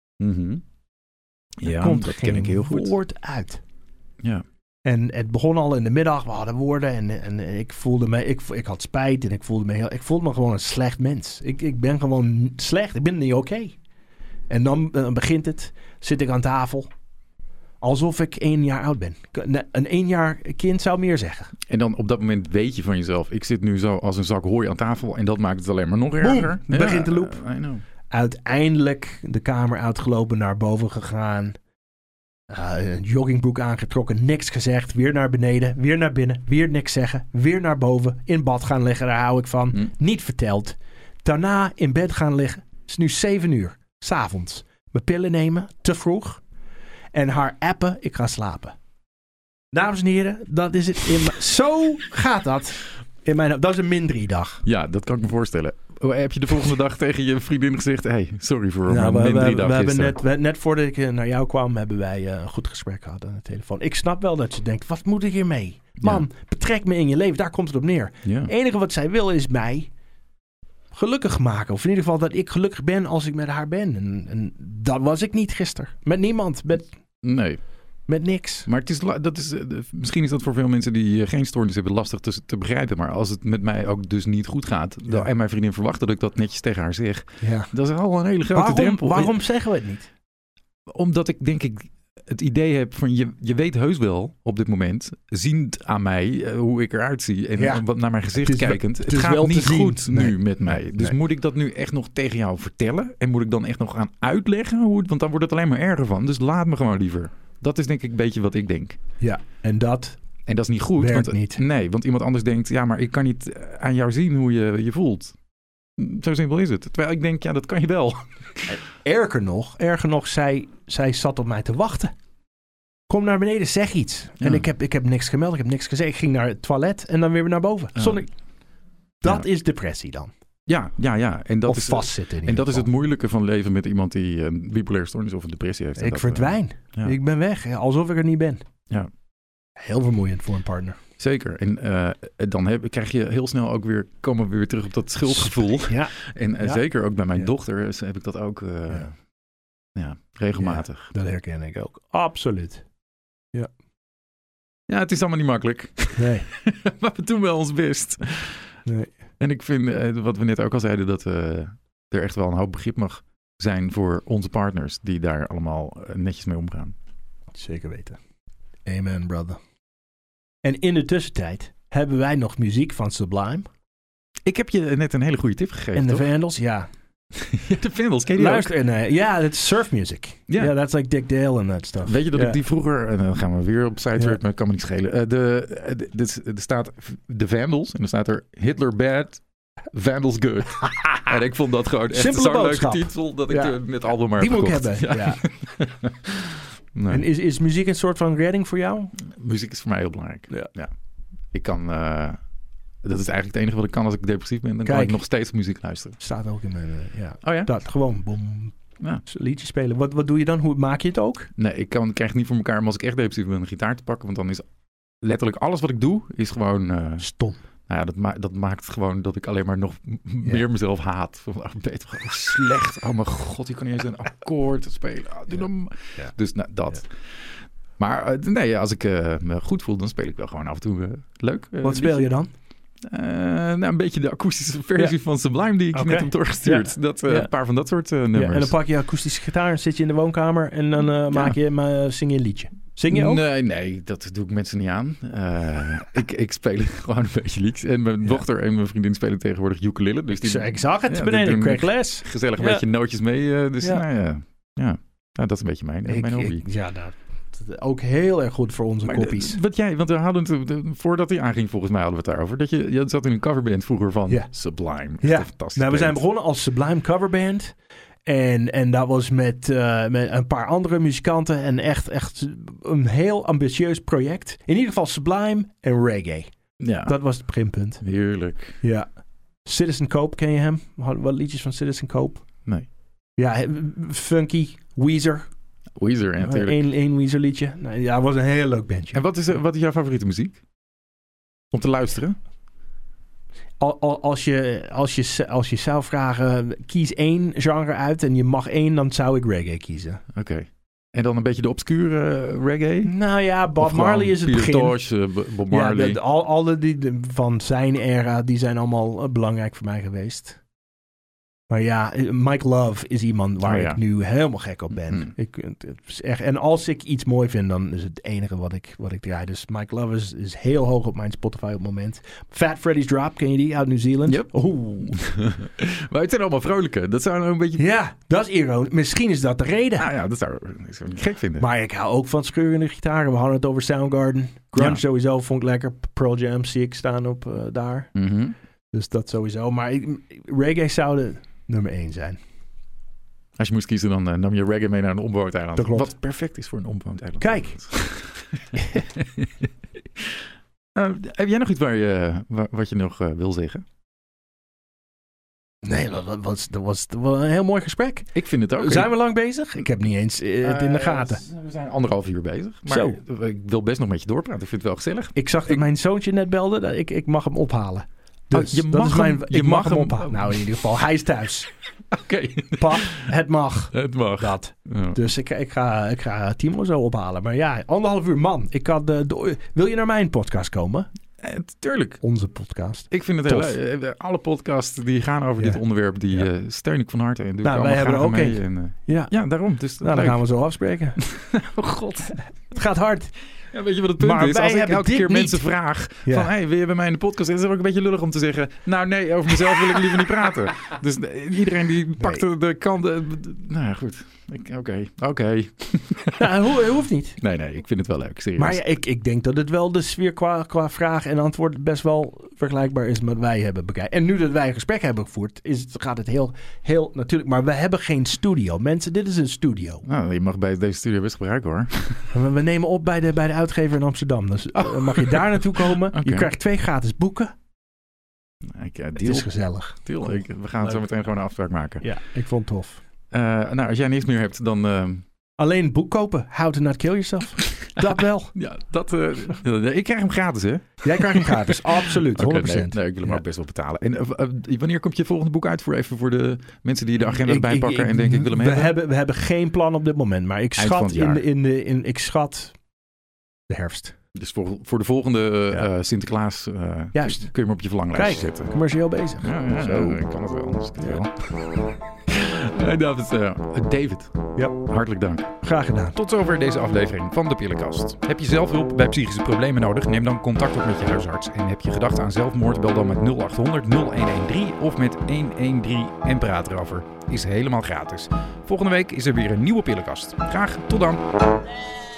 Ja, komt dat ken ik heel goed. Woord uit. Ja. En het begon al in de middag. We hadden woorden en ik voelde me... Ik had spijt en ik voelde me gewoon een slecht mens. Ik ben gewoon slecht. Ik ben niet oké. En dan begint het. Zit ik aan tafel. Alsof ik 1 jaar oud ben. Een 1 jaar kind zou meer zeggen. En dan op dat moment weet je van jezelf... Ik zit nu zo als een zak hooi aan tafel... en dat maakt het alleen maar nog erger. Ja, begint de loop. Uiteindelijk de kamer uitgelopen, naar boven gegaan. Een joggingbroek aangetrokken, niks gezegd. Weer naar beneden, weer naar binnen, weer niks zeggen. Weer naar boven, in bad gaan liggen, daar hou ik van. Niet verteld. Daarna in bed gaan liggen. Het is nu 7 uur, 's avonds. Mijn pillen nemen, te vroeg. En haar appen, ik ga slapen. Dames en heren, dat is het. Zo gaat dat. Dat is een -3 dag. Ja, dat kan ik me voorstellen. Heb je de volgende dag tegen je vriendin gezegd... Hey, sorry voor mijn -3 dag. We hebben net voordat ik naar jou kwam... hebben wij een goed gesprek gehad aan de telefoon. Ik snap wel dat je denkt... Wat moet ik hiermee? Man, betrek me in je leven. Daar komt het op neer. Ja. Het enige wat zij wil is mij gelukkig maken. Of in ieder geval dat ik gelukkig ben als ik met haar ben. En dat was ik niet gisteren. Met niemand. Nee. Met niks. Maar misschien is dat voor veel mensen die geen stoornis hebben lastig te begrijpen. Maar als het met mij ook dus niet goed gaat... en mijn vriendin verwacht dat ik dat netjes tegen haar zeg... Ja. Dat is al een hele grote drempel. Waarom zeggen we het niet? Omdat ik denk het idee heb van... Je weet heus wel op dit moment... ziend aan mij hoe ik eruit zie... en wat naar mijn gezicht kijkend... Het gaat wel niet goed nu met mij. Dus moet ik dat nu echt nog tegen jou vertellen? En moet ik dan echt nog gaan uitleggen? Want dan wordt het alleen maar erger van. Dus laat me gewoon liever... Dat is denk ik een beetje wat ik denk. Ja, en dat is niet goed. Werkt niet. Nee, want iemand anders denkt... Ja, maar ik kan niet aan jou zien hoe je je voelt. Zo simpel is het. Terwijl ik denk, ja, dat kan je wel. Erger nog, zij zat op mij te wachten. Kom naar beneden, zeg iets. Ja. En ik heb niks gemeld, ik heb niks gezegd. Ik ging naar het toilet en dan weer naar boven. Ja. Dat is depressie dan. Ja. En dat of vastzitten. En dat is het moeilijke van leven met iemand die een bipolaire stoornis of een depressie heeft. Ik verdwijn. Ik ben weg. Alsof ik er niet ben. Ja. Heel vermoeiend voor een partner. Zeker. En dan krijg je heel snel ook weer... komen we weer terug op dat schuldgevoel. Ja. En zeker ook bij mijn dochter heb ik dat ook regelmatig. Ja, dat herken ik ook. Absoluut. Ja. Ja, het is allemaal niet makkelijk. Nee. Maar we doen wel ons best. Nee. En ik vind, wat we net ook al zeiden, dat er echt wel een hoop begrip mag zijn voor onze partners die daar allemaal netjes mee omgaan. Zeker weten. Amen, brother. En in de tussentijd hebben wij nog muziek van Sublime. Ik heb je net een hele goede tip gegeven, En de toch? Vandals, ja. De Vandals, ken je die Luister, ja, het is surf music. Ja, yeah, that's like Dick Dale en that stuff. Weet je dat ik die vroeger, en dan gaan we weer op sidetrack, maar kan me niet schelen. Er staat de Vandals en dan staat er Hitler bad, Vandals good. En ik vond dat gewoon echt zo'n leuke titel dat ik het album maar die heb moet gekocht. Ik hebben, ja. Nee. En is muziek een soort van redding voor jou? Muziek is voor mij heel belangrijk. Ja. Ik kan... dat is eigenlijk het enige wat ik kan als ik depressief ben. Dan kan ik nog steeds muziek luisteren. Staat ook in mijn... Oh ja? Dat, gewoon boom. Ja. Liedjes spelen. Wat doe je dan? Hoe maak je het ook? Nee, ik krijg het niet voor elkaar. Maar als ik echt depressief ben, een gitaar te pakken. Want dan is letterlijk alles wat ik doe, is gewoon... stom. Nou ja, dat maakt gewoon dat ik alleen maar nog meer mezelf haat. Beter gewoon slecht. Oh mijn god, je kan niet eens een akkoord spelen. Doe dan... Ja. Dus dat... Ja. Maar nee, als ik me goed voel, dan speel ik wel gewoon af en toe leuk. Wat speel je dan? Een beetje de akoestische versie van Sublime die ik je net heb doorgestuurd. Ja. Een paar van dat soort nummers. Ja, en dan pak je akoestische gitaar en zit je in de woonkamer en dan zing je een liedje. Zing je ook? Nee, dat doe ik mensen niet aan. Ik speel gewoon een beetje liedjes. En mijn dochter en mijn vriendin spelen tegenwoordig ukulele. Dus ik zag het beneden, ik kreeg les. Gezellig een beetje nootjes mee. Dus nou, dat is een beetje mijn hobby. Ook heel erg goed voor onze koppies. Want we hadden het, voordat hij aanging, volgens mij hadden we het daarover. Dat je zat in een coverband vroeger van Sublime. Ja, we zijn begonnen als Sublime coverband. En dat was met een paar andere muzikanten. En echt een heel ambitieus project. In ieder geval Sublime en reggae. Ja. Dat was het beginpunt. Heerlijk. Ja. Citizen Cope, ken je hem? Wat liedjes van Citizen Cope? Nee. Ja, funky, Weezer. Weezer, natuurlijk. Eén Weezer liedje. Nou, ja, het was een heel leuk bandje. En wat is jouw favoriete muziek? Om te luisteren? Als je zou vragen, kies 1 genre uit en je mag 1, dan zou ik reggae kiezen. Oké. En dan een beetje de obscure reggae? Nou ja, Bob Marley is het begin. Tosh, Bob Marley. Ja, alle die van zijn era, die zijn allemaal belangrijk voor mij geweest. Maar ja, Mike Love is iemand waar ik nu helemaal gek op ben. Het is echt, en als ik iets mooi vind, dan is het enige wat ik draai. Dus Mike Love is heel hoog op mijn Spotify op het moment. Fat Freddy's Drop, ken je die? Uit Nieuw-Zeeland. Yep. Maar het zijn allemaal vrolijke. Dat zou nou een beetje... Ja, dat is ironisch. Misschien is dat de reden. Ah ja, dat zou ik niet gek vinden. Maar ik hou ook van scheurende gitaren. We hadden het over Soundgarden. Grunge sowieso vond ik lekker. Pearl Jam zie ik staan op daar. Mm-hmm. Dus dat sowieso. Maar reggae zouden... nummer 1 zijn. Als je moest kiezen, dan nam je reggae mee naar een onbewoond eiland. Dat klopt. Wat perfect is voor een onbewoond eiland. Kijk. Heb jij nog iets wat je nog wil zeggen? Nee, dat was een heel mooi gesprek. Ik vind het ook. Zijn we lang bezig? Ik heb niet eens het in de gaten. We zijn 1,5 uur bezig. Maar ik wil best nog met je doorpraten. Ik vind het wel gezellig. Ik zag dat mijn zoontje net belde. Ik mag hem ophalen. Dus je mag hem ophalen. Nou, in ieder geval, hij is thuis. Oké. Pap, het mag. Het mag. Dat. Ja. Dus ik ga Timo zo ophalen. Maar ja, 1,5 uur, man. Wil je naar mijn podcast komen? Tuurlijk. Onze podcast. Ik vind het heel leuk. Alle podcasts die gaan over dit onderwerp, die steun ik van harte. En doe ik wij hebben er ook mee. En, ja, daarom. Dus dan gaan we zo afspreken. Oh god. Het gaat hard. Ja, weet je wat het punt is? Als ik elke keer mensen vraag van... hey, wil je bij mij in de podcast? Dan is het ook een beetje lullig om te zeggen... nou nee, over mezelf wil ik liever niet praten. Dus iedereen die pakt de kant... nou ja, goed. Oké. Nou, hoeft niet. Nee, ik vind het wel leuk. Serieus. Maar ja, ik denk dat het wel de sfeer qua vraag en antwoord... best wel vergelijkbaar is met wat wij hebben bekijken. En nu dat wij een gesprek hebben gevoerd... gaat het heel natuurlijk... maar we hebben geen studio. Mensen, dit is een studio. Nou, je mag bij deze studio best gebruiken, hoor. We nemen op bij de uitgever in Amsterdam. Dus mag je daar naartoe komen. Okay. Je krijgt 2 gratis boeken. Het is gezellig. Deal. We gaan zo meteen gewoon een afspraak maken. Ja, ik vond het tof. Nou, als jij niks meer hebt, dan... Alleen een boek kopen. How to not kill yourself. Dat wel. Ja, ik krijg hem gratis, hè? Jij krijgt hem gratis, absoluut. 100%. Nee, ik wil hem ook best wel betalen. En wanneer komt je volgende boek uit voor de mensen die de agenda erbij pakken en denken ik wil hem hebben? We hebben geen plan op dit moment, maar ik schat ik schat de herfst. Dus voor de volgende Sinterklaas kun je hem op je verlanglijstje zetten. Commercieel bezig. Ja, zo. Ik kan het wel. Als ik het wil. David, hartelijk dank. Graag gedaan. Tot zover deze aflevering van De Pillenkast. Heb je zelf hulp bij psychische problemen nodig? Neem dan contact op met je huisarts. En heb je gedachten aan zelfmoord? Bel dan met 0800 0113 of met 113 en praat erover. Is helemaal gratis. Volgende week is er weer een nieuwe Pillenkast. Graag tot dan.